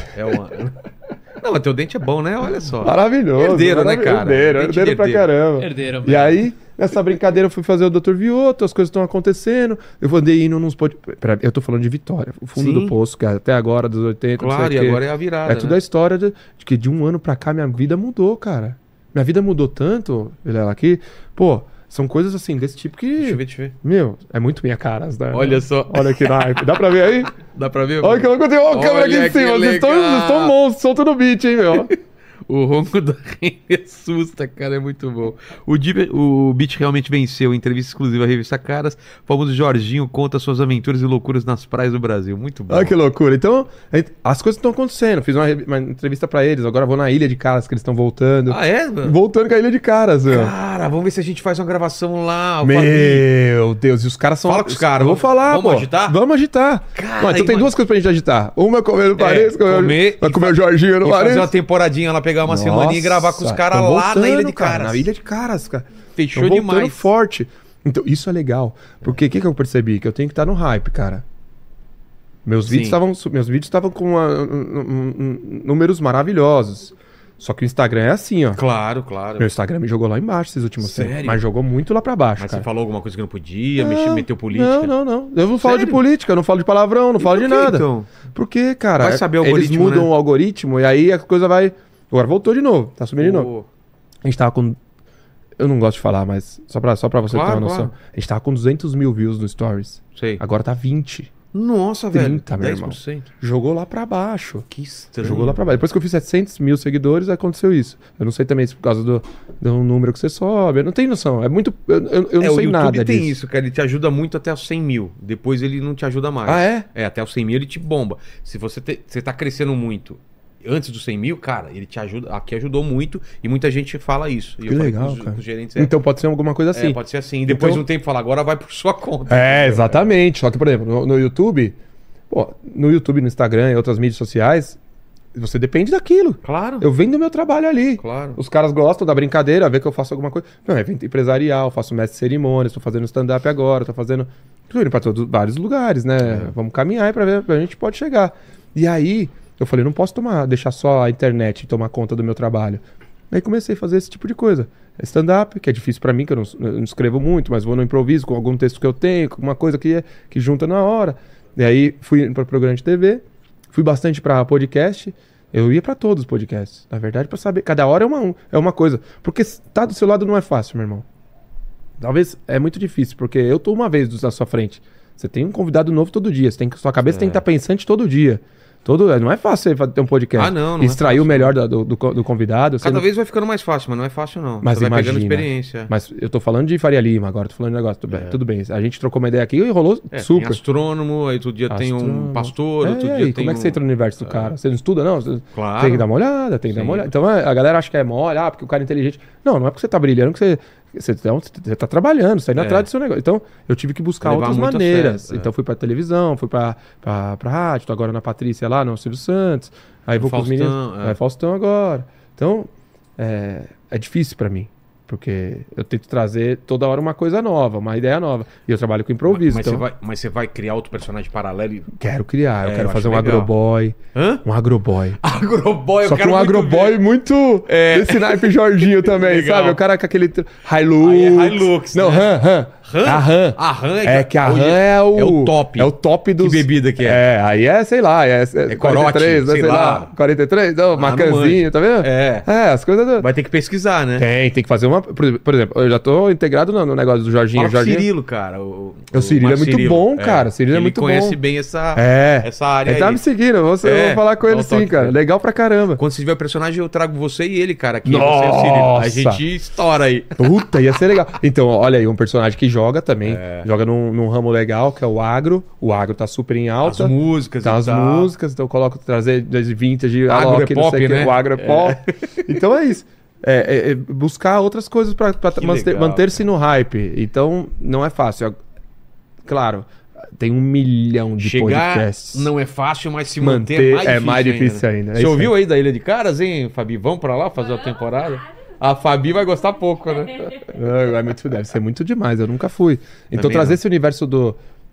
Não, mas teu dente é bom, né? Olha só. Maravilhoso. Herdeiro, né, cara? Herdeiro pra caramba. Herdeiro. E aí, nessa brincadeira, eu fui fazer o Dr. Vioto, as coisas estão acontecendo. Eu andei indo nos... Eu tô falando de Vitória. O fundo do poço, que até agora, dos 80... Claro, e agora é a virada, tudo a história de que de um ano pra cá, minha vida mudou, cara. Minha vida mudou tanto, Vilela, que... São coisas assim, desse tipo que... Deixa eu ver. Meu, é muito minha cara. Né? Olha só. Olha aqui naipe. Dá pra ver aí? Dá pra ver? Olha que louco, tem uma câmera aqui em cima. Vocês estão monstros, solto no beat, hein, meu? O ronco da Remy assusta, cara, é muito bom. O Beat realmente venceu. Entrevista exclusiva à revista Caras. O famoso Jorginho conta suas aventuras e loucuras nas praias do Brasil. Muito bom. Ah, que loucura. Então, as coisas estão acontecendo. Fiz uma entrevista pra eles. Agora vou na Ilha de Caras, que eles estão voltando. Ah, é? Mano? Voltando com a Ilha de Caras, meu. Cara, vamos ver se a gente faz uma gravação lá. Meu Deus, e os caras são... Fala com os caras. Vou falar, vamos agitar? Vamos agitar. Cara, então tem duas coisas pra gente agitar. Uma é comer no Paris, vai comer o Jorginho no Paris. Fazer uma temporadinha lá, pegar uma semaninha e gravar com os caras lá na Ilha de Caras. Na Ilha de Caras, cara. Fechou demais. Forte. Então, isso é legal. Porque o que eu percebi? Que eu tenho que estar no hype, cara. Meus vídeos estavam com números maravilhosos. Só que o Instagram é assim, ó. Claro. Meu Instagram me jogou lá embaixo esses últimos tempos. Mas jogou muito lá pra baixo, Mas cara. você falou alguma coisa que não podia, meteu política? Não. Eu não falo de política, eu não falo de palavrão, não falo de nada. Então? Porque, cara, vai saber o algoritmo, eles mudam o algoritmo e aí a coisa vai... Agora voltou de novo, tá subindo de novo. A gente tava com... Eu não gosto de falar, mas só pra você ter uma noção. Claro. A gente tava com 200 mil views no Stories. Sei. Agora tá 20. Nossa, 30, velho. 10%. Irmão. Jogou lá pra baixo. Que estranho. Jogou lá pra baixo. Depois que eu fiz 700 mil seguidores, aconteceu isso. Eu não sei também se por causa do número que você sobe. Eu não tenho noção. É muito... Eu não sei nada disso. O YouTube tem isso, cara. Ele te ajuda muito até os 100 mil. Depois ele não te ajuda mais. Ah, é? É, até os 100 mil ele te bomba. Se você tá crescendo muito... Antes dos 100 mil, cara, ele te ajuda. Aqui ajudou muito e muita gente fala isso. E que legal, cara. Com os gerentes, então pode ser alguma coisa assim. Pode ser assim. E depois de um tempo fala, agora vai por sua conta. Exatamente. Só que, por exemplo, no YouTube, no YouTube, no Instagram e outras mídias sociais, você depende daquilo. Claro. Eu vendo meu trabalho ali. Claro. Os caras gostam da brincadeira, vê que eu faço alguma coisa. Não, é evento empresarial, faço mestre de cerimônias, tô fazendo stand-up agora, tô indo pra vários lugares, né? Vamos caminhar pra ver, a gente pode chegar. E aí... Eu falei, não posso deixar só a internet tomar conta do meu trabalho. Aí comecei a fazer esse tipo de coisa. Stand-up, que é difícil pra mim, que eu não escrevo muito, mas vou no improviso com algum texto que eu tenho, com uma coisa que junta na hora. E aí fui pra programa de TV, fui bastante pra podcast. Eu ia pra todos os podcasts, na verdade, pra saber. Cada hora é uma coisa. Porque estar do seu lado não é fácil, meu irmão. Talvez é muito difícil, porque eu tô uma vez na sua frente. Você tem um convidado novo todo dia. Sua cabeça tem que estar pensante todo dia. Não é fácil você ter um podcast. Não extrair o melhor do convidado. Cada vez vai ficando mais fácil, mas não é fácil, não. Mas você imagina, vai pegando experiência. Mas eu tô falando de Faria Lima agora, tô falando de negócio. Tudo bem. A gente trocou uma ideia aqui e rolou super. Tem astrônomo, aí outro dia tem um pastor, outro dia tem como é que você entra no universo do cara? Você não estuda, não? Claro. Tem que dar uma olhada, Então a galera acha que é mole, porque o cara é inteligente. Não é porque você tá brilhando que você tá trabalhando, você tá indo atrás do seu negócio. Então, eu tive que buscar outras maneiras. Então, fui pra televisão, fui pra rádio, tô agora na Patrícia lá, no Silvio Santos. Aí vou com os meninos. Faustão agora. Então, é difícil pra mim. Porque eu tento trazer toda hora uma coisa nova, uma ideia nova. E eu trabalho com improviso. Mas você vai criar outro personagem paralelo? Quero criar. Eu quero fazer um agroboy. Hã? Um agroboy. Agroboy, Só que um agroboy muito desse naipe Jorginho também, sabe? O cara com aquele Hilux. Aí é Hilux, não, né? A RAM. A RAM é que a RAM é o top. É o top dos... Que bebida que é? Aí sei lá. É corote, 43, sei lá. 43, não, macanzinho, tá vendo? As coisas... Vai ter que pesquisar, né? Tem que fazer uma... Por exemplo, eu já tô integrado no negócio do Jorginho. O Cirilo, cara. O Cirilo é muito bom, cara. Cirilo é muito bom. Ele conhece bem essa área. Ele tá me seguindo. Vou falar com ele sim, cara. Legal pra caramba. Quando você tiver o personagem, eu trago você e ele, cara. Aqui, você e o Cirilo. A gente estoura aí. Puta, ia ser legal. Então, olha aí, um personagem que joga também. Joga num ramo legal, que é o agro. O agro tá super em alta. As músicas. Tá as músicas. Então eu coloco, trazer de vintage, agro é pop, né? O agro é pop. Então é isso. Buscar outras coisas pra manter-se no hype. Então, não é fácil. Claro, tem 1 milhão de podcasts. Não é fácil, mas se manter é mais difícil ainda. Você ouviu aí da Ilha de Caras, hein, Fabi? Vamos pra lá fazer a temporada? A Fabi vai gostar pouco, né? Deve ser muito demais, eu nunca fui. Então trazer esse universo do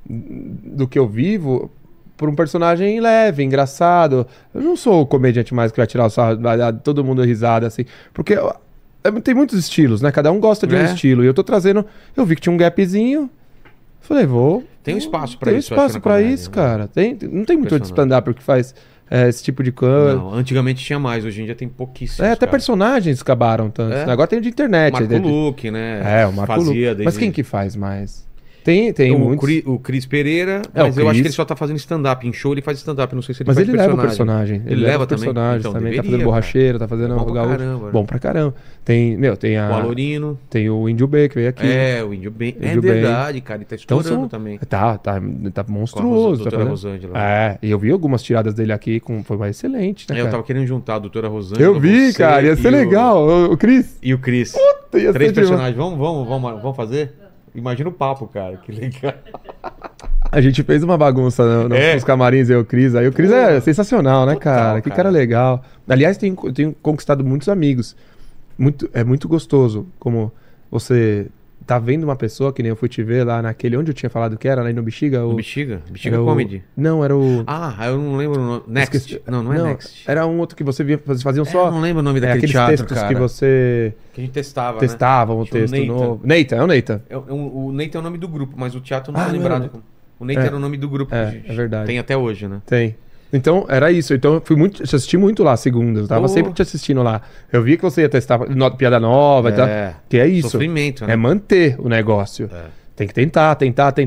que eu vivo por um personagem leve, engraçado. Eu não sou o comediante mais que vai tirar o sarro, vai dar todo mundo risada, assim. Porque tem muitos estilos, né? Cada um gosta de um estilo. E eu tô trazendo... Eu vi que tinha um gapzinho. Falei, Tem um espaço pra isso. Tem espaço pra isso, cara. Não tem muito de stand-up que faz... esse tipo de coisa. Não, antigamente tinha mais, hoje em dia tem pouquíssimos. Até personagens acabaram tanto. Agora tem o de internet. Marco Luque, né? O Marco Luque. Mas quem que faz mais? Tem muitos. O Cris Pereira, mas eu acho que ele só tá fazendo stand-up. Em show ele faz stand-up, não sei se ele mas faz ele leva o personagem. Ele leva também? Então, também tá fazendo borracheiro, tá fazendo o gaúcho. Bom pra caramba. Tem o Alorino. Tem o Índio B, que veio aqui. O Índio B. É verdade, cara. Ele tá estourando também. Tá monstruoso. Com a doutora Rosângela. E eu vi algumas tiradas dele aqui, foi mais excelente, né, cara? Eu tava querendo juntar a doutora Rosângela. Eu vi, cara. Ia ser legal. O Cris. E o Cris. Puta, ia ser 3 personagens. Vamos fazer? Imagina o papo, cara. Que legal. A gente fez uma bagunça nos camarins, eu e o Cris. Aí o Cris é sensacional, né, cara? Que cara legal. Aliás, tenho conquistado muitos amigos. É muito gostoso como você tá vendo uma pessoa, que nem eu fui te ver lá naquele... Onde eu tinha falado que era? Lá no Bexiga? No Bexiga? Bexiga Comedy? Não, era o... eu não lembro o nome. Next. Não é Next. Era um outro que você via, vocês faziam só... Eu não lembro o nome daquele teatro, textos que você... Que a gente testava, um texto novo. Nathan, é o Nathan. O Nathan é o nome do grupo, mas o teatro não é lembrado. O Nathan era o nome do grupo. É verdade. Tem até hoje, né? Tem. Então, era isso. Então, eu assisti muito lá, segundas. Eu tava sempre te assistindo lá. Eu vi que você ia testar piada nova e tal. Que é isso. Sofrimento, né? É manter o negócio. Tem que tentar,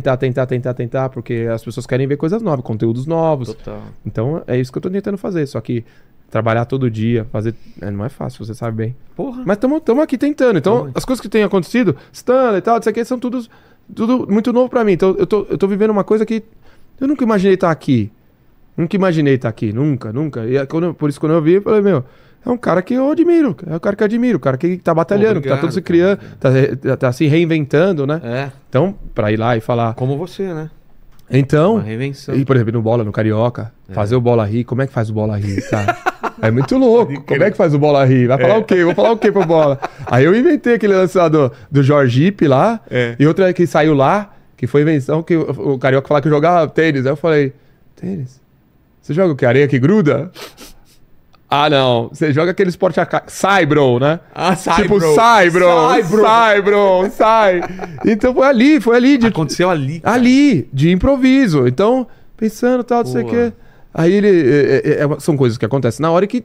porque as pessoas querem ver coisas novas, conteúdos novos. Total. Então, é isso que eu tô tentando fazer. Só que trabalhar todo dia, fazer... não é fácil, você sabe bem. Porra. Mas estamos aqui tentando. Então, as coisas que têm acontecido, stand e tal, isso aqui são tudo muito novo pra mim. Então, eu tô vivendo uma coisa que eu nunca imaginei estar aqui. Nunca imaginei estar aqui, nunca. E por isso, quando eu vi, eu falei, é um cara que eu admiro. É um cara que eu admiro, o cara que tá batalhando, que tá todo se criando, tá se reinventando, né? Então, pra ir lá e falar... Como você, né? Então, uma reinvenção. E por exemplo, no Bola, no Carioca, fazer o Bola rir, como é que faz o Bola rir, cara? É muito louco. Como é que faz o Bola rir? Vai falar o quê? Vou falar o quê pro Bola? Aí eu inventei aquele lance lá do Jorgipe lá, e outra que saiu lá, que foi invenção, que o Carioca falava que jogava tênis. Aí eu falei, tênis? Você joga o que? Areia que gruda? Não. Você joga aquele esporte sai, bro, né? Sai, tipo, bro. Sai, bro. Sai. Então foi ali. Aconteceu ali. Cara. Ali, de improviso. Então, pensando tal, não sei o quê. Aí são coisas que acontecem na hora que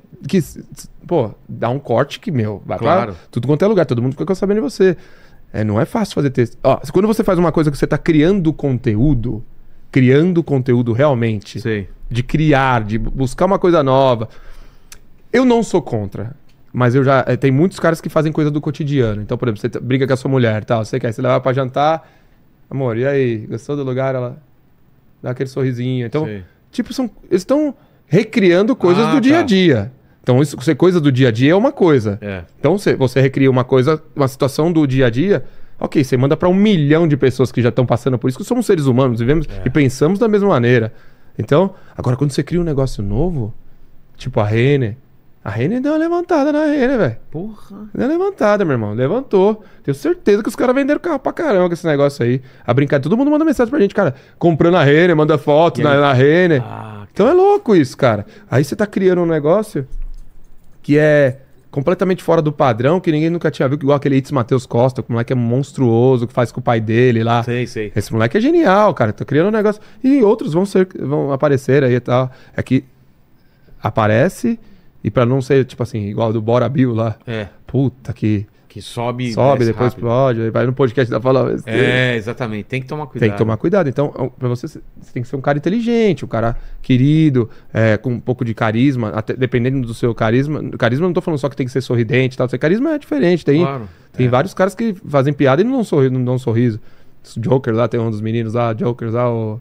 dá um corte que, vai pra tudo quanto é lugar. Todo mundo fica sabendo de você. Não é fácil fazer texto. Quando você faz uma coisa que você tá criando conteúdo realmente, sei, de criar, de buscar uma coisa nova, eu não sou contra, mas eu já tem muitos caras que fazem coisa do cotidiano. Então, por exemplo, você briga com a sua mulher, tal, você leva pra jantar, amor, e aí, gostou do lugar? Ela dá aquele sorrisinho. Então, tipo, eles estão recriando coisas do dia a dia. Então, isso ser coisa do dia a dia é uma coisa. Então, você recria uma situação do dia a dia. Ok, você manda para 1 milhão de pessoas que já estão passando por isso, que somos seres humanos, vivemos e pensamos da mesma maneira. Então, agora quando você cria um negócio novo, tipo a Renner deu uma levantada na Renner, velho. Porra. Deu uma levantada, meu irmão. Levantou. Tenho certeza que os caras venderam carro pra caramba com esse negócio aí. A brincadeira, todo mundo manda mensagem pra gente, cara, comprando a Renner, manda foto na Renner. Então é louco isso, cara. Aí você tá criando um negócio que é completamente fora do padrão, que ninguém nunca tinha visto, igual aquele Itz Matheus Costa, que o moleque é monstruoso, que faz com o pai dele lá. Sei. Esse moleque é genial, cara. Tá criando um negócio. E outros vão aparecer aí e tal. É que aparece, e pra não ser, tipo assim, igual do Bora Bill lá. Puta que... Que sobe depois rápido. Explode, aí vai no podcast da fala. Exatamente. Tem que tomar cuidado. Tem que tomar cuidado. Então, pra você tem que ser um cara inteligente, um cara querido, com um pouco de carisma, até, dependendo do seu carisma. Carisma, não tô falando só que tem que ser sorridente e tal. Seu carisma é diferente. Tem vários caras que fazem piada e não dão um sorriso. O Joker lá, tem um dos meninos lá, Jokers lá, o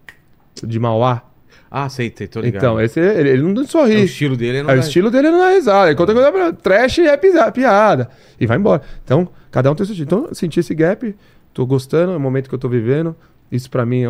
de Mauá. Sei, tô ligado. Então, ele não sorri. O estilo dele não o estilo dele não é risada. Enquanto a coisa trash é piada. E vai embora. Então, cada um tem o seu estilo. Então, eu senti esse gap, tô gostando, é o momento que eu tô vivendo. Isso pra mim é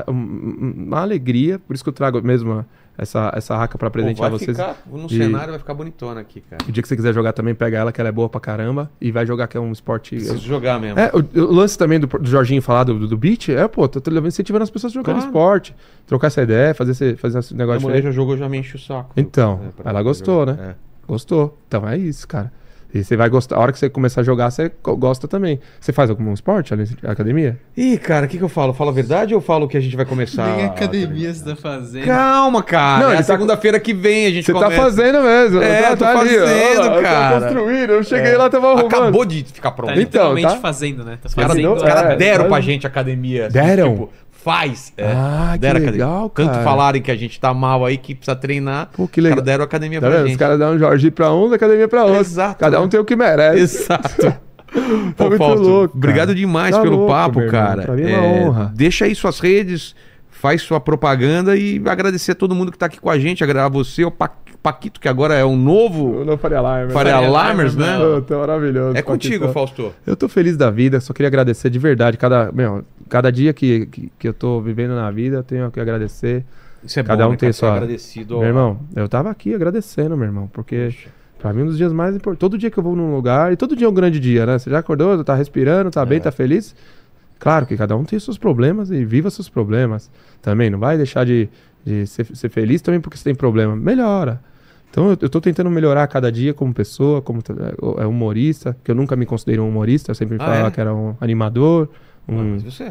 uma alegria. Por isso que eu trago mesmo essa raca pra presentear vocês. No cenário vai ficar bonitona aqui, cara. O dia que você quiser jogar também, pega ela, que ela é boa pra caramba. E vai jogar, que é um esporte... Preciso jogar mesmo. O lance também do Jorginho falar do beat, tô incentivando as pessoas a jogar esporte. Trocar essa ideia, fazer esse negócio diferente. Já jogou, já me enche o saco. Então, ela gostou, né? Gostou. Então é isso, cara. E você vai gostar. A hora que você começar a jogar, você gosta também. Você faz algum esporte além da academia? Ih, cara, o que eu falo? Falo a verdade ou falo que a gente vai começar? Nem academia você tá fazendo. Calma, cara. Não, é segunda-feira que vem a gente começa. Você tá fazendo mesmo. Tô fazendo, cara. Eu tô construindo. Eu cheguei lá, tava arrumando. Acabou de ficar pronto. Tá literalmente fazendo, né? Tá fazendo. Os caras deram pra gente academia. Deram? Tipo, faz. Que legal, cara. Tanto falarem que a gente tá mal aí, que precisa treinar. Pô, que legal. Os caras deram academia pra gente. Os caras dão um Jorge pra uns, academia pra outros. Exato. Cada um tem o que merece. Exato. Pô, muito louco, obrigado demais pelo papo, cara. Pra mim é uma honra. Deixa aí suas redes, faz sua propaganda e agradecer a todo mundo que tá aqui com a gente, agradecer a você, o Paquito, que agora é um novo... O novo Faria Limers. Faria Limers, né? Tô maravilhoso. É contigo, Fausto. Eu tô feliz da vida, só queria agradecer de verdade. Cada dia que eu tô vivendo na vida, eu tenho que agradecer. Isso é Cada bom, um tem sua... agradecido. Meu irmão, eu tava aqui agradecendo, meu irmão, porque... Poxa. Pra mim, um dos dias mais importantes. Todo dia que eu vou num lugar, e todo dia é um grande dia, né? Você já acordou, tá respirando, tá bem, tá feliz? Claro que cada um tem seus problemas e viva seus problemas também. Não vai deixar de ser feliz também porque você tem problema. Melhora. Então, eu tô tentando melhorar cada dia como pessoa, como humorista, que eu nunca me considero um humorista, eu sempre falava que era um animador. Mas você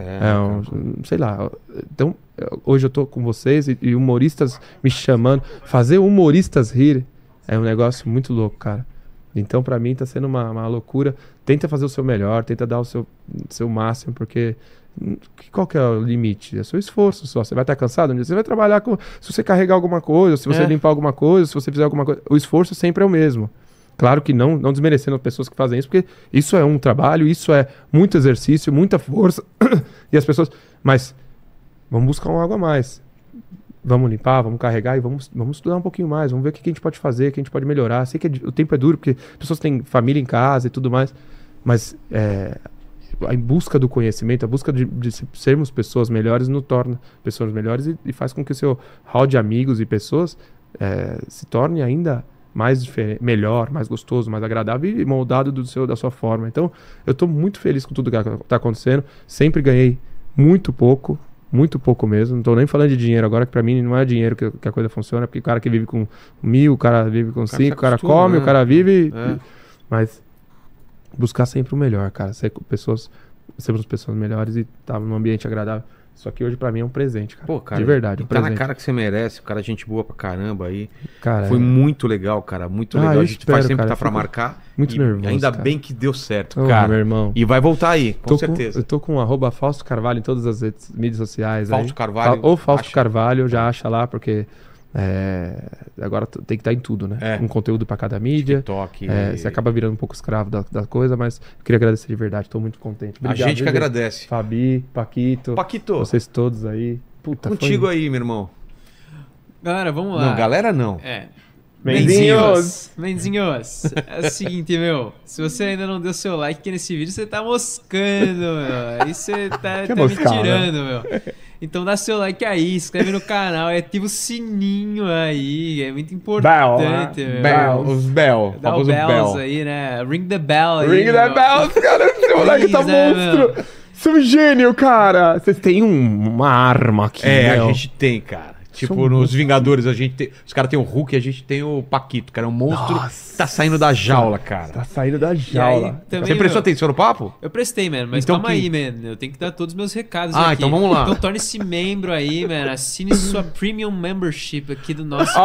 sei lá. Então, hoje eu tô com vocês e humoristas me chamando. Fazer humoristas rir é um negócio muito louco, cara. Então, pra mim, tá sendo uma loucura. Tenta fazer o seu melhor, tenta dar o seu máximo, porque qual que é o limite? É o seu esforço só. Você vai estar cansado um dia, você vai trabalhar com... Se você carregar alguma coisa, se você limpar alguma coisa, se você fizer alguma coisa... O esforço sempre é o mesmo. Claro que não desmerecendo as pessoas que fazem isso, porque isso é um trabalho, isso é muito exercício, muita força. E as pessoas... Mas vamos buscar algo a mais. Vamos limpar, vamos carregar e vamos estudar um pouquinho mais. Vamos ver o que a gente pode fazer, o que a gente pode melhorar. Sei que o tempo é duro, porque as pessoas têm família em casa e tudo mais. Mas a busca do conhecimento, a busca de sermos pessoas melhores nos torna pessoas melhores e faz com que o seu hall de amigos e pessoas se torne ainda mais melhor, mais gostoso, mais agradável e moldado da sua forma. Então, eu estou muito feliz com tudo que está acontecendo. Sempre ganhei muito pouco mesmo. Não tô nem falando de dinheiro agora, que pra mim não é dinheiro que a coisa funciona, porque o cara que vive com 1.000, o cara vive com 5, o cara come, o cara vive. Mas buscar sempre o melhor, cara. Sermos pessoas melhores e estar num ambiente agradável. Isso aqui hoje pra mim é um presente, cara. Pô, cara, de verdade, um presente. Tá na cara que você merece, o cara é gente boa pra caramba aí. Cara, foi muito legal, cara, muito legal. A gente faz sempre que tá pra marcar. Muito nervoso, ainda cara. Bem que deu certo, cara. Meu irmão. E vai voltar aí, com certeza. Eu tô com @Fausto Carvalho em todas as mídias sociais. Fausto Carvalho. Ou Fausto Carvalho, já acha lá, porque agora tem que estar em tudo, né? Um conteúdo pra cada mídia. TikTok. Você acaba virando um pouco escravo da coisa, mas eu queria agradecer de verdade, tô muito contente. Obrigado, a gente que agradece. Fabi, Paquito, vocês todos aí. Puta, contigo aí, meu irmão. Galera, vamos lá. Não, galera não. Menzinhos! É o seguinte, se você ainda não deu seu like aqui nesse vídeo, você tá moscando, meu. Aí você tá me tirando, meu. Então dá seu like aí, inscreve no canal e ativa o sininho aí, é muito importante, Os bell. Dá o bells aí, né? Ring the bell aí. Ring the bells, cara. Esse moleque tá monstro. Você é um gênio, cara. Vocês têm uma arma aqui, a gente tem, cara. Tipo, nos Vingadores, a gente tem... Os caras têm o Hulk e a gente tem o Paquito, cara. É um monstro que tá saindo da jaula, cara. Tá saindo da jaula. Também, você prestou atenção no papo? Eu prestei, mano. Mas então, calma aí, mano. Eu tenho que dar todos os meus recados aqui. Então vamos lá. Então torne-se membro aí, mano. Assine sua Premium Membership aqui do nosso...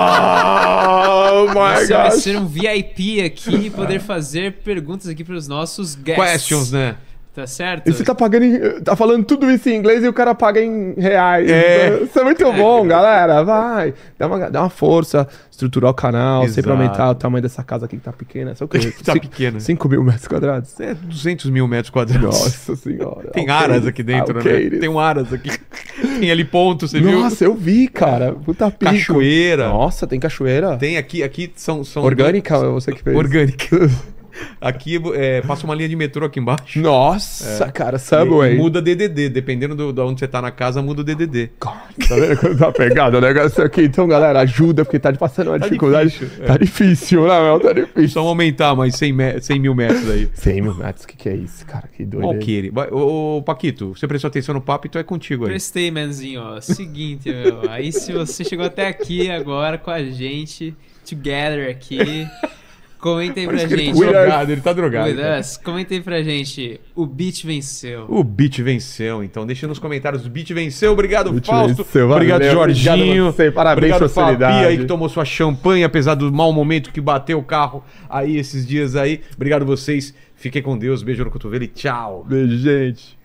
Oh, my God. Você vai ser um VIP aqui e poder fazer perguntas aqui pros nossos guests. Questions, né? Tá certo? E você tá falando tudo isso em inglês e o cara paga em reais. Isso é muito bom, galera. Vai. Dá uma força, estruturar o canal, sempre aumentar o tamanho dessa casa aqui que tá pequena. Sabe o que? Tá pequena. 5.000 metros quadrados. 200 mil metros quadrados. Nossa senhora. Tem aras aqui dentro, né? Tem um aras aqui. Tem ali ponto, você viu? Nossa, eu vi, cara. Puta pico. Cachoeira. Nossa, tem cachoeira. Tem aqui são... Orgânica, você que fez? Orgânica. Aqui passa uma linha de metrô aqui embaixo. Nossa, cara, Subway. E muda DDD, dependendo de onde você tá na casa, muda o DDD. Tá vendo quando tá pegado o negócio aqui? Então, galera, ajuda, porque tá passando uma dificuldade. Difícil, tá difícil, né, meu? Tá difícil. Só aumentar mais 100 mil metros aí. 100 mil metros, o que é isso, cara? Que doido. Ô, Paquito, você prestou atenção no papo, então é contigo aí. Prestei, manzinho, ó. Seguinte, aí se você chegou até aqui agora com a gente, together aqui... Comentem pra gente. Drogado, ele tá drogado. Comentem pra gente. O Beat venceu. O Beat venceu. Então deixa nos comentários. O Beat venceu. Obrigado, Fausto. Obrigado, Jorginho. Obrigado você. Parabéns, obrigado, Fabi aí que tomou sua champanhe, apesar do mau momento que bateu o carro aí esses dias aí. Obrigado vocês. Fiquem com Deus. Beijo no cotovelo e tchau. Beijo, gente.